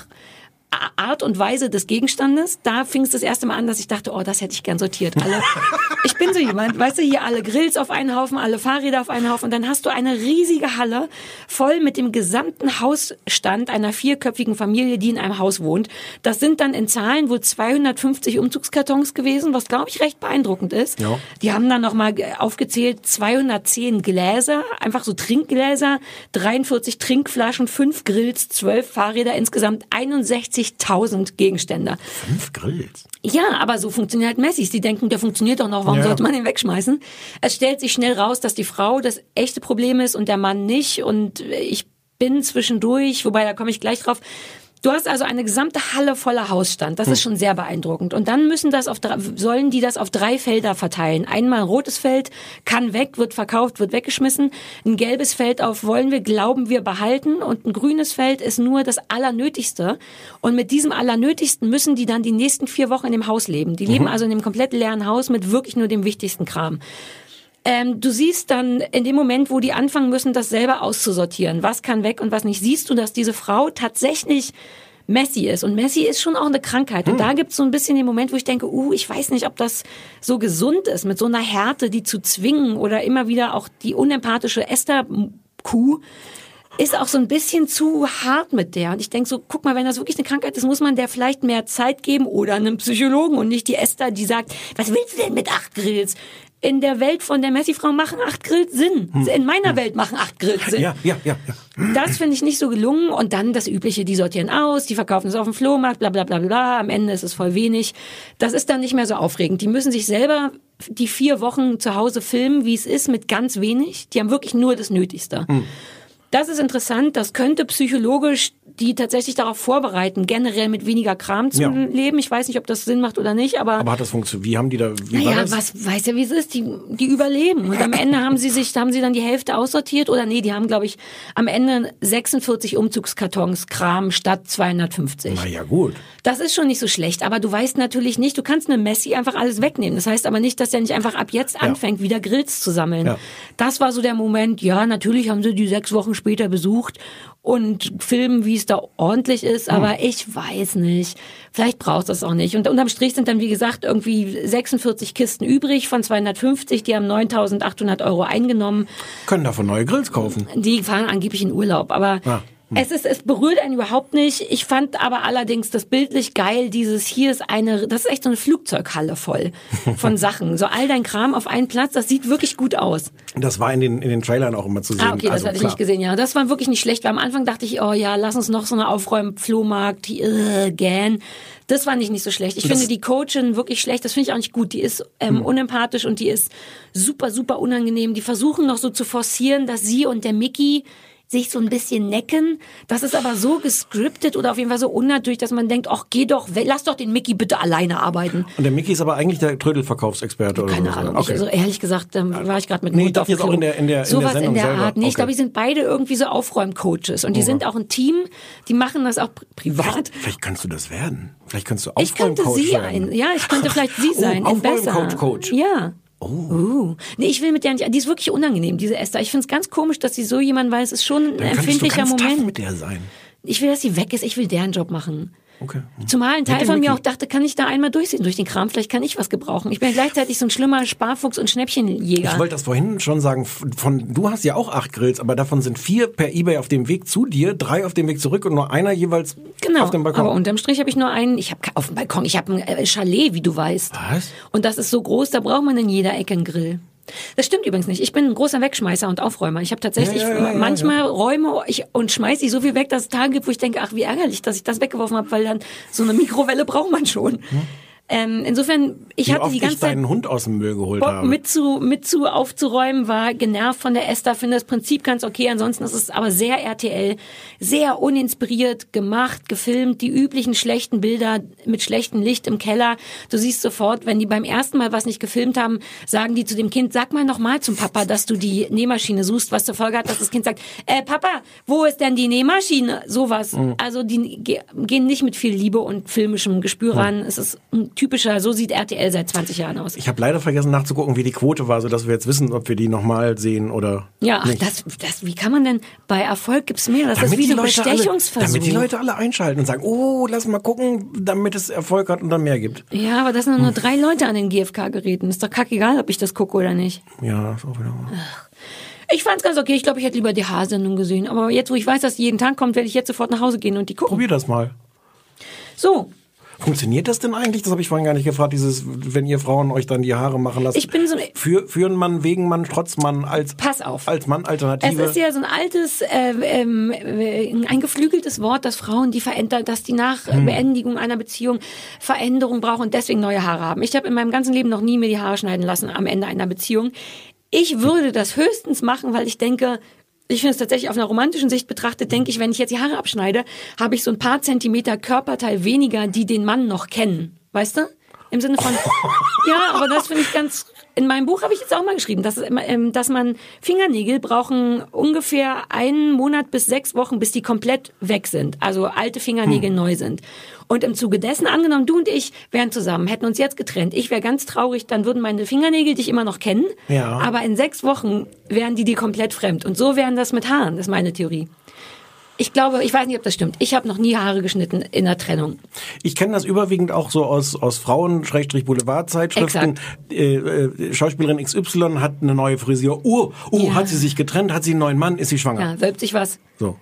Speaker 7: Art und Weise des Gegenstandes. Da fing es das erste Mal an, dass ich dachte, oh, das hätte ich gern sortiert. Alle, ich bin so jemand, weißt du, hier alle Grills auf einen Haufen, alle Fahrräder auf einen Haufen. Und dann hast du eine riesige Halle voll mit dem gesamten Hausstand einer vierköpfigen Familie, die in einem Haus wohnt. Das sind dann in Zahlen wohl zweihundertfünfzig Umzugskartons gewesen, was, glaube ich, recht beeindruckend ist. Ja. Die haben dann nochmal aufgezählt, zweihundertzehn Gläser, einfach so Trinkgläser, dreiundvierzig Trinkflaschen, fünf Grills, zwölf Fahrräder, insgesamt einundsechzigtausend Gegenstände.
Speaker 6: Fünf Grills?
Speaker 7: Ja, aber so funktioniert halt Messis. Die denken, der funktioniert doch noch, warum ja. sollte man ihn wegschmeißen? Es stellt sich schnell raus, dass die Frau das echte Problem ist und der Mann nicht. Und ich bin zwischendurch, wobei, da komme ich gleich drauf. Du hast also eine gesamte Halle voller Hausstand. Das hm. ist schon sehr beeindruckend. Und dann müssen das auf drei, sollen die das auf drei Felder verteilen. Einmal ein rotes Feld, kann weg, wird verkauft, wird weggeschmissen. Ein gelbes Feld auf wollen wir, glauben wir, behalten. Und ein grünes Feld ist nur das Allernötigste. Und mit diesem Allernötigsten müssen die dann die nächsten vier Wochen in dem Haus leben. Die mhm. leben also in einem komplett leeren Haus mit wirklich nur dem wichtigsten Kram. Ähm, du siehst dann in dem Moment, wo die anfangen müssen, das selber auszusortieren, was kann weg und was nicht, siehst du, dass diese Frau tatsächlich Messi ist. Und Messi ist schon auch eine Krankheit. Und hm. da gibt's so ein bisschen den Moment, wo ich denke, uh, ich weiß nicht, ob das so gesund ist, mit so einer Härte, die zu zwingen oder immer wieder auch die unempathische Esther-Kuh ist auch so ein bisschen zu hart mit der. Und ich denke so, guck mal, wenn das wirklich eine Krankheit ist, muss man der vielleicht mehr Zeit geben oder einem Psychologen und nicht die Esther, die sagt, was willst du denn mit acht Grills? in der Welt von der Messi-Frau machen acht Grills Sinn. Hm. In meiner hm. Welt machen acht Grills Sinn.
Speaker 6: Ja, ja, ja, ja.
Speaker 7: Das finde ich nicht so gelungen. Und dann das Übliche, die sortieren aus, die verkaufen es auf dem Flohmarkt, bla bla bla bla. Am Ende ist es voll wenig. Das ist dann nicht mehr so aufregend. Die müssen sich selber die vier Wochen zu Hause filmen, wie es ist, mit ganz wenig. Die haben wirklich nur das Nötigste. Hm. Das ist interessant, das könnte psychologisch die tatsächlich darauf vorbereiten, generell mit weniger Kram zu ja. leben. Ich weiß nicht, ob das Sinn macht oder nicht, aber...
Speaker 6: Aber hat das funktioniert? Wie haben die da... Wie
Speaker 7: naja,
Speaker 6: war das?
Speaker 7: was weiß ja, wie es ist. Die, die überleben. Und am Ende haben sie sich, haben sie dann die Hälfte aussortiert oder nee, die haben, glaube ich, am Ende sechsundvierzig Umzugskartons Kram statt zweihundertfünfzig.
Speaker 6: Na ja, gut.
Speaker 7: Das ist schon nicht so schlecht, aber du weißt natürlich nicht, du kannst eine Messi einfach alles wegnehmen. Das heißt aber nicht, dass er nicht einfach ab jetzt ja. anfängt, wieder Grills zu sammeln. Ja. Das war so der Moment, ja, natürlich haben sie die sechs Wochen später besucht und filmen, wie es da ordentlich ist, aber hm. ich weiß nicht. Vielleicht brauchst du es auch nicht. Und unterm Strich sind dann, wie gesagt, irgendwie sechsundvierzig Kisten übrig von zweihundertfünfzig, die haben neuntausendachthundert Euro eingenommen.
Speaker 6: Können davon neue Grills kaufen.
Speaker 7: Die fahren angeblich in Urlaub, aber... Ja. Es ist, es berührt einen überhaupt nicht. Ich fand aber allerdings das bildlich geil, dieses, hier ist eine, das ist echt so eine Flugzeughalle voll von Sachen. So all dein Kram auf einen Platz, das sieht wirklich gut aus.
Speaker 6: Das war in den, in den Trailern auch immer zu sehen.
Speaker 7: Ah, okay, das
Speaker 6: also,
Speaker 7: hatte ich
Speaker 6: klar.
Speaker 7: nicht gesehen, ja. Das war wirklich nicht schlecht, weil am Anfang dachte ich, oh ja, lass uns noch so eine Aufräumen-Flohmarkt, äh, gähn. Das fand ich nicht so schlecht. Ich das finde die Coachin wirklich schlecht, das finde ich auch nicht gut. Die ist ähm, hm. unempathisch und die ist super, super unangenehm. Die versuchen noch so zu forcieren, dass sie und der Mickey sich so ein bisschen necken. Das ist aber so gescriptet oder auf jeden Fall so unnatürlich, dass man denkt, ach, geh doch, lass doch den Mickey bitte alleine arbeiten.
Speaker 6: Und der Mickey ist aber eigentlich der Trödelverkaufsexperte oder so.
Speaker 7: Keine Ahnung. Okay. Ich, also ehrlich gesagt, da war ich gerade mit
Speaker 6: nee,
Speaker 7: Mut auf
Speaker 6: jetzt auch in der, in der,
Speaker 7: Sowas
Speaker 6: in der Sendung
Speaker 7: in der
Speaker 6: selber.
Speaker 7: Art. Nee,
Speaker 6: okay.
Speaker 7: ich glaube, die sind beide irgendwie so Aufräumcoaches und die oh. sind auch ein Team, die machen das auch privat.
Speaker 6: Vielleicht, vielleicht kannst du das werden. Vielleicht kannst du
Speaker 7: Ich könnte sie
Speaker 6: werden.
Speaker 7: ein, ja, ich könnte vielleicht sie sein.
Speaker 6: Oh,
Speaker 7: in besser.
Speaker 6: Aufräumcoach, Coach.
Speaker 7: Ja.
Speaker 6: Oh.
Speaker 7: Uh. Nee, ich will mit der nicht, die ist wirklich unangenehm, diese Esther. Ich finde es ganz komisch, dass sie so jemand, weil es ist schon ein
Speaker 6: Dann
Speaker 7: empfindlicher
Speaker 6: du ganz
Speaker 7: Moment.
Speaker 6: Tough mit der sein.
Speaker 7: Ich will, dass sie weg ist, ich will deren Job machen.
Speaker 6: Okay.
Speaker 7: Zumal ein Teil von mir auch dachte, kann ich da einmal durchsehen durch den Kram, vielleicht kann ich was gebrauchen. Ich bin gleichzeitig so ein schlimmer Sparfuchs und Schnäppchenjäger.
Speaker 6: Ich wollte das vorhin schon sagen, von du hast ja auch acht Grills, aber davon sind vier per eBay auf dem Weg zu dir, drei auf dem Weg zurück und nur einer jeweils
Speaker 7: genau,
Speaker 6: auf dem Balkon.
Speaker 7: Aber unterm Strich habe ich nur einen, ich habe auf dem Balkon, ich habe ein Chalet, wie du weißt.
Speaker 6: Was?
Speaker 7: Und das ist so groß, da braucht man in jeder Ecke einen Grill. Das stimmt übrigens nicht. Ich bin ein großer Wegschmeißer und Aufräumer. Ich habe tatsächlich
Speaker 6: ja, ja, ja,
Speaker 7: manchmal
Speaker 6: ja.
Speaker 7: Räume ich, und schmeiße ich so viel weg, dass es Tage gibt, wo ich denke, ach wie ärgerlich, dass ich das weggeworfen habe, weil dann so eine Mikrowelle braucht man schon. Hm. Ähm, insofern, ich
Speaker 6: Wie
Speaker 7: hatte
Speaker 6: oft
Speaker 7: die ganze
Speaker 6: ich
Speaker 7: Zeit
Speaker 6: deinen Hund aus dem Müll geholt
Speaker 7: Bock
Speaker 6: habe.
Speaker 7: mit zu, mit zu aufzuräumen, war genervt von der Esther, finde das Prinzip ganz okay, ansonsten ist es aber sehr R T L, sehr uninspiriert gemacht, gefilmt, die üblichen schlechten Bilder mit schlechtem Licht im Keller. Du siehst sofort, wenn die beim ersten Mal was nicht gefilmt haben, sagen die zu dem Kind, sag mal nochmal zum Papa, dass du die Nähmaschine suchst, was zur Folge hat, dass das Kind sagt, äh, Papa, wo ist denn die Nähmaschine? Sowas. Mhm. Also die ge- gehen nicht mit viel Liebe und filmischem Gespür mhm. ran. Es ist ein typischer, so sieht R T L seit zwanzig Jahren aus.
Speaker 6: Ich habe leider vergessen nachzugucken, wie die Quote war, sodass wir jetzt wissen, ob wir die nochmal sehen oder
Speaker 7: ja, ach,
Speaker 6: nicht.
Speaker 7: das, das, wie kann man denn, bei Erfolg gibt's mehr, das
Speaker 6: damit
Speaker 7: ist wie so ein
Speaker 6: Alle,
Speaker 7: Bestechungsversuch.
Speaker 6: damit die Leute alle einschalten und sagen, oh, lass mal gucken, damit es Erfolg hat und dann mehr gibt.
Speaker 7: Ja, aber das sind nur drei Leute an den G F K-Geräten. Ist doch kackegal, ob ich das gucke oder nicht.
Speaker 6: Ja, ist auch wieder mal.
Speaker 7: Ach. Ich fand's ganz okay. Ich glaube, ich hätte lieber die H-Sendung gesehen. Aber jetzt, wo ich weiß, dass die jeden Tag kommt, werde ich jetzt sofort nach Hause gehen und die gucken.
Speaker 6: Probier das mal.
Speaker 7: So.
Speaker 6: Funktioniert das denn eigentlich? Das habe ich vorhin gar nicht gefragt, dieses, wenn ihr Frauen euch dann die Haare machen lasst.
Speaker 7: Ich bin so
Speaker 6: für, für einen Mann, wegen Mann, trotz Mann, als,
Speaker 7: Pass auf.
Speaker 6: als Mann, Alternative.
Speaker 7: Es ist ja so ein altes, äh, ähm, ein geflügeltes Wort, dass Frauen, die verändert, dass die nach hm. Beendigung einer Beziehung Veränderung brauchen und deswegen neue Haare haben. Ich habe in meinem ganzen Leben noch nie mir die Haare schneiden lassen am Ende einer Beziehung. Ich würde das höchstens machen, weil ich denke, ich finde es tatsächlich auf einer romantischen Sicht betrachtet, denke ich, wenn ich jetzt die Haare abschneide, habe ich so ein paar Zentimeter Körperteil weniger, die den Mann noch kennen. Weißt du? Im Sinne von, ja, aber das finde ich ganz, in meinem Buch habe ich jetzt auch mal geschrieben, dass, dass man Fingernägel brauchen ungefähr einen Monat bis sechs Wochen, bis die komplett weg sind. Also alte Fingernägel hm. neu sind. Und im Zuge dessen, angenommen, du und ich wären zusammen, hätten uns jetzt getrennt. Ich wäre ganz traurig, dann würden meine Fingernägel dich immer noch kennen.
Speaker 6: Ja.
Speaker 7: Aber in sechs Wochen wären die dir komplett fremd. Und so wären das mit Haaren, das ist meine Theorie. Ich glaube, ich weiß nicht, ob das stimmt. Ich habe noch nie Haare geschnitten in der Trennung.
Speaker 6: Ich kenne das überwiegend auch so aus aus Frauen-Boulevard-Zeitschriften. Äh, äh, Schauspielerin X Y hat eine neue Frisur. Oh, oh,
Speaker 7: ja.
Speaker 6: hat sie sich getrennt? Hat sie einen neuen Mann? Ist sie schwanger?
Speaker 7: Ja, wölbt sich was.
Speaker 6: So, ja.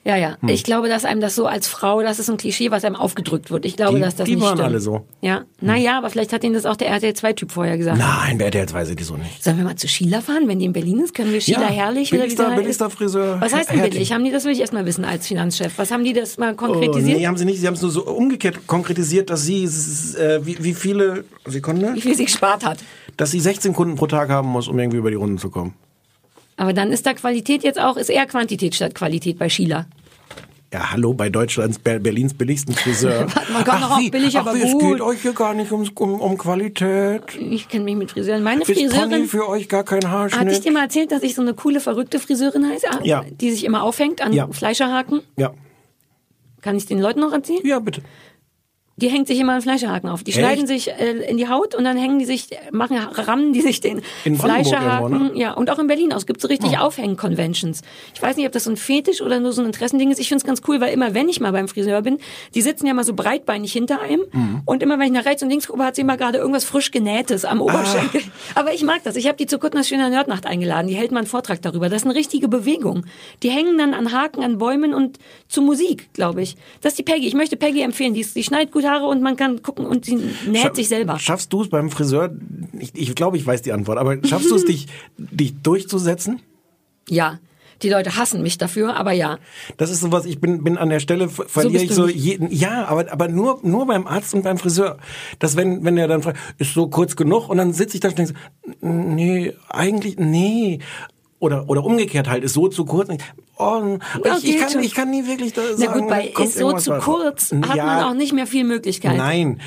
Speaker 7: Ja, ja.
Speaker 6: Hm.
Speaker 7: Ich glaube, dass einem das so als Frau, das ist ein Klischee, was einem aufgedrückt wird. Ich glaube,
Speaker 6: Die-
Speaker 7: dass das
Speaker 6: die
Speaker 7: nicht
Speaker 6: waren
Speaker 7: stimmt.
Speaker 6: alle so.
Speaker 7: Ja. Naja, aber vielleicht hat Ihnen das auch der R T L zwei Typ vorher gesagt.
Speaker 6: Nein, bei R T L zwei sind die so nicht.
Speaker 7: Sollen wir mal zu Sheila fahren, wenn die in Berlin ist? Können wir Sheila
Speaker 6: Ja,
Speaker 7: herrlich oder wie
Speaker 6: billigster,
Speaker 7: sie heißt?
Speaker 6: billigster Friseur.
Speaker 7: Was heißt denn
Speaker 6: Herrlich.
Speaker 7: billig? Haben die das, will ich erst mal wissen als Finanzchef. Was haben die das mal
Speaker 6: Oh,
Speaker 7: konkretisiert?
Speaker 6: nee, haben sie nicht. Sie haben es nur so umgekehrt konkretisiert, dass sie, äh, wie, wie viele, Sekunde?
Speaker 7: Wie viel sie gespart hat.
Speaker 6: Dass sie sechzehn Kunden pro Tag haben muss, um irgendwie über die Runden zu kommen.
Speaker 7: Aber dann ist da Qualität jetzt auch, ist eher Quantität statt Qualität bei Sheila.
Speaker 6: Ja, hallo, bei Deutschlands, Ber- Berlins billigsten Friseur.
Speaker 7: Man kann doch auch
Speaker 6: wie,
Speaker 7: billig,
Speaker 6: ach,
Speaker 7: aber
Speaker 6: wie, es
Speaker 7: gut.
Speaker 6: geht euch hier gar nicht ums, um, um Qualität.
Speaker 7: Ich kenne mich mit Friseuren. Meine
Speaker 6: Ist Pony
Speaker 7: Friseurin,
Speaker 6: für euch gar kein Haarschnitt?
Speaker 7: hatte ich dir mal erzählt, dass ich so eine coole, verrückte Friseurin heiße,
Speaker 6: Ja.
Speaker 7: die sich immer aufhängt an
Speaker 6: Ja.
Speaker 7: Fleischerhaken?
Speaker 6: Ja.
Speaker 7: Kann ich den Leuten noch erzählen?
Speaker 6: Ja, bitte.
Speaker 7: Die hängt sich immer einen Fleischerhaken auf. Die
Speaker 6: Echt?
Speaker 7: schneiden sich äh, in die Haut und dann hängen die sich, machen, rammen die sich den
Speaker 6: In Brandenburg
Speaker 7: Fleischerhaken.
Speaker 6: irgendwo, ne?
Speaker 7: Ja, und auch in Berlin aus. Gibt so richtig
Speaker 6: Oh.
Speaker 7: Aufhängen-Conventions. Ich weiß nicht, ob das so ein Fetisch oder nur so ein Interessending ist. Ich find's ganz cool, weil immer, wenn ich mal beim Friseur bin, die sitzen ja mal so breitbeinig hinter einem.
Speaker 6: Mhm.
Speaker 7: Und immer, wenn ich nach rechts und links gucke, hat sie immer gerade irgendwas frisch Genähtes am Oberschenkel.
Speaker 6: Ah.
Speaker 7: Aber ich mag das. Ich habe die zu Kuttners schöner Nerdnacht eingeladen. Die hält mal einen Vortrag darüber. Das ist eine richtige Bewegung. Die hängen dann an Haken, an Bäumen und zu Musik, glaube ich. Das ist die Peggy. Ich möchte Peggy empfehlen. Die, ist, die schneidet gut Haare und man kann gucken und sie näht
Speaker 6: Scha-
Speaker 7: sich selber.
Speaker 6: Schaffst du es beim Friseur, ich, ich glaube, ich weiß die Antwort, aber schaffst du es, dich, dich durchzusetzen?
Speaker 7: Ja. Die Leute hassen mich dafür, aber ja.
Speaker 6: Das ist sowas, ich bin, bin an der Stelle, ver- verliere ich
Speaker 7: bist du
Speaker 6: so
Speaker 7: nicht.
Speaker 6: jeden, ja, aber, aber nur, nur beim Arzt und beim Friseur. Dass wenn, wenn der dann fragt, ist so kurz genug und dann sitze ich da und denke so, nee, eigentlich, nee. Oder, oder umgekehrt halt, ist so zu kurz. Oh,
Speaker 7: Ja,
Speaker 6: ich, ich,
Speaker 7: geht
Speaker 6: kann,
Speaker 7: schon.
Speaker 6: ich kann nie wirklich da
Speaker 7: Na
Speaker 6: sagen,
Speaker 7: gut, bei
Speaker 6: kommt
Speaker 7: ist so
Speaker 6: irgendwas
Speaker 7: zu
Speaker 6: weiter.
Speaker 7: kurz hat
Speaker 6: Ja,
Speaker 7: man auch nicht mehr viel Möglichkeit.
Speaker 6: Nein.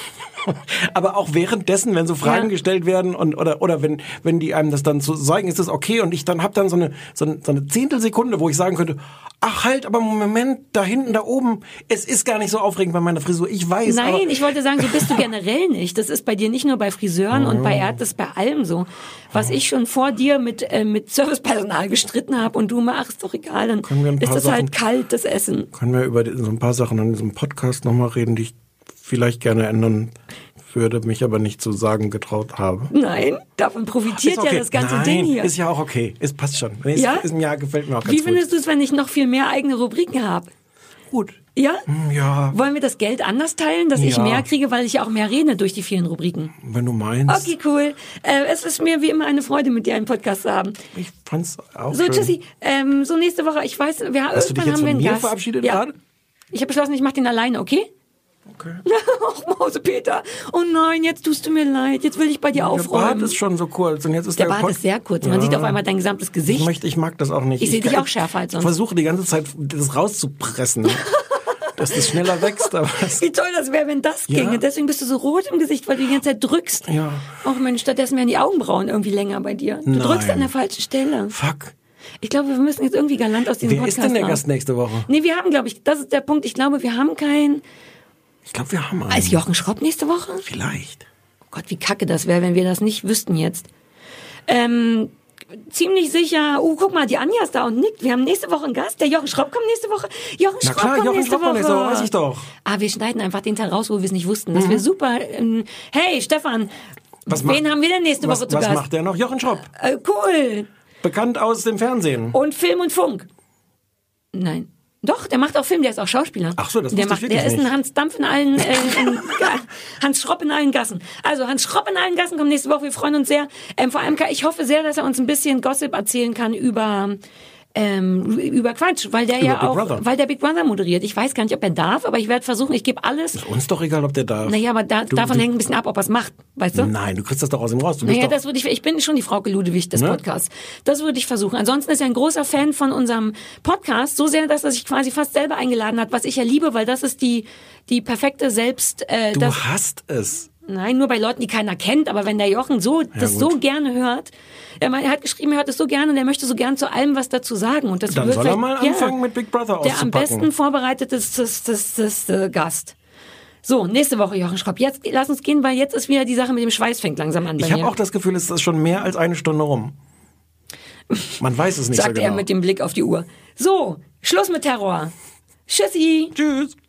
Speaker 6: Aber auch währenddessen, wenn so Fragen
Speaker 7: Ja.
Speaker 6: gestellt werden und oder oder wenn wenn die einem das dann so sagen, ist das okay und ich dann hab dann so eine so eine, so eine Zehntelsekunde, wo ich sagen könnte, ach halt, aber Moment, da hinten, da oben, es ist gar nicht so aufregend bei meiner Frisur. Ich weiß.
Speaker 7: Nein,
Speaker 6: aber
Speaker 7: ich wollte sagen, so bist du generell nicht. Das ist bei dir nicht nur bei Friseuren und bei Ärzten, das ist bei allem so. Was ich schon vor dir mit äh, mit Servicepersonal gestritten habe und du machst, doch egal, dann
Speaker 6: Können wir ein
Speaker 7: ist
Speaker 6: paar
Speaker 7: das halt
Speaker 6: Sachen-
Speaker 7: kalt, das Essen.
Speaker 6: können wir über die- so ein paar Sachen in diesem Podcast nochmal reden, die ich vielleicht gerne ändern würde, mich aber nicht zu sagen getraut habe.
Speaker 7: Nein, davon profitiert
Speaker 6: Ist okay.
Speaker 7: ja das ganze
Speaker 6: Nein,
Speaker 7: Ding hier.
Speaker 6: ist ja auch okay. Es passt schon. Nee, es
Speaker 7: Ja?
Speaker 6: ist, ja, gefällt mir auch ganz
Speaker 7: Wie
Speaker 6: gut.
Speaker 7: findest du es, wenn ich noch viel mehr eigene Rubriken habe?
Speaker 6: Gut.
Speaker 7: Ja?
Speaker 6: Hm, Ja,
Speaker 7: Wollen wir das Geld anders teilen, dass ich
Speaker 6: Ja.
Speaker 7: mehr kriege, weil ich ja auch mehr rede durch die vielen Rubriken?
Speaker 6: wenn du meinst.
Speaker 7: Okay, cool. Äh, es ist mir wie immer eine Freude, mit dir einen Podcast zu haben.
Speaker 6: Ich fand's auch
Speaker 7: So,
Speaker 6: schön.
Speaker 7: tschüssi. Ähm, so nächste Woche, ich weiß, wir,
Speaker 6: Hast du dich
Speaker 7: irgendwann
Speaker 6: jetzt
Speaker 7: haben
Speaker 6: von
Speaker 7: wir einen
Speaker 6: mir
Speaker 7: Gast.
Speaker 6: verabschiedet
Speaker 7: Ja.
Speaker 6: gerade?
Speaker 7: Ich habe beschlossen, ich mache den alleine, okay?
Speaker 6: Okay.
Speaker 7: Ach, Mausepeter. Oh nein, jetzt tust du mir leid. Jetzt will ich bei dir
Speaker 6: Der Bart
Speaker 7: aufräumen.
Speaker 6: ist schon so kurz und jetzt ist
Speaker 7: Der
Speaker 6: der,
Speaker 7: Bart
Speaker 6: Pod-
Speaker 7: ist sehr kurz. Man
Speaker 6: Ja.
Speaker 7: sieht auf einmal dein gesamtes Gesicht.
Speaker 6: Ich möchte, ich mag das auch nicht.
Speaker 7: Ich sehe dich
Speaker 6: kann-
Speaker 7: auch schärfer als sonst.
Speaker 6: Ich versuche die ganze Zeit, das rauszupressen, dass das schneller wächst, aber es,
Speaker 7: Wie toll das wäre, wenn das
Speaker 6: Ja.
Speaker 7: ginge. Deswegen bist du so rot im Gesicht, weil du die ganze Zeit drückst.
Speaker 6: Ja.
Speaker 7: Ach Mensch, stattdessen wären die Augenbrauen irgendwie länger bei dir. Du
Speaker 6: Nein.
Speaker 7: drückst an der falschen Stelle.
Speaker 6: fuck.
Speaker 7: Ich glaube, wir müssen jetzt irgendwie galant aus diesem
Speaker 6: Wer
Speaker 7: Podcast
Speaker 6: ist denn der
Speaker 7: raus.
Speaker 6: Gast nächste Woche?
Speaker 7: Nee, wir haben, glaube ich, das ist der Punkt. Ich glaube, wir haben keinen.
Speaker 6: Ich glaube, wir haben einen.
Speaker 7: Ist Jochen Schropp nächste Woche?
Speaker 6: Vielleicht.
Speaker 7: Oh Gott, wie kacke das wäre, wenn wir das nicht wüssten jetzt. Ähm, ziemlich sicher. Oh, guck mal, die Anja ist da und nickt. Wir haben nächste Woche einen Gast. Der Jochen Schropp kommt nächste Woche. Jochen
Speaker 6: Na
Speaker 7: Schropp
Speaker 6: klar,
Speaker 7: kommt
Speaker 6: Jochen
Speaker 7: nächste
Speaker 6: Schropp kommt
Speaker 7: Woche.
Speaker 6: nächste Woche, weiß ich doch.
Speaker 7: Ah, wir schneiden einfach den Teil raus, wo wir es nicht wussten. Das
Speaker 6: Mhm.
Speaker 7: wäre super. Ähm, hey, Stefan,
Speaker 6: Was
Speaker 7: wen
Speaker 6: macht-
Speaker 7: haben wir denn nächste
Speaker 6: Was,
Speaker 7: Woche zu
Speaker 6: was
Speaker 7: Gast?
Speaker 6: macht der noch? Jochen Schropp.
Speaker 7: Äh, cool.
Speaker 6: Bekannt aus dem Fernsehen.
Speaker 7: Und Film und Funk. Nein. Doch, der macht auch Film, der ist auch Schauspieler.
Speaker 6: Ach so, das
Speaker 7: der
Speaker 6: wusste ich
Speaker 7: macht,
Speaker 6: wirklich
Speaker 7: Der ist
Speaker 6: nicht.
Speaker 7: ein Hans Dampf in allen, äh, in, Ga- Hans Schropp in allen Gassen. Also Hans Schropp in allen Gassen kommt nächste Woche. Wir freuen uns sehr. Ähm, vor allem, kann- ich hoffe sehr, dass er uns ein bisschen Gossip erzählen kann über ähm, über Quatsch, weil der
Speaker 6: Über
Speaker 7: ja
Speaker 6: Big
Speaker 7: auch,
Speaker 6: Brother.
Speaker 7: weil der Big Brother moderiert. Ich weiß gar nicht, ob er darf, aber ich werde versuchen. Ich gebe alles.
Speaker 6: Uns doch egal, ob der darf.
Speaker 7: Naja, aber da,
Speaker 6: Du-
Speaker 7: davon
Speaker 6: du-
Speaker 7: hängt ein bisschen ab, ob er es macht, weißt du?
Speaker 6: Nein, du kriegst das doch aus ihm raus. Du bist
Speaker 7: Naja,
Speaker 6: doch,
Speaker 7: das würde ich, ich bin schon die Frauke Ludewig des
Speaker 6: Ne?
Speaker 7: Podcasts. Das würde ich versuchen. Ansonsten ist er ein großer Fan von unserem Podcast, so sehr, dass er sich quasi fast selber eingeladen hat, was ich ja liebe, weil das ist die, die perfekte Selbst, äh,
Speaker 6: du
Speaker 7: das,
Speaker 6: hast es.
Speaker 7: nein, nur bei Leuten, die keiner kennt, aber wenn der Jochen so, das
Speaker 6: gut.
Speaker 7: so gerne hört, er, meint, er hat geschrieben, er hört es so gerne und er möchte so gern zu allem was dazu sagen. Und das
Speaker 6: Dann
Speaker 7: wird
Speaker 6: soll er
Speaker 7: vielleicht-
Speaker 6: mal
Speaker 7: ja,
Speaker 6: anfangen, mit Big Brother
Speaker 7: der am
Speaker 6: auszupacken.
Speaker 7: besten vorbereitete das, das, das, das, äh, Gast. So, nächste Woche Jochen Schropp. Jetzt lass uns gehen, weil jetzt ist wieder die Sache mit dem Schweiß fängt langsam an bei
Speaker 6: Ich habe
Speaker 7: mir.
Speaker 6: auch das Gefühl, es ist schon mehr als eine Stunde rum. Man weiß es nicht
Speaker 7: Sagt
Speaker 6: so genau.
Speaker 7: er mit dem Blick auf die Uhr. So, Schluss mit Terror. Tschüssi.
Speaker 6: Tschüss.